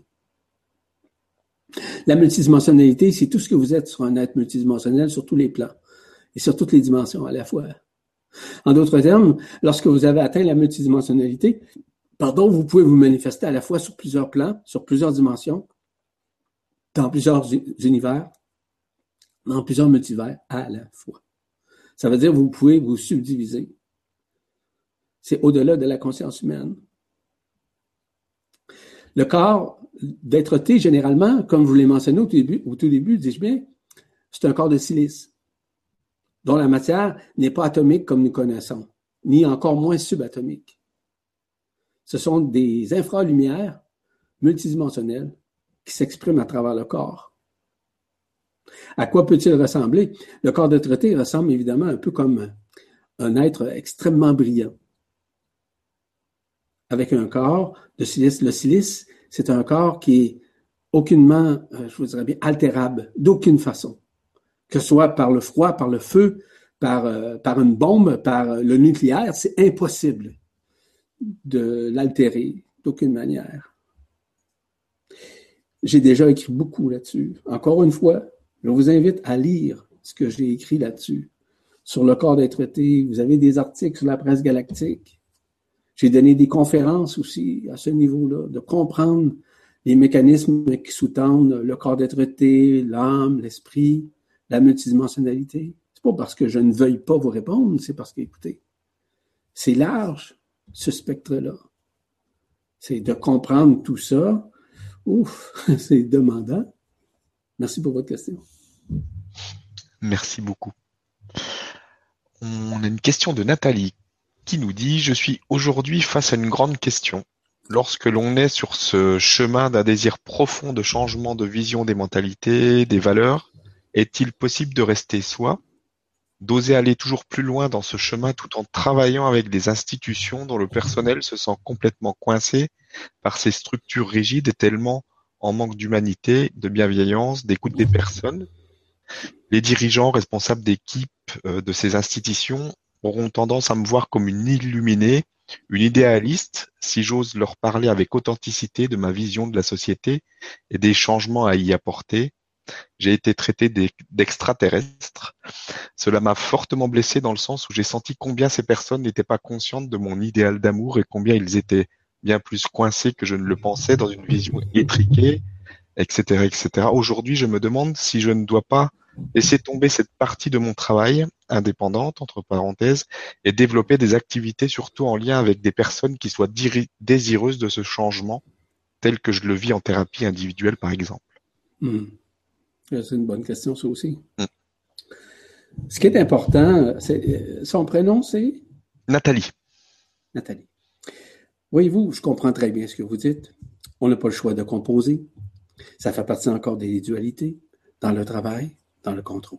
La multidimensionnalité, c'est tout ce que vous êtes sur un être multidimensionnel sur tous les plans et sur toutes les dimensions à la fois. En d'autres termes, lorsque vous avez atteint la multidimensionnalité, pardon, vous pouvez vous manifester à la fois sur plusieurs plans, sur plusieurs dimensions, dans plusieurs univers, dans plusieurs multivers à la fois. Ça veut dire que vous pouvez vous subdiviser. C'est au-delà de la conscience humaine. Le corps d'être-té, généralement, comme je vous l'ai mentionné au tout début, au tout début, dis-je bien, c'est un corps de silice, dont la matière n'est pas atomique comme nous connaissons, ni encore moins subatomique. Ce sont des infralumières multidimensionnelles qui s'expriment à travers le corps. À quoi peut-il ressembler? Le corps d'être-té ressemble évidemment un peu comme un être extrêmement brillant, avec un corps de silice. Le silice, c'est un corps qui est aucunement, je vous dirais bien, altérable, d'aucune façon. Que ce soit par le froid, par le feu, par, euh, par une bombe, par le nucléaire, c'est impossible de l'altérer d'aucune manière. J'ai déjà écrit beaucoup là-dessus. Encore une fois, je vous invite à lire ce que j'ai écrit là-dessus. Sur le corps d'être-té, vous avez des articles sur la presse galactique. J'ai donné des conférences aussi à ce niveau-là, de comprendre les mécanismes qui sous-tendent le corps d'être-té, l'âme, l'esprit, la multidimensionnalité. C'est pas parce que je ne veuille pas vous répondre, c'est parce que, écoutez, c'est large, ce spectre-là. C'est de comprendre tout ça. Ouf, c'est demandant. Merci pour votre question. Merci beaucoup. On a une question de Nathalie qui nous dit « Je suis aujourd'hui face à une grande question. Lorsque l'on est sur ce chemin d'un désir profond de changement de vision des mentalités, des valeurs, est-il possible de rester soi, d'oser aller toujours plus loin dans ce chemin tout en travaillant avec des institutions dont le personnel se sent complètement coincé par ces structures rigides et tellement en manque d'humanité, de bienveillance, d'écoute des personnes? Les dirigeants responsables d'équipes euh, de ces institutions auront tendance à me voir comme une illuminée, une idéaliste, si j'ose leur parler avec authenticité de ma vision de la société et des changements à y apporter. J'ai été traité d'extraterrestre. Cela m'a fortement blessé dans le sens où j'ai senti combien ces personnes n'étaient pas conscientes de mon idéal d'amour et combien ils étaient bien plus coincés que je ne le pensais dans une vision étriquée, et cetera, et cetera. Aujourd'hui, je me demande si je ne dois pas laisser tomber cette partie de mon travail, indépendante, entre parenthèses, et développer des activités surtout en lien avec des personnes qui soient désireuses de ce changement, tel que je le vis en thérapie individuelle, par exemple. Mmh. C'est une bonne question, ça aussi. Mmh. Ce qui est important, c'est, son prénom, c'est? Nathalie. Nathalie. Voyez-vous, je comprends très bien ce que vous dites. On n'a pas le choix de composer. Ça fait partie encore des dualités dans le travail, dans le contrôle.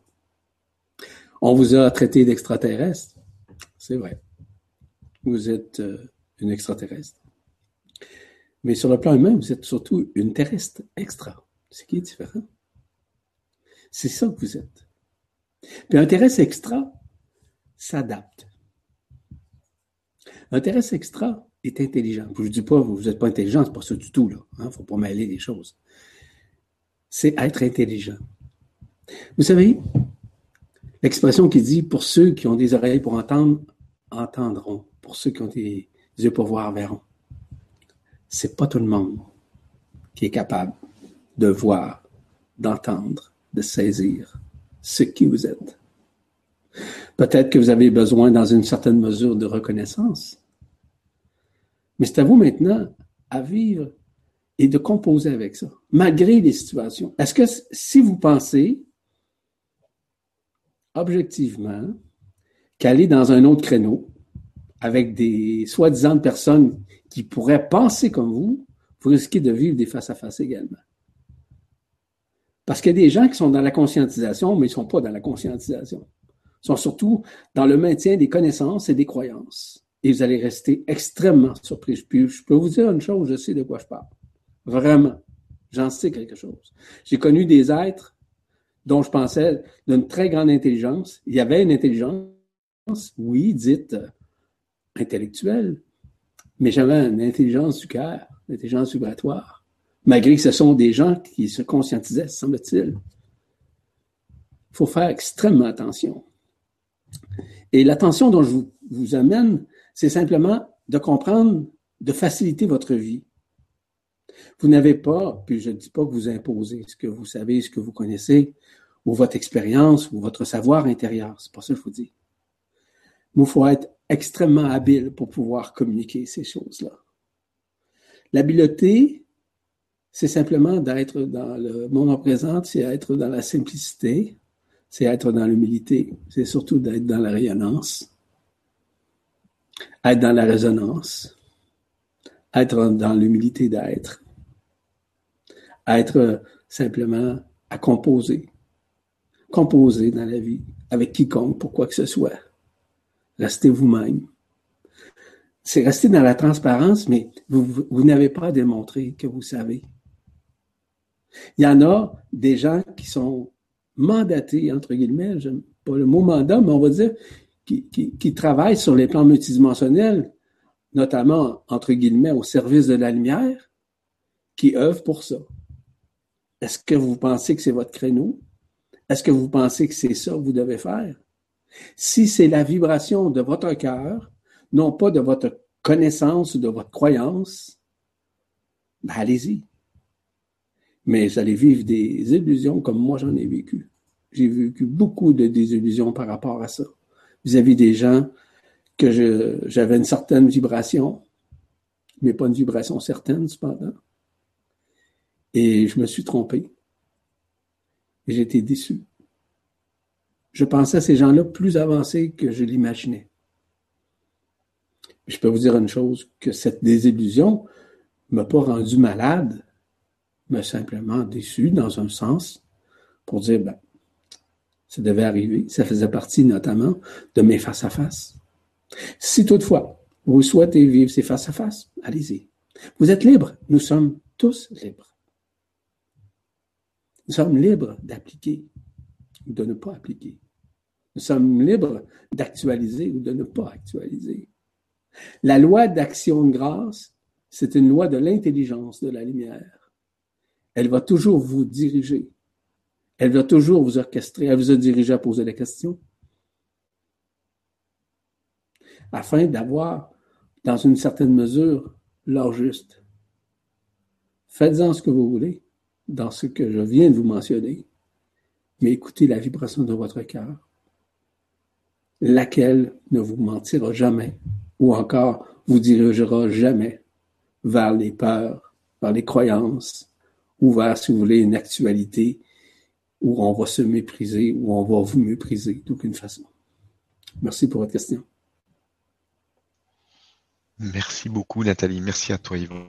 On vous a traité d'extraterrestre. C'est vrai. Vous êtes euh, une extraterrestre. Mais sur le plan humain, vous êtes surtout une terrestre extra. C'est qui est différent. C'est ça que vous êtes. Puis un terrestre extra s'adapte. Un terrestre extra est intelligent. Je ne dis pas, vous n'êtes pas intelligent, c'est pas ça du tout, là. Il hein, ne faut pas mêler les choses. C'est être intelligent. Vous savez, l'expression qui dit « pour ceux qui ont des oreilles pour entendre, entendront. Pour ceux qui ont des yeux pour voir, verront. » C'est pas tout le monde qui est capable de voir, d'entendre, de saisir ce qui vous êtes. Peut-être que vous avez besoin, dans une certaine mesure, de reconnaissance. Mais c'est à vous maintenant à vivre et de composer avec ça, malgré les situations. Est-ce que si vous pensez objectivement qu'aller dans un autre créneau avec des soi-disant personnes qui pourraient penser comme vous, vous risquez de vivre des face-à-face également? Parce qu'il y a des gens qui sont dans la conscientisation, mais ils ne sont pas dans la conscientisation. Ils sont surtout dans le maintien des connaissances et des croyances. Et vous allez rester extrêmement surpris. Puis je peux vous dire une chose, je sais de quoi je parle. Vraiment. J'en sais quelque chose. J'ai connu des êtres dont je pensais d'une très grande intelligence. Il y avait une intelligence, oui, dite euh, intellectuelle, mais j'avais une intelligence du cœur, une intelligence vibratoire. Malgré que ce sont des gens qui se conscientisaient, semble-t-il. Il faut faire extrêmement attention. Et l'attention dont je vous, vous amène, c'est simplement de comprendre, de faciliter votre vie. Vous n'avez pas, puis je ne dis pas que vous imposez ce que vous savez, ce que vous connaissez, ou votre expérience, ou votre savoir intérieur. C'est pas ça que je vous dis. Mais il faut être extrêmement habile pour pouvoir communiquer ces choses-là. L'habileté, c'est simplement d'être dans le moment présent, c'est être dans la simplicité, c'est être dans l'humilité, c'est surtout d'être dans la rayonnance, être dans la résonance, être dans l'humilité d'être, être simplement à composer, composer dans la vie, avec quiconque, pour quoi que ce soit. Restez vous-même. C'est rester dans la transparence, mais vous, vous, vous n'avez pas à démontrer que vous savez. Il y en a des gens qui sont mandatés, entre guillemets, j'aime pas le mot mandat, mais on va dire, qui, qui, qui travaillent sur les plans multidimensionnels, notamment, entre guillemets, au service de la lumière, qui œuvrent pour ça. Est-ce que vous pensez que c'est votre créneau? Est-ce que vous pensez que c'est ça que vous devez faire? Si c'est la vibration de votre cœur, non pas de votre connaissance ou de votre croyance, ben allez-y. Mais vous allez vivre des illusions comme moi j'en ai vécu. J'ai vécu beaucoup de désillusions par rapport à ça. Vis-à-vis des gens que je, j'avais une certaine vibration, mais pas une vibration certaine cependant. Et je me suis trompé. Et j'ai été déçu. Je pensais à ces gens-là plus avancés que je l'imaginais. Je peux vous dire une chose, que cette désillusion ne m'a pas rendu malade, m'a simplement déçu dans un sens pour dire, ben, ça devait arriver. Ça faisait partie notamment de mes face-à-face. Si toutefois, vous souhaitez vivre ces face-à-face, allez-y. Vous êtes libre. Nous sommes tous libres. Nous sommes libres d'appliquer ou de ne pas appliquer. Nous sommes libres d'actualiser ou de ne pas actualiser. La loi d'action de grâce, c'est une loi de l'intelligence de la lumière. Elle va toujours vous diriger. Elle va toujours vous orchestrer. Elle vous a dirigé à poser la question. Afin d'avoir, dans une certaine mesure, l'heure juste. Faites-en ce que vous voulez, dans ce que je viens de vous mentionner, mais écoutez la vibration de votre cœur, laquelle ne vous mentira jamais, ou encore vous dirigera jamais vers les peurs, vers les croyances, ou vers, si vous voulez, une actualité où on va se mépriser, où on va vous mépriser d'aucune façon. Merci pour votre question. Merci beaucoup, Nathalie. Merci à toi, Yvon.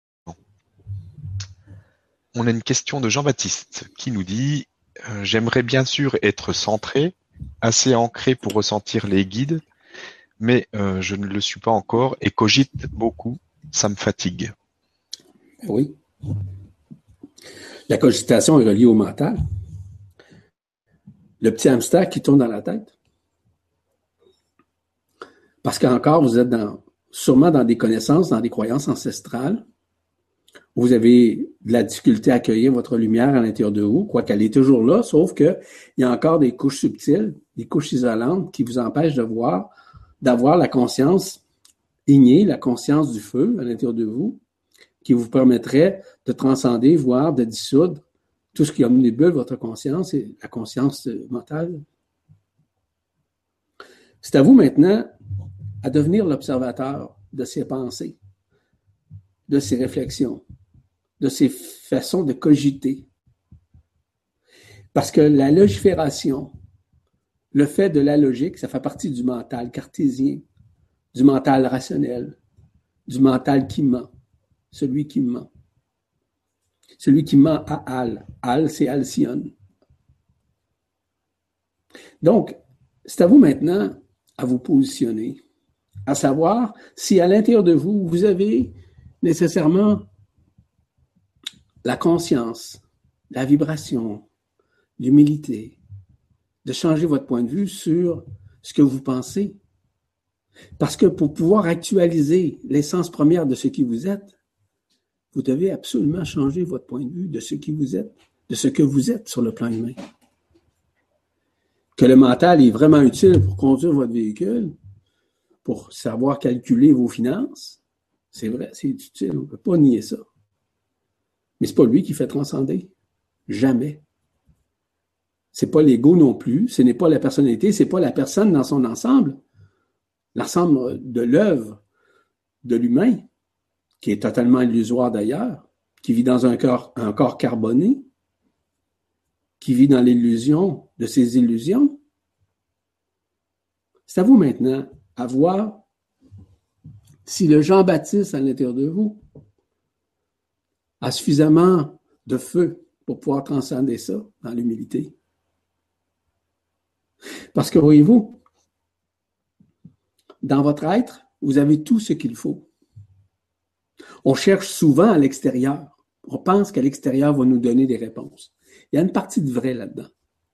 On a une question de Jean-Baptiste qui nous dit euh, « J'aimerais bien sûr être centré, assez ancré pour ressentir les guides, mais euh, je ne le suis pas encore et cogite beaucoup, ça me fatigue. » Oui. La cogitation est reliée au mental. Le petit hamster qui tourne dans la tête. Parce qu'encore, vous êtes dans, sûrement dans des connaissances, dans des croyances ancestrales. Vous avez de la difficulté à accueillir votre lumière à l'intérieur de vous, quoiqu'elle est toujours là, sauf qu'il y a encore des couches subtiles, des couches isolantes qui vous empêchent de voir, d'avoir la conscience innée, la conscience du feu à l'intérieur de vous, qui vous permettrait de transcender, voire de dissoudre tout ce qui omnibule votre conscience et la conscience mentale. C'est à vous maintenant à devenir l'observateur de ces pensées, de ces réflexions, de ces façons de cogiter. Parce que la logifération, le fait de la logique, ça fait partie du mental cartésien, du mental rationnel, du mental qui ment, celui qui ment. Celui qui ment à Al. Al, c'est Alcyone. Donc, c'est à vous maintenant à vous positionner, à savoir si à l'intérieur de vous, vous avez nécessairement la conscience, la vibration, l'humilité, de changer votre point de vue sur ce que vous pensez. Parce que pour pouvoir actualiser l'essence première de ce qui vous êtes, vous devez absolument changer votre point de vue de ce qui vous êtes, de ce que vous êtes sur le plan humain. Que le mental est vraiment utile pour conduire votre véhicule, pour savoir calculer vos finances, c'est vrai, c'est utile, on ne peut pas nier ça. Mais ce n'est pas lui qui fait transcender. Jamais. Ce n'est pas l'ego non plus, ce n'est pas la personnalité, ce n'est pas la personne dans son ensemble. l'ensemble de l'œuvre de l'humain, qui est totalement illusoire d'ailleurs, qui vit dans un corps, un corps carboné, qui vit dans l'illusion de ses illusions. C'est à vous maintenant à voir si le Jean-Baptiste à l'intérieur de vous a suffisamment de feu pour pouvoir transcender ça dans l'humilité. Parce que voyez-vous, dans votre être, vous avez tout ce qu'il faut. On cherche souvent à l'extérieur. On pense qu'à l'extérieur va nous donner des réponses. Il y a une partie de vrai là-dedans.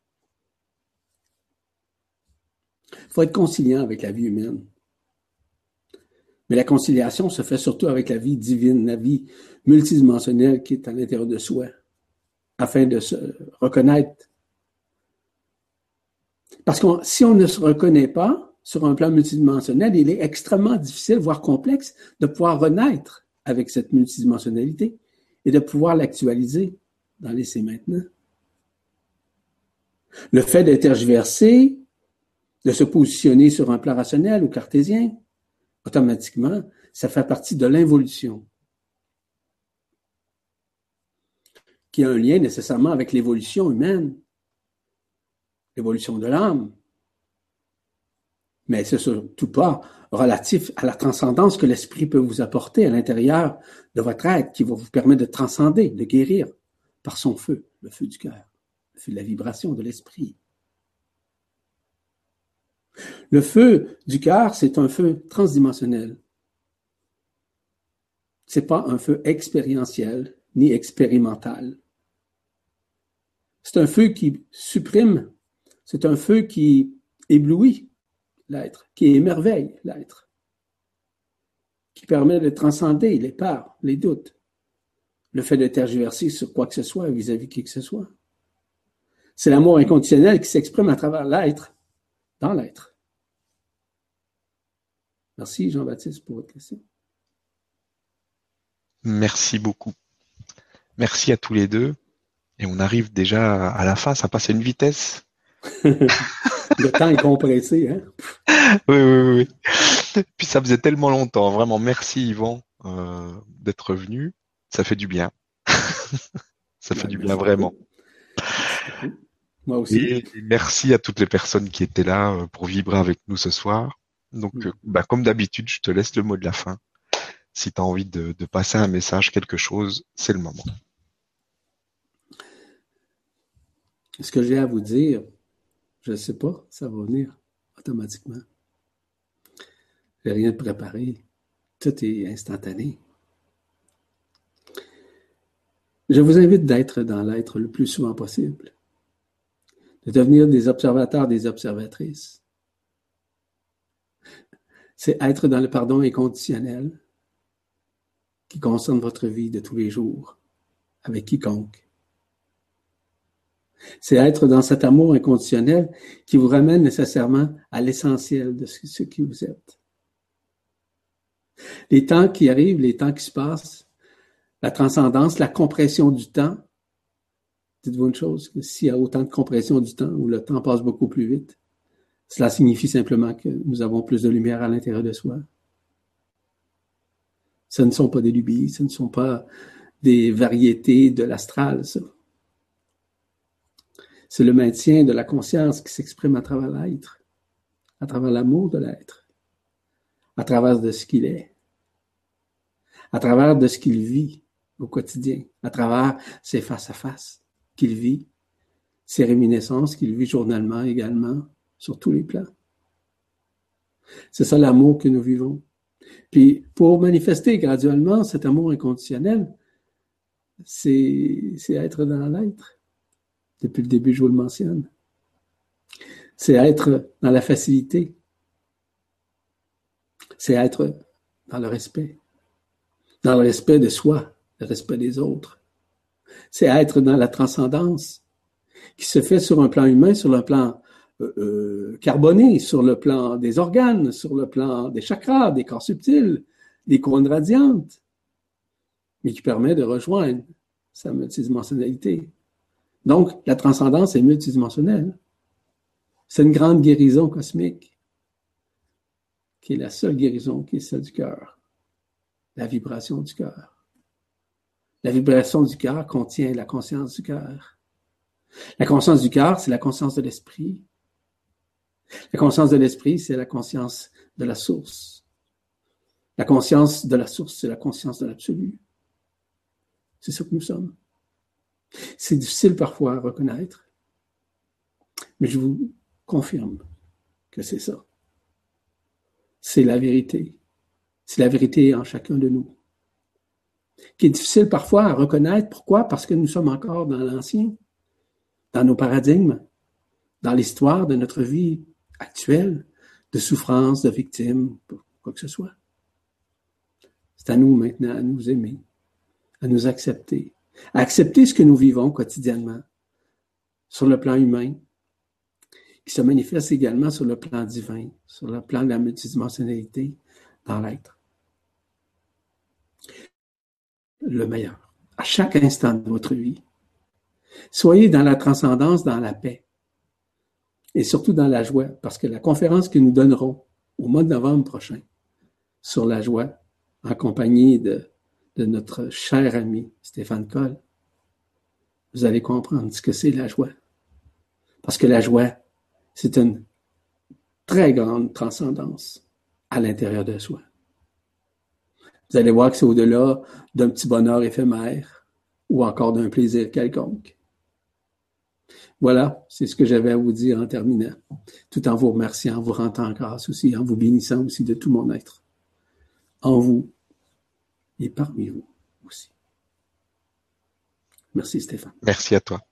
Il faut être conciliant avec la vie humaine. Mais la conciliation se fait surtout avec la vie divine, la vie multidimensionnelle qui est à l'intérieur de soi, afin de se reconnaître. Parce que si on ne se reconnaît pas sur un plan multidimensionnel, il est extrêmement difficile, voire complexe, de pouvoir renaître avec cette multidimensionnalité et de pouvoir l'actualiser dans l'essai maintenant. Le fait de tergiverser, de se positionner sur un plan rationnel ou cartésien, automatiquement, ça fait partie de l'involution, qui a un lien nécessairement avec l'évolution humaine, l'évolution de l'âme. Mais c'est surtout pas relatif à la transcendance que l'esprit peut vous apporter à l'intérieur de votre être, qui va vous permettre de transcender, de guérir par son feu, le feu du cœur, le feu de la vibration de l'esprit. Le feu du cœur, c'est un feu transdimensionnel. C'est pas un feu expérientiel ni expérimental. C'est un feu qui supprime, c'est un feu qui éblouit l'être, qui émerveille l'être, qui permet de transcender les peurs, les doutes, le fait de tergiverser sur quoi que ce soit vis-à-vis de qui que ce soit. C'est l'amour inconditionnel qui s'exprime à travers l'être, dans l'être. Merci Jean-Baptiste pour votre question. Merci beaucoup. Merci à tous les deux. Et on arrive déjà à la fin, ça passe à une vitesse. Le temps est compressé, hein? Oui, oui, oui. Puis ça faisait tellement longtemps. Vraiment, merci Yvan euh, d'être venu. Ça fait du bien. Ça fait Ouais, du merci bien, vraiment. Merci. Moi aussi. Et merci à toutes les personnes qui étaient là euh, pour vibrer avec nous ce soir. Donc, Mm. euh, bah, comme d'habitude, je te laisse le mot de la fin. Si tu as envie de, de passer un message, quelque chose, c'est le moment. Ce que j'ai à vous dire, je ne sais pas, ça va venir automatiquement. Je n'ai rien de préparé. Tout est instantané. Je vous invite d'être dans l'être le plus souvent possible, de devenir des observateurs, des observatrices. C'est être dans le pardon inconditionnel qui concerne votre vie de tous les jours, avec quiconque. C'est être dans cet amour inconditionnel qui vous ramène nécessairement à l'essentiel de ce qui vous êtes. Les temps qui arrivent, les temps qui se passent, la transcendance, la compression du temps. Dites-vous une chose, s'il y a autant de compression du temps, où le temps passe beaucoup plus vite, cela signifie simplement que nous avons plus de lumière à l'intérieur de soi. Ce ne sont pas des lubies, ce ne sont pas des variétés de l'astral, ça. C'est le maintien de la conscience qui s'exprime à travers l'être, à travers l'amour de l'être, à travers de ce qu'il est, à travers de ce qu'il vit au quotidien, à travers ses face-à-face qu'il vit, ses réminiscences qu'il vit journalement également, sur tous les plans. C'est ça l'amour que nous vivons. Puis, pour manifester graduellement cet amour inconditionnel, c'est, c'est être dans l'être. Depuis le début, je vous le mentionne. C'est être dans la facilité. C'est être dans le respect. Dans le respect de soi, le respect des autres. C'est être dans la transcendance qui se fait sur un plan humain, sur le plan euh, euh, carboné, sur le plan des organes, sur le plan des chakras, des corps subtils, des couronnes radiantes, mais qui permet de rejoindre sa multidimensionnalité. Donc, la transcendance est multidimensionnelle. C'est une grande guérison cosmique. qui est la seule guérison, qui est celle du cœur. La vibration du cœur. La vibration du cœur contient la conscience du cœur. La conscience du cœur, c'est la conscience de l'esprit. La conscience de l'esprit, c'est la conscience de la source. La conscience de la source, c'est la conscience de l'absolu. C'est ça que nous sommes. C'est difficile parfois à reconnaître, mais je vous confirme que c'est ça. C'est la vérité. C'est la vérité en chacun de nous. Qui est difficile parfois à reconnaître. Pourquoi? Parce que nous sommes encore dans l'ancien, dans nos paradigmes, dans l'histoire de notre vie actuelle, de souffrance, de victime, quoi que ce soit. C'est à nous maintenant à nous aimer, à nous accepter, à accepter ce que nous vivons quotidiennement sur le plan humain, qui se manifeste également sur le plan divin, sur le plan de la multidimensionnalité dans l'être. Le meilleur, à chaque instant de votre vie. Soyez dans la transcendance, dans la paix, et surtout dans la joie, parce que la conférence que nous donnerons au mois de novembre prochain sur la joie, en compagnie de, de notre cher ami Stéphane Coll, vous allez comprendre ce que c'est la joie. Parce que la joie, c'est une très grande transcendance à l'intérieur de soi. Vous allez voir que c'est au-delà d'un petit bonheur éphémère ou encore d'un plaisir quelconque. Voilà, c'est ce que j'avais à vous dire en terminant, tout en vous remerciant, en vous rendant grâce aussi, en vous bénissant aussi de tout mon être, en vous et parmi vous aussi. Merci Stéphane. Merci à toi.